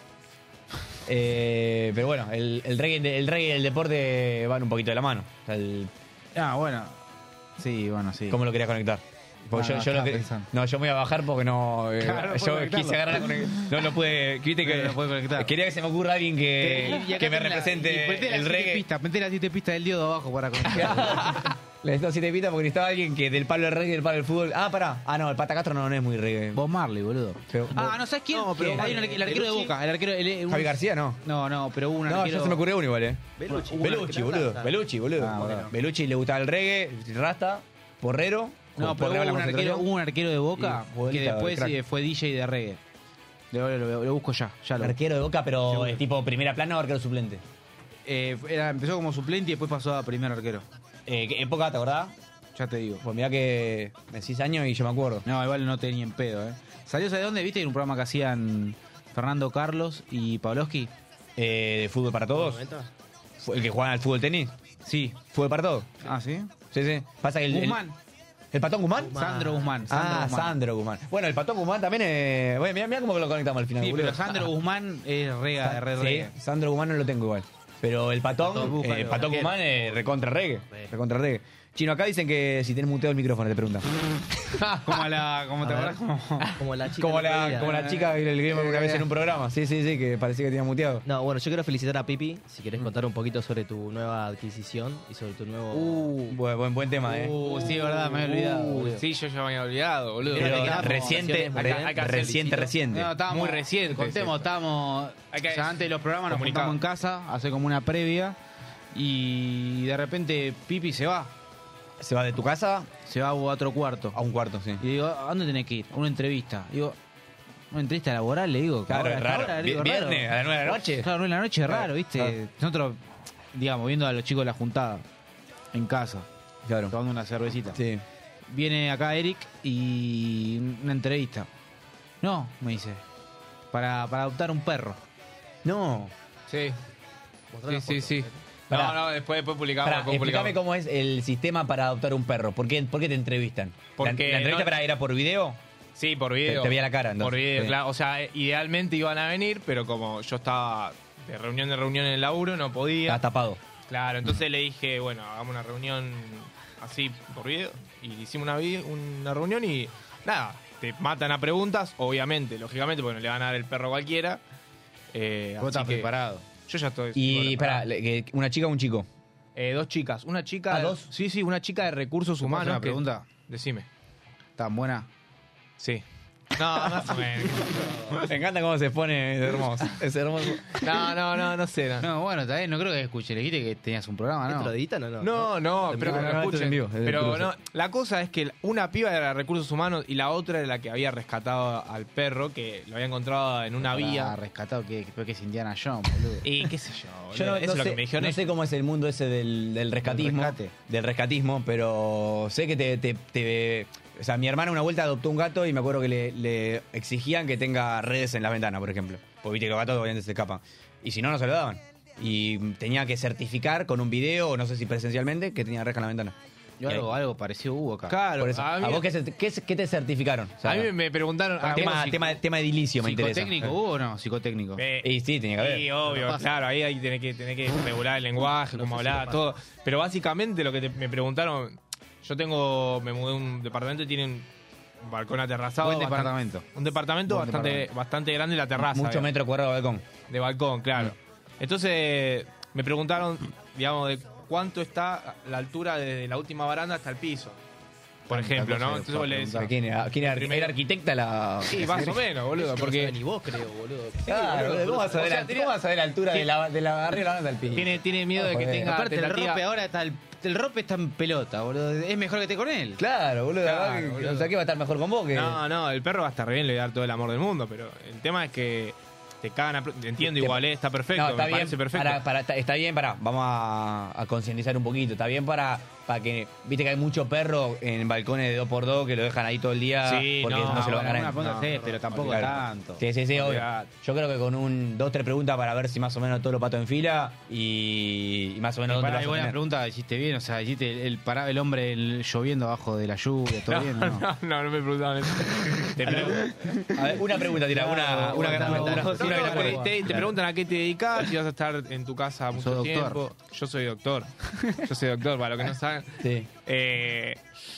Eh, pero bueno, el, el, reggae, el reggae y el deporte van un poquito de la mano. O sea, el- Ah, bueno. Sí, bueno, sí. ¿Cómo lo querías conectar? Porque Ah, yo, yo lo estaba que- pensando. no, yo me iba a bajar porque no. eh, Claro, no puedo yo conectarlo. quise agarrar la conexión. No lo pude. Viste que. No lo puede conectar. Quería que se me ocurra alguien que, Y acá que me tenés la- y represente meté las el siete reggae. pistas, meté las siete pistas del diodo abajo para conectar. Le necesito siete pistas porque necesitaba alguien que del palo del reggae y del palo del fútbol. Ah, pará. Ah, no, el Pata Castro no, no es muy reggae. Bob Marley, boludo. Pero- Ah, ¿no sabes quién? No, pero Hay un arque- el arquero de Belucci. Boca. El arquero, el- un- Javi García, no. No, no, pero hubo un No, arquero. ya se me ocurrió uno igual, eh. Belucci. Belucci, boludo. Belucci, boludo. Ah, bueno. Belucci le gustaba el reggae, rasta, porrero. No, pero porrero a la hubo un, arquero, concentración. hubo un arquero de Boca Y que futbolista, después crack. eh, fue D J de reggae. Lo, lo- lo busco ya, ya lo Arquero de Boca, pero Seguro. es tipo primera plana o arquero suplente. Eh, era, empezó como suplente y después pasó a primer arquero. Eh, ¿qué época te acordás? Ya te digo. Pues mirá que me decís años y yo me acuerdo. No, igual no tenía en pedo, ¿eh? ¿Salió de dónde? ¿Viste? En un programa que hacían Fernando Carlos y Pavlovsky. Eh, ¿De fútbol para todos? ¿Fue ¿El que juega al fútbol tenis? Sí. ¿Fútbol para todos? Ah, ¿sí? Sí, sí. Pasa que el. el- Guzmán. ¿El Patón Guzmán? Sandro Guzmán. Sandro Ah, Guzmán. Sandro Guzmán. Bueno, el Patón Guzmán también es. Bueno, mirá, mirá cómo lo conectamos al final, Sí, boludo. pero Sandro Guzmán es rega, re reggae. Sí, Sandro Guzmán no lo tengo igual. Pero el Patón, Patón, búscalo, eh, Patón cualquiera. Guzmán es recontra reggae. Recontra reggae. Chino, acá dicen que si tenés muteado el micrófono, te preguntan. Como la. Como te A ver. acordás, como. Como la chica. Como el otro la, día. como la chica que le vimos una vez en un programa. Sí, sí, sí, que parecía que tenía muteado. No, bueno, yo quiero felicitar a Pipi. Si querés contar un poquito sobre tu nueva adquisición y sobre tu nuevo. Uh, buen, buen, buen tema, eh. Uh, sí, es verdad, me había olvidado. Uh, boludo. sí, yo ya me había olvidado, boludo. Pero Pero digamos, reciente, acá- re- acá se reciente, felicito. reciente. No, estábamos, Muy reciente, Contemos, sí. estábamos. Hay que- o sea, antes de los programas nos comunicado. juntamos en casa, hace como una previa. Y de repente Pipi se va. ¿Se va de tu casa? Se va a otro cuarto. A un cuarto, sí. Y digo, ¿a dónde tenés que ir? A una entrevista. Digo, ¿una entrevista laboral? Le digo. Claro, ahora, es hasta raro. ahora, le Vi- digo, viernes, raro. a las nueve de la noche. Claro, nueve de la noche es Claro, raro, ¿viste? claro. Nosotros, digamos, viendo a los chicos de la juntada en casa, Claro. tomando una cervecita. Sí. Viene acá Eric y una entrevista. No, me dice, para, para adoptar un perro. No. Sí. Mostrá Sí, la sí, foto. sí. Pará. No, no, después, después publicamos. Pará, después explícame publicamos. cómo es el sistema para adoptar un perro. ¿Por qué, por qué te entrevistan? Porque ¿La, la entrevista no- para era por video? Sí, por video. Te- te veía la cara, entonces. Por video, Sí. claro. O sea, eh, idealmente iban a venir, pero como yo estaba de reunión de reunión en el laburo, no podía. Estás tapado. Claro, entonces le dije, bueno, hagamos una reunión así por video. Y hicimos una, vi- una reunión y nada, te matan a preguntas, obviamente, lógicamente, porque no le van a dar el perro a cualquiera. Eh, Vos así estás que preparado. Yo ya estoy. Y, preparado. espera, le- que- ¿una chica o un chico? Eh, dos chicas. Una chica. ¿Ah, dos? Sí, sí, una chica de recursos ¿Puedo hacer humanos. una que- pregunta? Decime. ¿Tan buena? Sí. No, más o menos. Me encanta cómo se pone, es hermoso. Es hermoso. No, no, no, no sé. No, No, bueno, está bien, no creo que escuche. Le dijiste que tenías un programa, ¿Esto ¿no? lo editan o no? no, no, espero que no, no, no, lo esto es escuchen. en vivo, es en Pero cruce. no, la cosa es que una piba era de recursos humanos y la otra era la que había rescatado al perro, que lo había encontrado en una Ah, vía. rescatado que, creo que es Indiana Jones, boludo. Y qué sé yo, boludo. Yo no, Eso no es lo sé, que me dijeron no ellos. sé cómo es el mundo ese del, del rescatismo. rescate. Del rescatismo, pero sé que te, te- te- O sea, mi hermana una vuelta adoptó un gato y me acuerdo que le, le exigían que tenga redes en las ventanas, por ejemplo. Porque viste que los gatos obviamente se escapan. Y si no, no se lo daban. Y tenía que certificar con un video, o no sé si presencialmente, que tenía reja en la ventana. Yo algo, algo parecido hubo acá. Claro, Por eso, a, ¿a, mí, vos qué, se- qué, se- qué te certificaron? O sea, a mí me preguntaron. ¿a tema, vos- tema, tema edilicio me interesa. ¿Psicotécnico hubo o no? Psicotécnico. Eh, Y sí, tenía que haber. Sí, obvio, pasa. claro, ahí, ahí tenés que, tenés que regular el lenguaje, No cómo sé si hablar, lo todo. Pero básicamente lo que te- me preguntaron, yo tengo, me mudé a un departamento y tiene un balcón aterrazado. Buen bastante- departamento. Un departamento Buen bastante, departamento. bastante grande la terraza. Mucho digamos, metro cuadrado de balcón. de balcón, claro. Entonces me preguntaron, digamos, de cuánto está la altura desde la última baranda hasta el piso. Por Tanta ejemplo, cosa ¿no? que Entonces puedo vos le decís, ¿Quién era, quién era, Primero- era arquitecta la...? sí, más o menos, boludo, porque Ni vos creo, boludo. Claro, boludo. ¿cómo vas a ver, O sea, la- tenía- ¿cómo vas a ver la altura de la, de la arriba de la banda del piso? tiene, tiene miedo de que Joder. tenga Aparte, el tentativa- rope ahora está. El, el rope está en pelota, boludo. Es mejor que esté con él. Claro, boludo. Claro, la verdad que- boludo. O sea, que va a estar mejor con vos que... No, no, el perro va a estar bien, le voy a dar todo el amor del mundo, pero el tema es que te cagan a... pl- Entiendo igual, ¿eh? Está perfecto, No, está me bien, parece perfecto. para- para- está, está bien, para, vamos a, a concientizar un poquito. Está bien para, para que, viste que hay muchos perros en balcones de dos por dos que lo dejan ahí todo el día Sí, porque no, no, se lo van a bueno, ganar. alguna cosa sí, pero tampoco tanto. Sí, sí, sí, obvio. Olvidate. Yo creo que con un dos, tres preguntas para ver si más o menos todos los patos en fila y, y más o menos Y dónde pará, vas y a buena tener. pregunta, hiciste bien, o sea, hiciste el, el, paraba el hombre el- lloviendo abajo de la lluvia, todo No, bien, ¿no? no, no, no me preguntaban eso. Te preguntan- A ver, una pregunta, tira, una, una, gran- No, una- no, una gran- te, te- te preguntan a qué te dedicas, si vas a estar en tu casa mucho Sos doctor. tiempo. Yo soy doctor. Yo soy doctor, para los que no saben. Sí. Eh,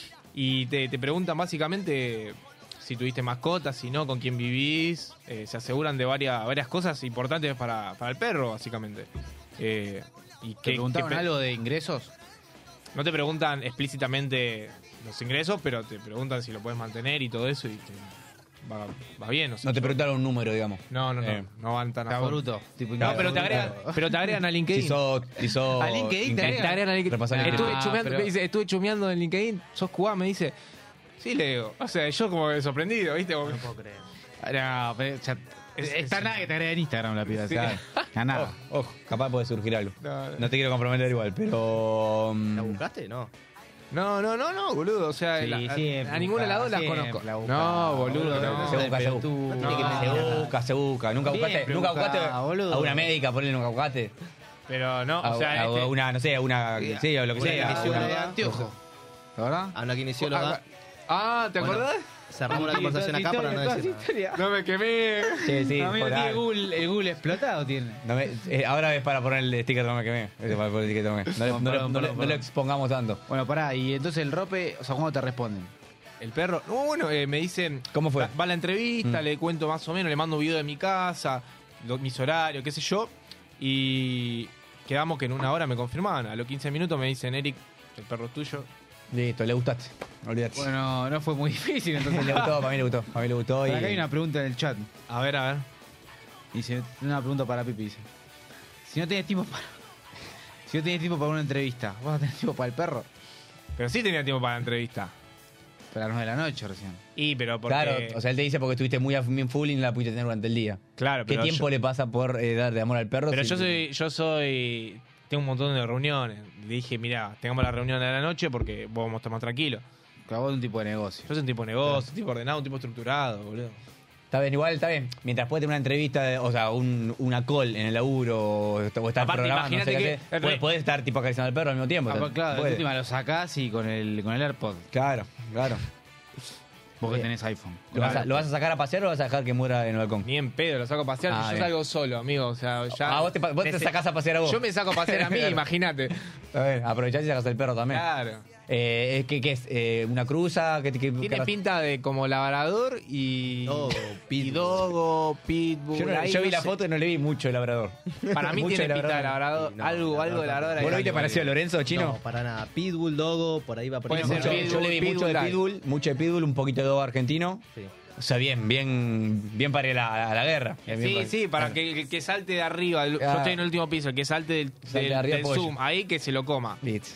y te, te preguntan básicamente si tuviste mascotas, si no, con quién vivís. Eh, se aseguran de varias, varias cosas importantes para, para el perro, básicamente. Eh, y ¿Te qué- preguntaban qué pe- algo de ingresos? No te preguntan explícitamente los ingresos, pero te preguntan si lo puedes mantener y todo eso. Y te- va, va bien. O sea, No te preguntaron un número, digamos. No, no, no. Eh. No van tan a Está fondo. bruto. Tipo, No, pero te bruto. agregan, pero te agregan a LinkedIn. Si sos, si sos ¿A LinkedIn te Te agregan? agregan a LinkedIn. Repasar LinkedIn. Estuve, Ah, chumeando, pero- me dice, estuve chumeando en LinkedIn. ¿Sos cubano? Me dice. Sí, le digo. O sea, yo como que sorprendido, ¿viste? Como- No puedo creer. No, pero ya- Es- está es- nada que te agrega en Instagram la piba, Sí. ¿sabes? A nada. Ojo, ojo, capaz puede surgir algo. No, no. No te quiero comprometer igual, pero. mm, ¿La buscaste? No. No, no, no, no, boludo. O sea, Sí, la- a, siempre a ninguna de las dos las buscaba, conozco. siempre la buscaba, No, boludo, boludo, no. Se busca, se pero busca. tú- No no, tiene que- no. se busca, se busca. Nunca buscaste, Siempre nunca buscaste buscaba, boludo. a una médica, ponle nunca buscaste. Pero no, A, o sea, a este- una, no sé, a una. Sí, o lo que Una sea. kinesióloga. una- de anteojo. ¿La verdad? A una kinesióloga. Ah, ¿te Bueno, acordás? Cerramos la conversación acá para no decir nada. No me quemé. Sí, sí. Amigo, por ¿tiene ahí. Google, el Google explotado? ¿Tiene? No me- eh, ahora es para poner el sticker no me quemé. Eso para poner el sticker no me quemé. No, le- No, no le- perdón, no le- perdón, no lo perdón. expongamos tanto. Bueno, pará, y entonces el rope, o sea, ¿cómo te responden? El perro. No, bueno, eh, me dicen. ¿Cómo fue? Va, va a la entrevista, Mm. le cuento más o menos, le mando un video de mi casa, lo- mis horarios, qué sé yo. Y quedamos que en una hora me confirmaban. A los quince minutos me dicen, Eric, el perro es tuyo. Listo, le gustaste. Olvídate. Bueno, no fue muy difícil, entonces le gustó, para mí le gustó. Para mí le gustó. Por Y... acá hay una pregunta en el chat. A ver, a ver. Dice, una pregunta para Pipi, dice. Si no tienes tiempo para... Si no tienes tiempo para una entrevista, ¿vas a tener tiempo para el perro? Pero sí tenía tiempo para la entrevista. Para las nueve de la noche recién. Y, pero porque... Claro, o sea, él te dice porque estuviste muy, a- muy full y no la pudiste tener durante el día. Claro, ¿Qué pero tiempo yo- le pasa por eh, dar de amor al perro? Pero si- yo soy, yo soy, tengo un montón de reuniones. Le dije, mira, tengamos la reunión a la noche porque vos vamos a estar más tranquilos. Claro, vos sos un tipo de negocio. Yo soy un tipo de negocio, un tipo ordenado, un tipo estructurado, boludo. Está bien, igual está bien. Mientras puedes tener una entrevista, de- o sea, un, una call en el laburo o, o estar Aparte, programando, no sé imagínate qué que- hacer, puedes, puedes estar tipo acariciando al perro al mismo tiempo. Ah, o sea, pues claro, de puede. última lo sacás y con el, con el AirPod. Claro, claro. Vos que Bien. tenés iPhone. ¿Lo vas, a, ¿Lo vas a sacar a pasear o lo vas a dejar que muera en el balcón? Ni en pedo, lo saco a pasear. Ah, yo bien. salgo solo, amigo. O sea, ya. Ah, vos te, pa- vos me te sé- sacás a pasear a vos. Yo me saco a pasear a mí, Claro. imagínate. A ver, aprovechás y sacas al perro también. Claro. Eh, ¿qué, qué es? Eh, ¿Una cruza? ¿Qué, qué, qué Tiene raza? pinta de como labrador y. Dogo, y dogo, pitbull. Yo, no- ahí yo vi no la sé. foto y no le vi mucho el labrador. Para mí Mucho tiene de pinta de labrador. No, algo, labrador algo de labrador. ¿Vos lo ahí. viste parecido a Lorenzo, chino? No, para nada. Pitbull, Dogo, por ahí va por ahí. Puede ser Mucho- Pitbull, yo le vi mucho de Pitbull, Pitbull, mucho de Pitbull, un poquito de Dogo argentino. Sí. O sea, bien, bien, bien para ir a la, a la guerra. Bien Sí, para- sí, para que el que salte de arriba. el- Yo Ah. estoy en el último piso. El que salte del, Salte del- de arriba, del pollo. Zoom, ahí que se lo coma. Listo.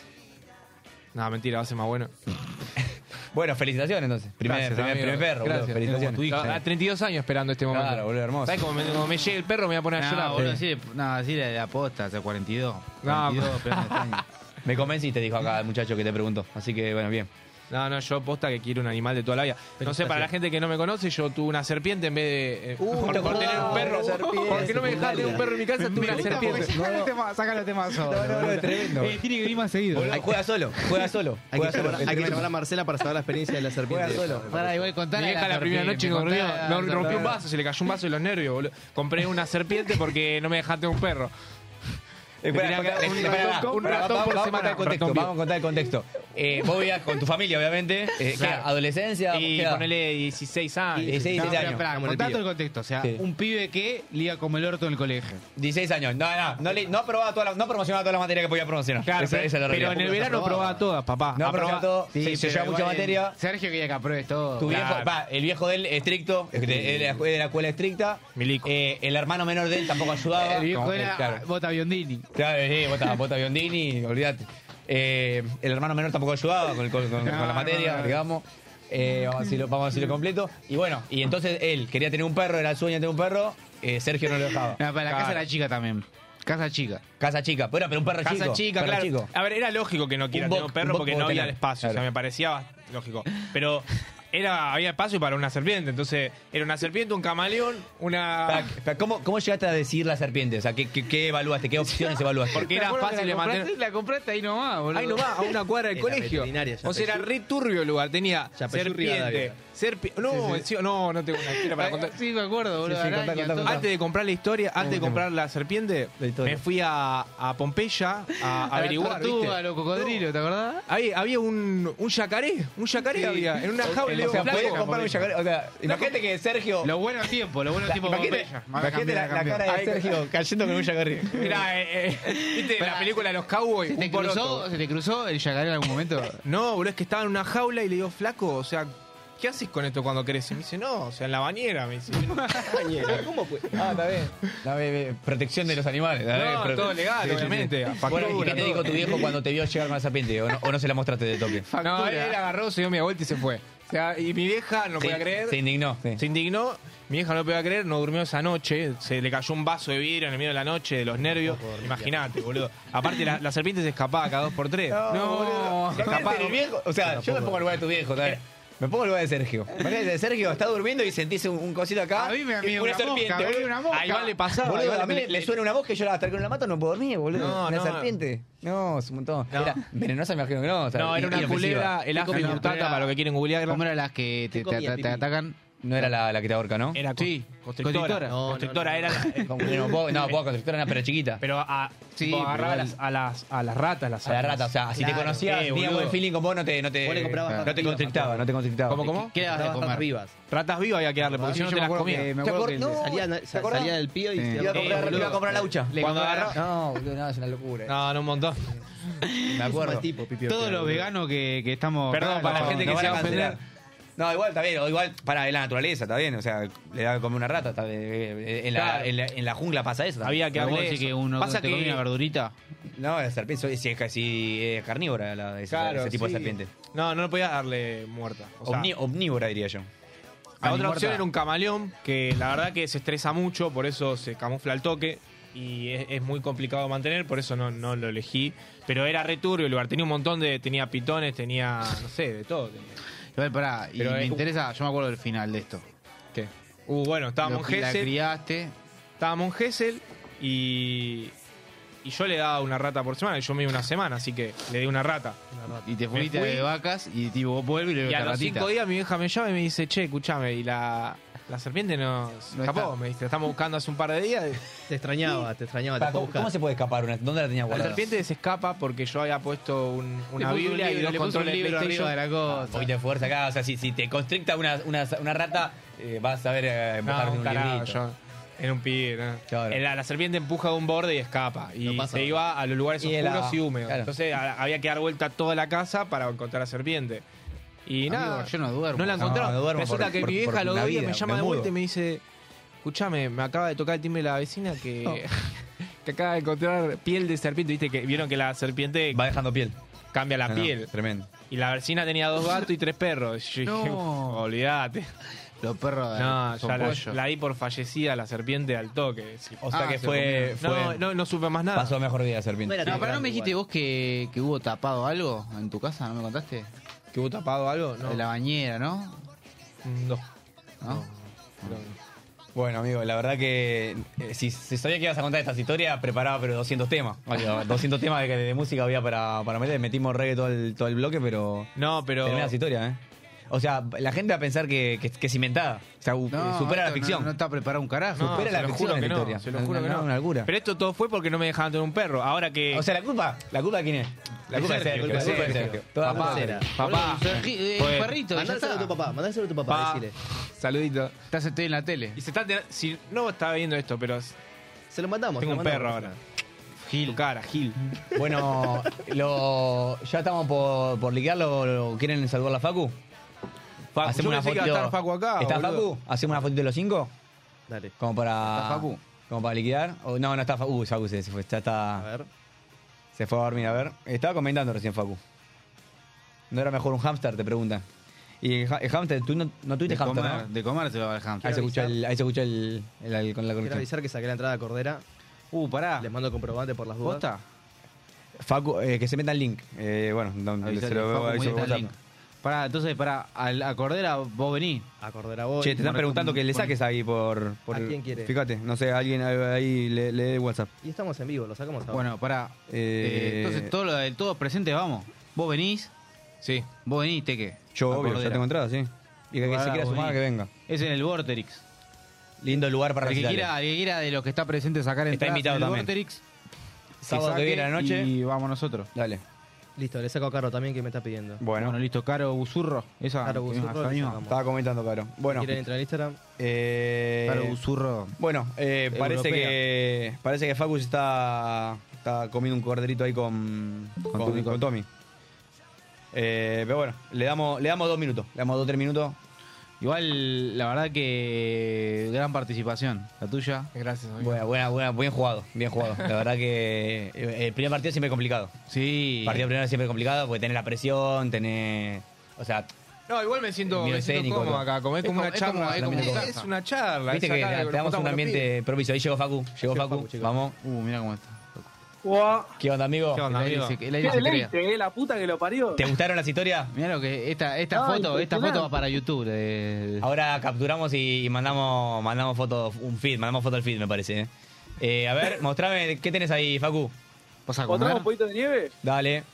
No, mentira, va a ser más bueno. Bueno, felicitaciones entonces. Primer, Gracias, primer, amigo. primer perro, boludo. Gracias. Felicitaciones. Como tu hija. A treinta y dos años esperando este momento. Claro, boludo, hermoso. ¿Sabes cómo me, como me llegue el perro me voy a poner a llorar? No, boludo, sí, no, sí, la de aposta, hace cuarenta y dos. cuarenta y dos, esperando este año. Me convenciste, dijo acá el muchacho que te preguntó. Así que, bueno, bien. No, no, yo posta que quiero un animal de toda la vida. No sé, para la gente que no me conoce, yo tuve una serpiente en vez de. eh, por, ¿te por acordás? tener un perro. Una serpiente, Porque no me dejaste tener un perro en mi casa, tuve una serpiente. Sacalo el tema, sacalo el tema solo. No, no, no, es tremendo. Eh, tiene que venir más seguido. Ay, juega solo, juega solo. Hay Juega que, solo. llamar, Es hay que tremendo. llamar a Marcela para saber la experiencia de la serpiente. Juega solo. Pará, igual contale Mi vieja la primera noche que contale dormía, a la no, rompió un serpiente. vaso, se le cayó un vaso de los nervios, boludo. Compré una serpiente porque no me dejaste un perro. Espera, Tenía que- espera, un espera, ratón- un espera, ratón vamos- por vamos semana a de contar el contexto. ratón vivo. Vamos a contar el contexto. Eh, vos vivías con tu familia, obviamente. Eh, ¿qué? Claro. ¿Adolescencia? Y ¿Qué edad? ponele dieciséis años. dieciséis, No, diecisiete espera, años. espera, Estamos en el contá todo pibe. el contexto. O sea, Sí. un pibe que liga como el orto en el colegio. dieciséis años. No, no, no, le- no aprobaba toda la, no promocionaba toda la materia que podía promocionar. Claro, esa, pero, esa es la pero realidad. en el verano probaba todas, papá. No Aprobaba- aprobaba todo. Sí, se, se pero lleva mucha igual materia. el- Sergio quería que apruebes todo. Tu Claro. viejo, va, el viejo de él estricto, es de, es de la, es de la escuela estricta. Milico. Eh, el hermano menor de él tampoco ayudaba. El viejo Como- era claro. Bota Biondini. Claro, sí, bota, bota Biondini, olvídate. Eh, el hermano menor tampoco ayudaba con, el- con- con- con la No, materia, no, no. digamos. Eh, vamos, a decirlo, vamos a decirlo completo. Y bueno, y entonces él quería tener un perro, era el sueño de tener un perro. Eh, Sergio no lo dejaba. No, para la Claro. casa era chica también. Casa chica. Casa chica. Bueno, pero un perro Casa chico. chica, perro claro. chico. A ver, era lógico que no quiera Un tener boc- un perro un boc porque puedo no había tener. el espacio. O sea, Claro. me parecía lógico. Pero era, había espacio para una serpiente. Entonces, era una serpiente, un camaleón, una. Espera, espera, ¿Cómo, ¿Cómo llegaste a decir la serpiente? O sea, ¿qué, qué, qué evaluaste? ¿Qué opciones evaluaste? Porque era fácil de mantener. La compraste ahí nomás, boludo. Ahí nomás, a una cuadra del En la colegio. veterinaria, O sea, era re turbio el lugar. Tenía Yapeyú Rivadavia. serpiente. serpi- no, encima- no, no tengo una historia para contar. Sí, me acuerdo, boludo. Sí, sí, contá, araña, contá, todo. contá. Antes de comprar la historia, antes de Uy, comprar la serpiente, La historia. me fui a, a Pompeya a, A la averiguar. tortuga, ¿viste? a los cocodrilos, ¿te acordás? Ahí había un, un yacaré, un yacaré Sí. había, en una jaula. O Le sea, digo, podés flaco, comprar un yacaré. O sea, imagínate que Sergio. Los buenos tiempos, los buenos tiempos de Imagínate, Pompeya. imagínate la, la cara de Ahí- Sergio cayendo con un yacaré. Mirá, eh, eh, ¿viste Pará, la película de los cowboys? ¿Se te, Un poroto. cruzó, ¿Se te cruzó el yacaré en algún momento? No, boludo, es que estaba en una jaula y le digo, flaco, o sea, ¿qué haces con esto cuando crece? Me dice, no, o sea, en la bañera, me dice. Bañera, ¿cómo fue? Ah, está bien. Está bien, bien. Protección de los animales. está bien, No, pero- todo legal, Sí, sí, sí. obviamente. a Bueno, ¿y factura, qué te todo. dijo tu viejo cuando te vio llegar con la serpiente? ¿O no, o no se la mostraste de toque? No, él, él agarró, se dio media vuelta y se fue. O sea, y mi vieja no Se- podía creer. Se indignó. sí. Se indignó. Mi vieja no podía creer, no durmió esa noche. Se le cayó un vaso de vidrio en el medio de la noche de los nervios. Imagínate, boludo. Aparte, la, la serpiente se escapaba cada dos por tres. No, se escapaba. el viejo, o sea, yo me pongo en lugar de tu viejo, ¿sabes? Me pongo en lugar de Sergio. Imagínate, Sergio está durmiendo y sentís un, un cosito acá. A mí me da y miedo una mosca, boludo. boludo, una mosca. A Iván le pasaba. Boludo, Iván a mí le- le, suena una mosca y yo hasta que no la mato no puedo dormir, boludo. No, una no. serpiente. No, es un montón. No. Era venenosa, me imagino que no. o sea, No, era y- una inofensiva. culebra, el afro y comía? mutata, Era- para los que quieren googlearla. ¿Cómo eran las que te, ¿Qué te- comía, te- te Pipi? atacan? No era la, la que te ahorca, ¿no? Era Sí, constrictora. constrictora. No, Constrictora no, no. era la- Como que no, puedo- no, puedo constrictora, no, pero chiquita. Pero a, Sí, tipo, agarraba pero a las, a, las, a las ratas, las A la rata, o sea, si te Claro. conocías, Eh, tenía boludo. buen feeling con vos, no te, no te, Vos le comprabas no ratas te vivas, constrictaba, Mateo. no te constrictaba. ¿Cómo, cómo? ¿Qué le das de Ratas comer? vivas. Ratas vivas había que darle, porque Ah, si no yo te me las acuerdo comía. que- me ¿Te acuerdo acordás? que- No. Salía, ¿te acordás? salía del pío y Sí. se Iba a comprar, boludo. iba a comprar la laucha. Le Cuando compraba- agarra- No, boludo, no, es una locura. No, no, un montón. me Es acuerdo. un mal tipo, Pipi Todos Ortega, los boludo. veganos que, que estamos... Perdón, acá, para la no- gente no que van se a va a ofender. cancelar. No, igual está bien, o igual para la naturaleza, está bien, o sea, le da como una rata, está bien, en, la, Claro. en, la, en la jungla pasa eso. también. Había que Pero vos darle decís eso. que uno Pasa te que come una verdurita. No, la serpiente, si es casi es carnívora la, ese, Claro, ese tipo sí. de serpiente. No, no podías darle muerta. O sea, Omni- omnívora diría yo. la Ah, otra ni opción muerta. era un camaleón, que la verdad que se estresa mucho, por eso se camufla al toque. Y es, es muy complicado de mantener, por eso no, no lo elegí. Pero era re turbio el lugar, tenía un montón de... Tenía pitones, tenía, no sé, de todo. tenía. Igual, pará, y Pero me es- interesa, yo me acuerdo del final de esto. ¿Qué? Uh, bueno, estábamos Lo en que la Gesell. criaste. Estábamos en Gesell y... Y yo le daba una rata por semana, y yo me iba una semana, así que le di una rata. Y te Me fuiste fui. de vacas y tipo vos vuelves y le Y a ves los ratita. cinco días mi vieja me llama y me dice, che, escúchame, y la, la serpiente no, se No escapó. está. Me dice, "Te estamos buscando hace un par de días. Te extrañaba, te extrañaba, te Para, fue a ¿cómo, buscar. cómo se puede escapar una? ¿Dónde la tenía La guardada? serpiente se escapa porque yo había puesto un- una puso un Biblia y libro, dos le puso un controles de libro PlayStation. arriba de la Un cosa. poquito de fuerza acá, o sea, si, si te constricta una, una, una rata, eh, vas a ver eh, empujar No, de un un carajo, librito. yo era un pibe. ¿no? Claro. La, la serpiente empuja de un borde y escapa. Y No pasa se nada. iba a los lugares Y oscuros la- y húmedos. claro. Entonces a- había que dar vuelta a toda la casa para encontrar a la serpiente. Y Amigo, nada, yo no duermo. no la No, encontraba. no duermo Resulta por- que por- mi vieja por lo la veía, vida, me llama me de vuelta y mudo. me dice, escúchame, me acaba de tocar el timbre de la vecina que, que acaba de encontrar piel de serpiente. Viste que vieron que la serpiente Va dejando piel. cambia la No, no, piel. tremendo. Y la vecina tenía dos gatos y tres perros. Y yo dije, No. olvídate. Los perros No, son ya la, pollos. la di por fallecida la serpiente al toque. Sí. O sea Ah, que se fue, fue No, no, no supe más nada. pasó mejor día la serpiente. No era No, tan pero no me grande dijiste igual. vos que, que hubo tapado algo en tu casa, ¿no me contaste? ¿Que hubo tapado algo? No. De la bañera, ¿no? No. ¿No? Bueno, amigo, la verdad que eh, si, si sabía que ibas a contar estas historias, preparaba pero doscientos temas. Oye, doscientos temas de, de música había para, para meter. Metimos reggae todo el, todo el bloque, pero... No, pero... Tremendas historias, ¿eh? O sea, la gente va a pensar que, que, que es inventada. O sea, u- No, supera la esto ficción. No, no está preparado un carajo. No, supera se la lo ficción juro de que la no, historia. se lo juro que No, no. una locura. Pero esto todo fue porque no me dejaban tener un perro. Ahora que... O sea, la culpa, ¿la culpa de quién es? La culpa de Sergio. La culpa de Sergio. Toda la Papá, culpa de era. Sergio. Papá, Sergi- eh, Pues, perrito, ya Mandáselo a tu está. papá, mandáselo a tu papá, Pa- decile. saludito. Estás estoy en la tele. Y se está... tena- Si no estaba viendo esto, pero Se lo mandamos. tengo se un lo perro mandamos. ahora. Gil. Tu cara, Gil. Bueno, lo, ya estamos por, por liquearlo. ¿Lo- ¿Quieren saludar a la Facu? Facu, Hacemos yo una pensé que iba a fotito. estar Facu acá, ¿Está boludo. Facu? ¿Hacemos una fotito de los cinco? Dale. Como para... ¿Está Facu? Como para liquidar. O, no, no está Facu. Uy, Facu se, se fue. Ya está... A ver. Se fue a dormir, a ver. Estaba comentando recién Facu. ¿No era mejor un hámster? Te preguntan. Y el, ha- el hamster, tú no, no tuviste De hamster, comer, ¿no? de comer se va el hamster. Ahí se escucha el, ahí se escucha el, el- el- con la Quiero conexión. avisar que saqué la entrada a Cordera. Uh, pará. Les mando comprobante por las dudas. ¿Posta? Facu, eh, que se meta el link. Eh, bueno, no, Avisale, se lo Facu, veo ahí ahí sobre está el WhatsApp. link. Pará, entonces, pará, al- a Cordera vos venís. A Cordera voy. Che, te están Bueno, preguntando con- que le con- saques ahí por... por ¿A el- quién quiere? Fíjate, no sé, alguien ahí le, le dé WhatsApp. Y estamos en vivo, lo sacamos ahora. Bueno, pará. Eh, Eh, entonces, todo lo del todo presente, vamos. Vos venís. Sí. Vos venís, Teque. Yo, A obvio, ya Cordera. tengo entrada, sí. Y que, que se Pará, quiera vos sumar, que venís. venga. Es en el Vorterix. Lindo lugar para El que, recitales. quiera, el que quiera de los que está presente sacar Está entradas invitado en el también. Vorterix. Sábado saque que viene a la noche. Y vamos nosotros. Dale. Listo, le saco a Caro también que me está pidiendo. Bueno, Bueno, listo. Caro Busurro. Esa. Caro que Busurro, esa le misma. sacamos. estaba comentando, Caro. Bueno, ¿Quieren entrar al Instagram? eh, Caro Busurro. bueno eh, parece Europea. que parece que Facus está, está comiendo un corderito ahí con, con, Con Tommy. Tommy. con Tommy. Eh, pero bueno, le damos, le damos dos minutos. Le damos dos, tres minutos. Igual, la verdad que gran participación, la tuya. Gracias, amigo. Buena, buena, buena, bien jugado, bien jugado. La verdad que eh, el primer partido siempre es complicado. Sí. El partido primero siempre es complicado porque tenés la presión, tenés... O sea, No, igual me siento, Nivel me siento escénico, cómodo todo. acá, como es Es como como- una es charla, como- es como es, casa. es una charla. viste es que acá, te nos damos un juntamos los pibes. ambiente propicio. Ahí llegó Facu, llegó Llegó Facu, Facu, chicos. vamos. Uh, mira cómo está. ¿Qué onda, amigo? ¿Qué onda, El aire amigo? se- el aire Qué se crea. deleite, eh, la puta que lo parió. ¿Te gustaron las historias? Mirá lo que esta esta No, foto, esta impresionante. foto va para YouTube. de- Ahora capturamos y, y mandamos mandamos fotos, un feed, mandamos foto al feed, me parece. ¿eh? Eh, a ver, mostrame, ¿qué tenés ahí, Facu? ¿Vas a ¿Botamos comer? un poquito de nieve? Dale.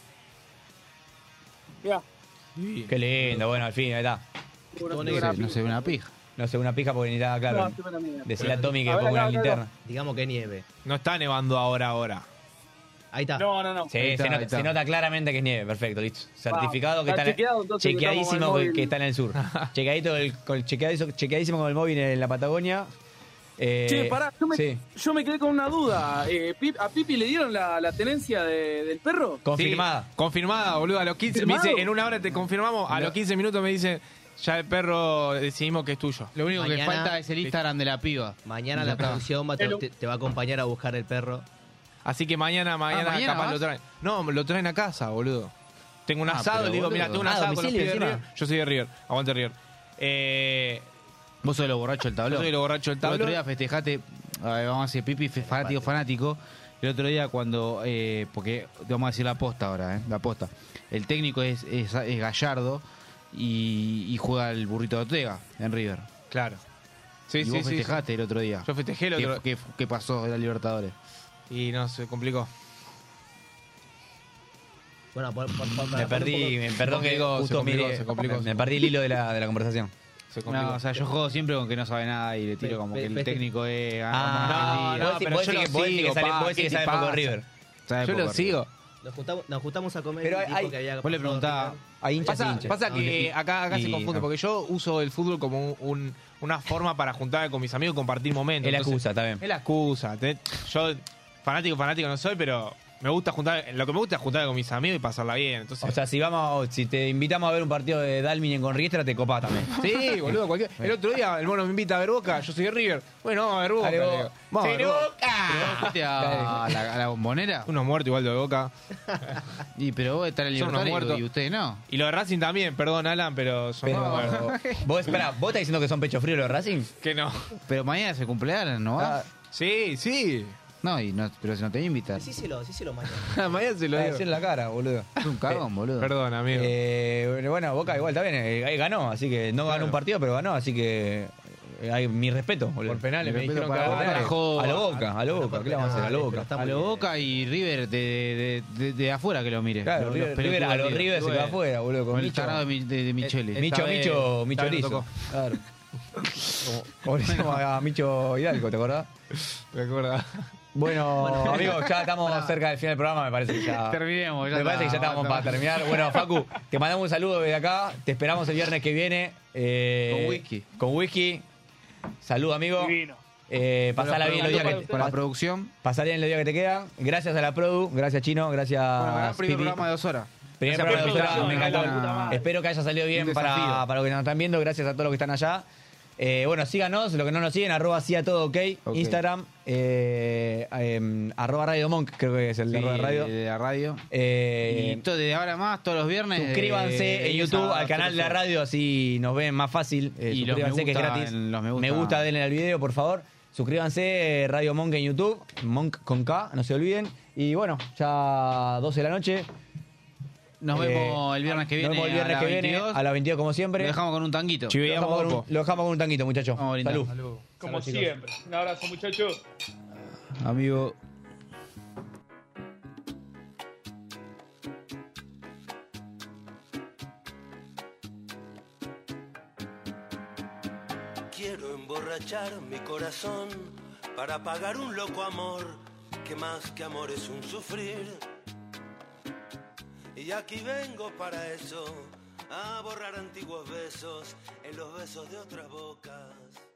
Mirá. Qué lindo, bueno, al fin, ahí está. Bueno, No tengo una sé, no se ve una pija. No sé, una pija porque ni nada, claro. No, estoy buena mía. Decirle a Tommy que A ver, ponga acá, una acá, linterna. Digamos que nieve. No está nevando ahora, ahora. Ahí está. No, no, no. Sí, Ahí está, se, nota, ahí está. se nota claramente que es nieve, perfecto, listo. Certificado que está está, chequeado, entonces, que chequeadísimo estamos con el que, móvil. está en el sur. Chequeadito el- con, chequeadísimo, chequeadísimo con el móvil en la Patagonia. Eh, Che, pará, yo me, sí, yo me quedé con una duda. Eh, Pip- ¿A Pipi le dieron la, la tenencia de- del perro? confirmada. Sí, confirmada, boludo. A los quince, me ¿Confirmado? dice, en una hora te confirmamos. A los quince minutos me dice, ya el perro decidimos que es tuyo. Lo único que Mañana- falta es el Instagram de la piba. Mañana Y la ya está. producción va, te, Pero- te- te va a acompañar a buscar el perro. Así que mañana, mañana, ¿mañana capaz vas? lo traen. No, lo traen a casa, boludo. Tengo un Ah, asado, pero, le digo, boludo. mira, tengo un Ah, asado con los domicilio pibes de encima. River. Yo soy de River, aguante River. Eh, Vos sos lo borracho del tablón. Yo soy lo borracho del El tablón. otro día festejaste, a ver, vamos a decir, Pipi, fe- fanático, fanático. El otro día cuando, eh, porque te vamos a decir la posta ahora, eh, la posta. El técnico es, es, es Gallardo y, y juega el burrito de Ortega en River. claro. Sí, y sí, vos sí, festejaste el otro día. sí. Yo festejé el ¿Qué, otro qué, qué pasó de la Libertadores? y no, se complicó. Bueno, por, por- por- Me para- perdí, me, perdón que complicó, se justo complicó, miré- se complicó. me perdí el hilo de la, de la conversación. Se complicó. No, o sea, yo juego siempre con que no sabe nada y le tiro Fe- como fe- que el feste- técnico es... Ah, no, vos decís- pero vos yo decís lo que- vos decís que sigo, sale- pa, vos decís ¿qué que te sabe poco pasa? River. sabe Yo poco lo River. sigo. Nos juntamos, nos juntamos a comer Pero y hay- dijo hay- que había Vos le pasado preguntabas... River. Hay hinchas y Pasa, hinchas. pasa que acá, acá se Y- confunde, porque yo uso el fútbol como un- un- una forma para juntarme con mis amigos y compartir momentos. Es la Entonces, excusa, está bien. Es la excusa. te- Yo, fanático, fanático no soy, pero me gusta juntar, lo que me gusta es juntarme con mis amigos y pasarla bien. Entonces, O sea, si vamos, si te invitamos a ver un partido de Dalminen con Riestra, te copás también. sí, boludo, cualquier. El otro día el mono me invita a ver Boca, yo soy de River. Bueno, vamos a ver Boca. Dale, le Boca. digo. Vamos a ver Boca. ¿Pero fuiste a, a la, a la bombonera? Unos muertos igual de Boca. Y pero vos estás en el Son unos Libertadores muertos. y ustedes no. Y lo de Racing también, perdón Alan, pero son Pero, unos muertos. vos, esperá, ¿vos estás diciendo que son pecho frío los de Racing? Que no. Pero mañana se cumple Alan, ¿no va? Ah, Sí, sí. No, y no, pero si no te invitan. Decíselo, decíselo mañana. Mañana se lo Lo digo. decir en la cara, boludo. Es un cagón, boludo. Perdón, amigo. Eh, bueno, Boca igual también eh, ganó, así que no ganó Claro. un partido, pero ganó, así que eh, hay mi respeto, boludo. Por penales, Mi me respeto dijeron que para ahora Boca. bajó- A lo Boca, a lo Pero Boca, por ¿qué le vamos a hacer? A lo penales, Boca. pero está A muy lo bien. Boca y River de, de, de, de afuera que lo mire. Claro, Los- River, los River- a pelotudos los de River se River. va afuera, boludo, Con con el Micho. tarado de, Mi- de, de Michele. Micho, vez- Micho, esta Micho vez me Lizo. tocó. Claro. Como, como le decimos a Micho Hidalgo, ¿te acordás? Me acuerdo. Bueno, amigos, ya estamos cerca del final del programa, me parece que ya. Terminemos, ya Me parece que ya está, estamos basta. para terminar. Bueno, Facu, te mandamos un saludo desde acá. Te esperamos el viernes que viene. eh, Con whisky. Con whisky. Salud, amigo. Divino. Eh, pasala bien los días que Con la producción. pasala bien los días que te quedan. Gracias a la Produ, gracias Chino, gracias Bueno, gran primer Pipi. programa de dos horas. Primer Gracias programa de por dos horas, la me invitación, encantó. una- Espero que haya salido bien un para, desafío. para los que nos están viendo. Gracias a todos los que están allá. Eh, bueno, síganos, lo que no nos siguen, arroba sí a todo ok, Ok. Instagram, eh, eh, arroba Radio Monk, creo que es el de Sí, arroba radio. de la radio. Eh, y todo, desde ahora más, todos los viernes. suscríbanse de en diez YouTube a al canal de la cero cero. radio, así nos ven más fácil. Eh, Y los suscríbanse, me que es gusta gratis. en los me gusta. denle al video, por favor. Suscríbanse, eh, Radio Monk en YouTube, Monk con K, no se olviden. Y bueno, ya doce de la noche. Nos Eh, vemos el viernes que viene. Nos vemos el viernes a que las viene, veintidós. a las veintidós como siempre. Lo dejamos con un tanguito. Lo dejamos, con un, lo dejamos con un tanguito, muchachos. Vamos a brindar. Salud. Salud. Como Salud, chicos. siempre. Un abrazo, muchachos. Amigo. Quiero emborrachar mi corazón para pagar un loco amor, que más que amor es un sufrir. Y aquí vengo para eso, a borrar antiguos besos en los besos de otras bocas.